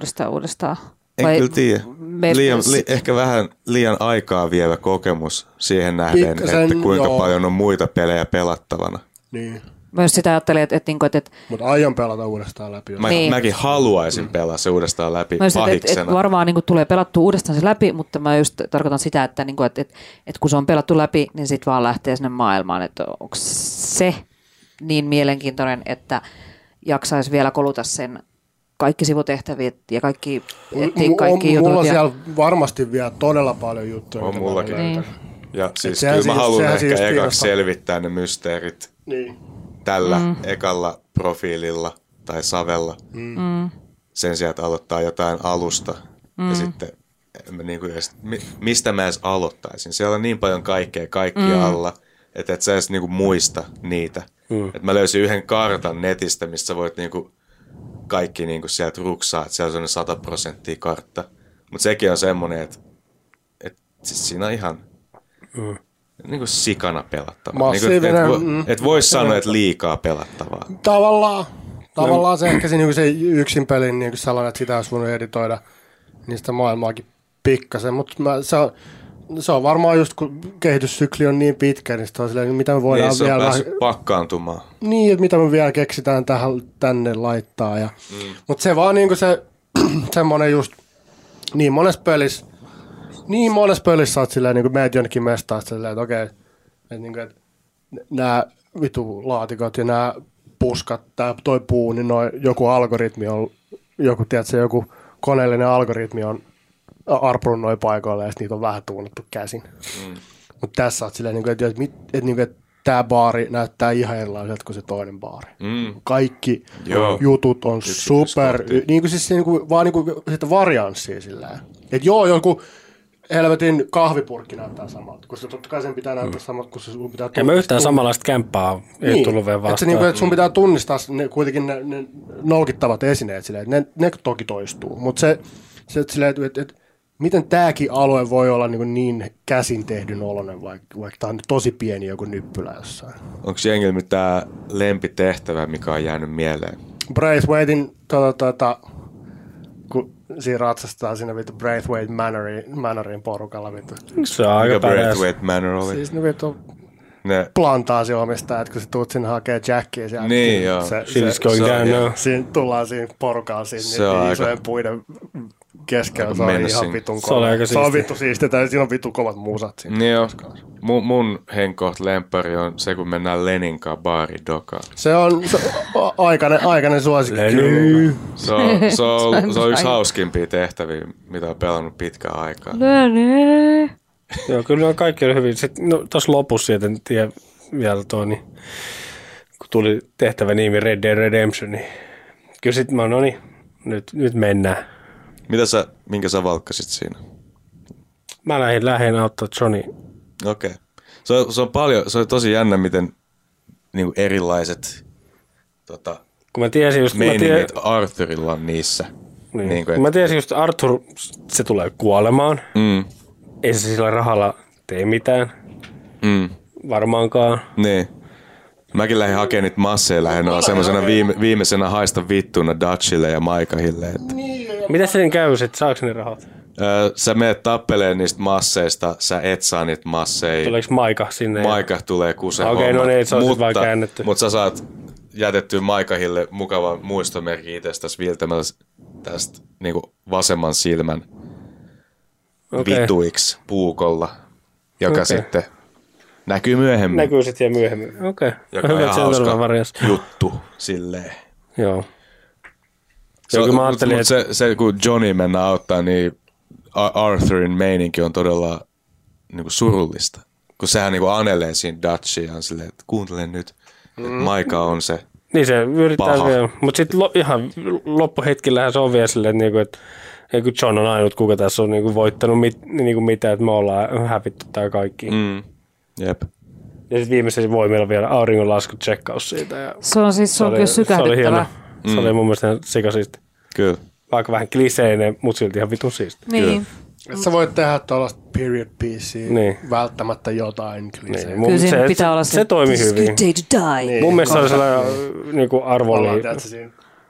En kyllä tiedä. Ehkä vähän liian aikaa vievä kokemus siihen nähden, että kuinka paljon on muita pelejä pelattavana. Niin. Myös sitä ajattelin, että mutta aion pelata uudestaan läpi. Mäkin haluaisin pelaa se uudestaan läpi pahiksena. Et varmaan niin tulee pelattua uudestaan se läpi, mutta mä just tarkoitan sitä, että niin kun se on pelattu läpi, niin sitten vaan lähtee sinne maailmaan. Että onko se niin mielenkiintoinen, että jaksaisi vielä koluta sen kaikki sivutehtävät ja kaikki jutut. Mulla on siellä varmasti vielä todella paljon juttuja. On mullakin. Niin. Ja siis kyllä mä haluan ehkä ekaksi selvittää ne mysteerit tällä ekalla profiililla tai savella. Sen sijaan, että aloittaa jotain alusta. Ja sitten, mistä mä edes aloittaisin. Siellä on niin paljon kaikkia alla, että et sä edes niinku muista niitä. Että mä löysin yhden kartan netistä, missä voit niinku kaikki niinku sieltä ruksaa, että siellä on 100% kartta. Mutta sekin on semmoinen, että siis siinä on ihan niinku sikana pelattavaa. Niinku, et vois sanoa, että liikaa pelattavaa. Tavallaan se ehkä se yksin pelin niinku sellainen, että sitä olisi voinut editoida niistä maailmaakin pikkasen. Mutta se on varmaan just, kun kehityssykli on niin pitkä, niin se on silleen, mitä me voidaan niin, se vielä... on päässyt pakkaantumaan. Niin, että mitä me vielä keksitään tänne laittaa. Mutta se vaan niinku se semmoinen just niin monessa pelissä sä oot silleen, niin kuin meet jonnekin mestaan silleen, että okei, että niinku, et nämä vitu laatikot ja nämä puskat, toi puu, niin joku algoritmi on, joku koneellinen algoritmi on arpunut noin paikoille ja sitten niitä on vähän tuunnettu käsin. Mutta tässä oot silleen, että tämä baari näyttää ihan erilaiselta kuin se toinen baari. Kaikki jutut on super, vaan sitä varianssia silleen. Että joku helvetin kahvipurkki näyttää samalta, koska totta kai sen pitää näyttää samalta, kun sun pitää tunnistaa. Ja mä yhtään samanlaista kämppää ei tullut vielä vastaan. Että sun pitää tunnistaa kuitenkin ne nolkittavat esineet silleen, että ne toki toistuu. Mutta se silleen, että miten tämäkin alue voi olla niin käsin tehdyn oloinen, vaikka tämä on tosi pieni joku nyppylä jossain. Onko jengillä mitään lempitehtävää, mikä on jäänyt mieleen? Braithwaitin, kun siinä ratsastetaan siinä vittu Braithwaite Manorin porukalla vittu. Se on aika Braithwaite Manor oli? Siis ne vittu plantaasi-omistajat, kun se tuut sinne hakee Jackia sieltä. Niin joo. She's going down now. Siinä tullaan siinä porukalla siinä isojen puiden keskellä. Se on ihan vitun kova. Se on vittu siistiä ja siinä on vittu kovat musat siinä. Niin joo. Mun henkkoht lemppari on se, kun mennään Leninkaan baari dokaan. Se on aikainen suosikki. Se on yksi hauskimpia tehtäviä, mitä on pelannut pitkään aikaa. Joo, kyllä on kaikki oli hyvin. Sitten tuossa lopussa, en tiedä vielä niin kun tuli tehtävä nimi Red Dead Redemption, niin kyllä sitten mä nyt mennään. Minkä sä valkkasit siinä? Mä lähdin auttaa Johnny. Okei. Se on tosi jännä, miten niinku erilaiset kun mä tiesin just, meiningit Arthurilla on niissä. Niin, mä tiesin just, Arthur, se tulee kuolemaan. Ei se sillä rahalla tee mitään. Varmaankaan. Niin. Mäkin lähdin hakemaan niitä masseja lähinnä semmoisena viimeisenä haista vittuna Dutchille ja Maikahille. Mitä sen käy, että saako ne rahat? Sä menet tappeleen niistä masseista, sä et saa niitä masseja. Tuleeko Maika sinne? Maika tulee kuseen Okei, no niin, se on vaan käännetty. Mutta sä saat jätettyä Maikahille mukavan muistomerkki itsestäsi viiltämällä tästä niinku vasemman silmän vituiksi puukolla, joka sitten näkyy myöhemmin. Näkyy sitten myöhemmin, okei. Joka on ihan hauska juttu silleen. Joo. Se kun Johnny mennään auttaa, niin Arthurin meininki on todella niin kuin surullista. Kun sehän niin kuin anelee siinä Dutchia silleen, että kuuntele nyt, että Maika on se Niin se yrittää Paha. vielä, mutta sitten ihan loppuhetkillähän se on vielä silleen, että John on ainut, kuka tässä on voittanut mitään, että me ollaan hävitty tää kaikki. Jep. Ja sitten viimeisessä voimilla vielä auringonlasku tsekkaus siitä. Ja Se on kyllä sykähdyttävä. Se oli mun mielestä ihan sikasiisti. Kyllä. Vaikka vähän kliseinen, mutta silti ihan vitun siisti. Niin. Et sä voit tehdä tuollaista period piecea Niin. välttämättä jotain klisee. Niin, Kyllä siinä pitää olla se toimi "This is hyvin. good day to die". Niin. Mun mielestä se oli sellainen niinku Ollaan, arvoli. tiedätkö, siinä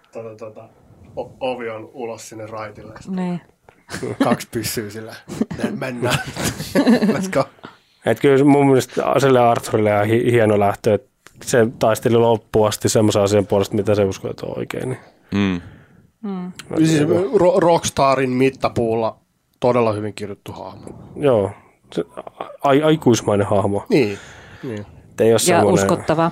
ovi on ulos sinne raitille. Niin. 2 pyssyä sillä. Mennään. Let's go. Että kyllä mun mielestä sille Arthurille ihan hieno lähtö, että se taisteli loppuun asti semmoisen asian puolesta, mitä se uskoo, että on oikein. Niin. Siis Rockstarin mittapuulla todella hyvin kirjoittu hahmo. Joo, se, aikuismainen hahmo. Niin. Ei ole Ja semmoinen. uskottava.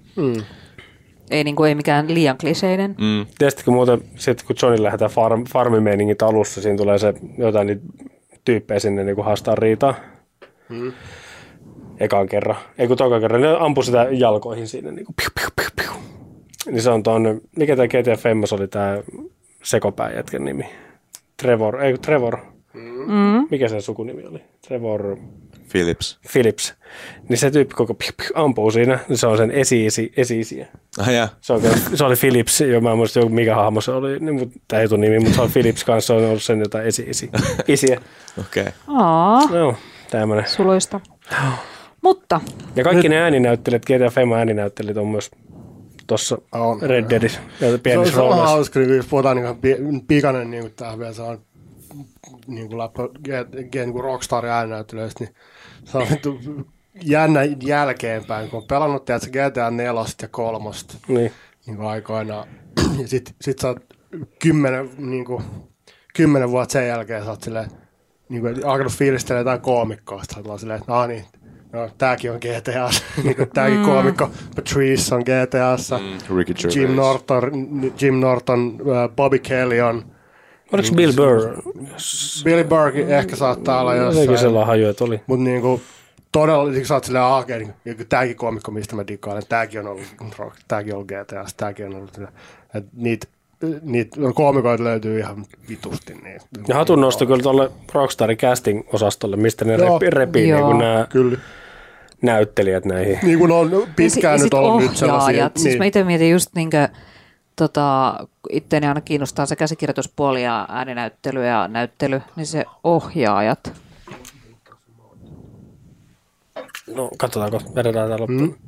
Ei mikään liian kliseinen. Tiesitkö muuten, sitten kun Johnny lähdetään farmimeiningit alussa, siinä tulee se jotain niitä tyyppejä sinne niin haastaa riitaa. Ekan kerran. Ei kun toka kerran. Ne ampui sitä jalkoihin siinä. Niin, piu, piu, piu, piu. Niin se on tuon, mikä tämä GTA Famous oli tämä sekopääjätkän nimi? Trevor. Mikä sen sukunimi oli? Trevor Phillips. Niin se tyyppi koko piu, piu, ampuu siinä. Niin se on sen esi-isiä. Se oli Phillips, jo mä en muista mikä hahmo se oli, niin, tämä etunimi, mutta se on Phillips kanssa, se on ollut sen jotain isiä. Okei. Joo, tämmöinen. Suloista. Mutta. Ja kaikki ne ääninäyttelijät, GTA Femme ääninäyttelijät on myös tuossa Red Deadissä ja pienissä Se on rooleissa. hauska, jos puhutaan niin pikainen niin tähän vielä, se on niin kuin Rockstarin ääninäyttelijöistä, niin se on jännä jälkeenpäin, kun on pelannut tiedätkö, GTA 4 ja 3 Niin. niin aikoinaan. Ja sit sä oot 10 vuotta sen jälkeen sä oot silleen, niin kuin, alkanut fiilistelemään jotain koomikkoa. Sä oot silleen, että tääkin on GTA:ssa. Tääkin koomikko Patrice on GTA:ssa. Ricky Gervais. Jim Norton, Bobby Kelly on. Oliko Bill Burr? Billy Burr ehkä saattaa olla Jotenkin jossain. sellainen haju, että oli. Mutta niinku todella, sä oot silleen, tääkin koomikko, mistä mä dikkailen, tääkin on ollut GTA:ssa, tääkin on ollut. Että niitä koomikoita löytyy ihan vitusti. Niin. Ja hatun nosto kyllä tuolle Rockstarin casting-osastolle, mistä ne repii niin kuin nämä näyttelijät näihin. Niin kuin on pitkään nyt ollut nyt sellaisia. Siis niin. Mä itse mietin just niinkö, itseäni aina kiinnostaa se käsikirjoituspuoli ja ääninäyttely ja näyttely, niin se ohjaajat. No katsotaanko, vedetään tää loppuun.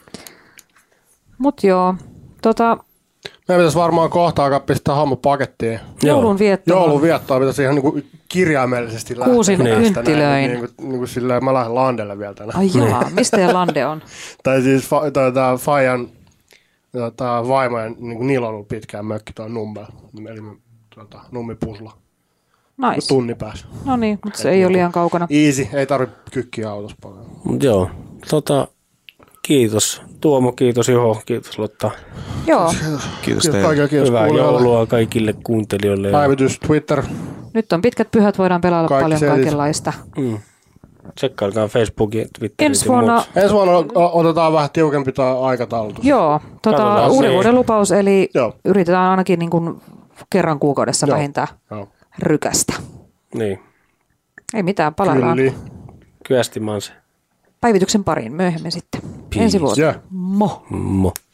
Mut meidän pitäisi varmaan kohta alkaa pistää homma pakettiin. Joulun viettoa pitäisi ihan niin kirjaimellisesti lähteä. Kuusin kynttilöin. Niin kuin silleen, mä lähden Landelle vielä tänään. Ai jaa, mistä teidän Lande on? Tai siis Fajan vaimojen, niin niillä on ollut pitkään mökki tuon Nummella. Eli Nummipusla. Nice. Tunnin päässä. No niin, mutta se ei ole liian kaukana. Easy, ei tarvitse kykkiä autossa paljon. Joo, kiitos Tuomo, kiitos Juho, kiitos Lotta. Joo. Kiitos teille. Kiitos hyvää joulua kaikille kuuntelijoille. Päivitys Twitter. Nyt on pitkät pyhät, voidaan pelailla paljon kaikenlaista. Tsekkailkaa Facebookin, Twitterin Ensi vuonna otetaan vähän tiukempi aikataulutus. Joo, uuden vuoden lupaus, eli Joo. yritetään ainakin niin kuin kerran kuukaudessa vähintään rykästä. Niin. Ei mitään, palaillaan Kyästi Manse. päivityksen pariin myöhemmin sitten. Ensi vuonna. Yeah. Mo.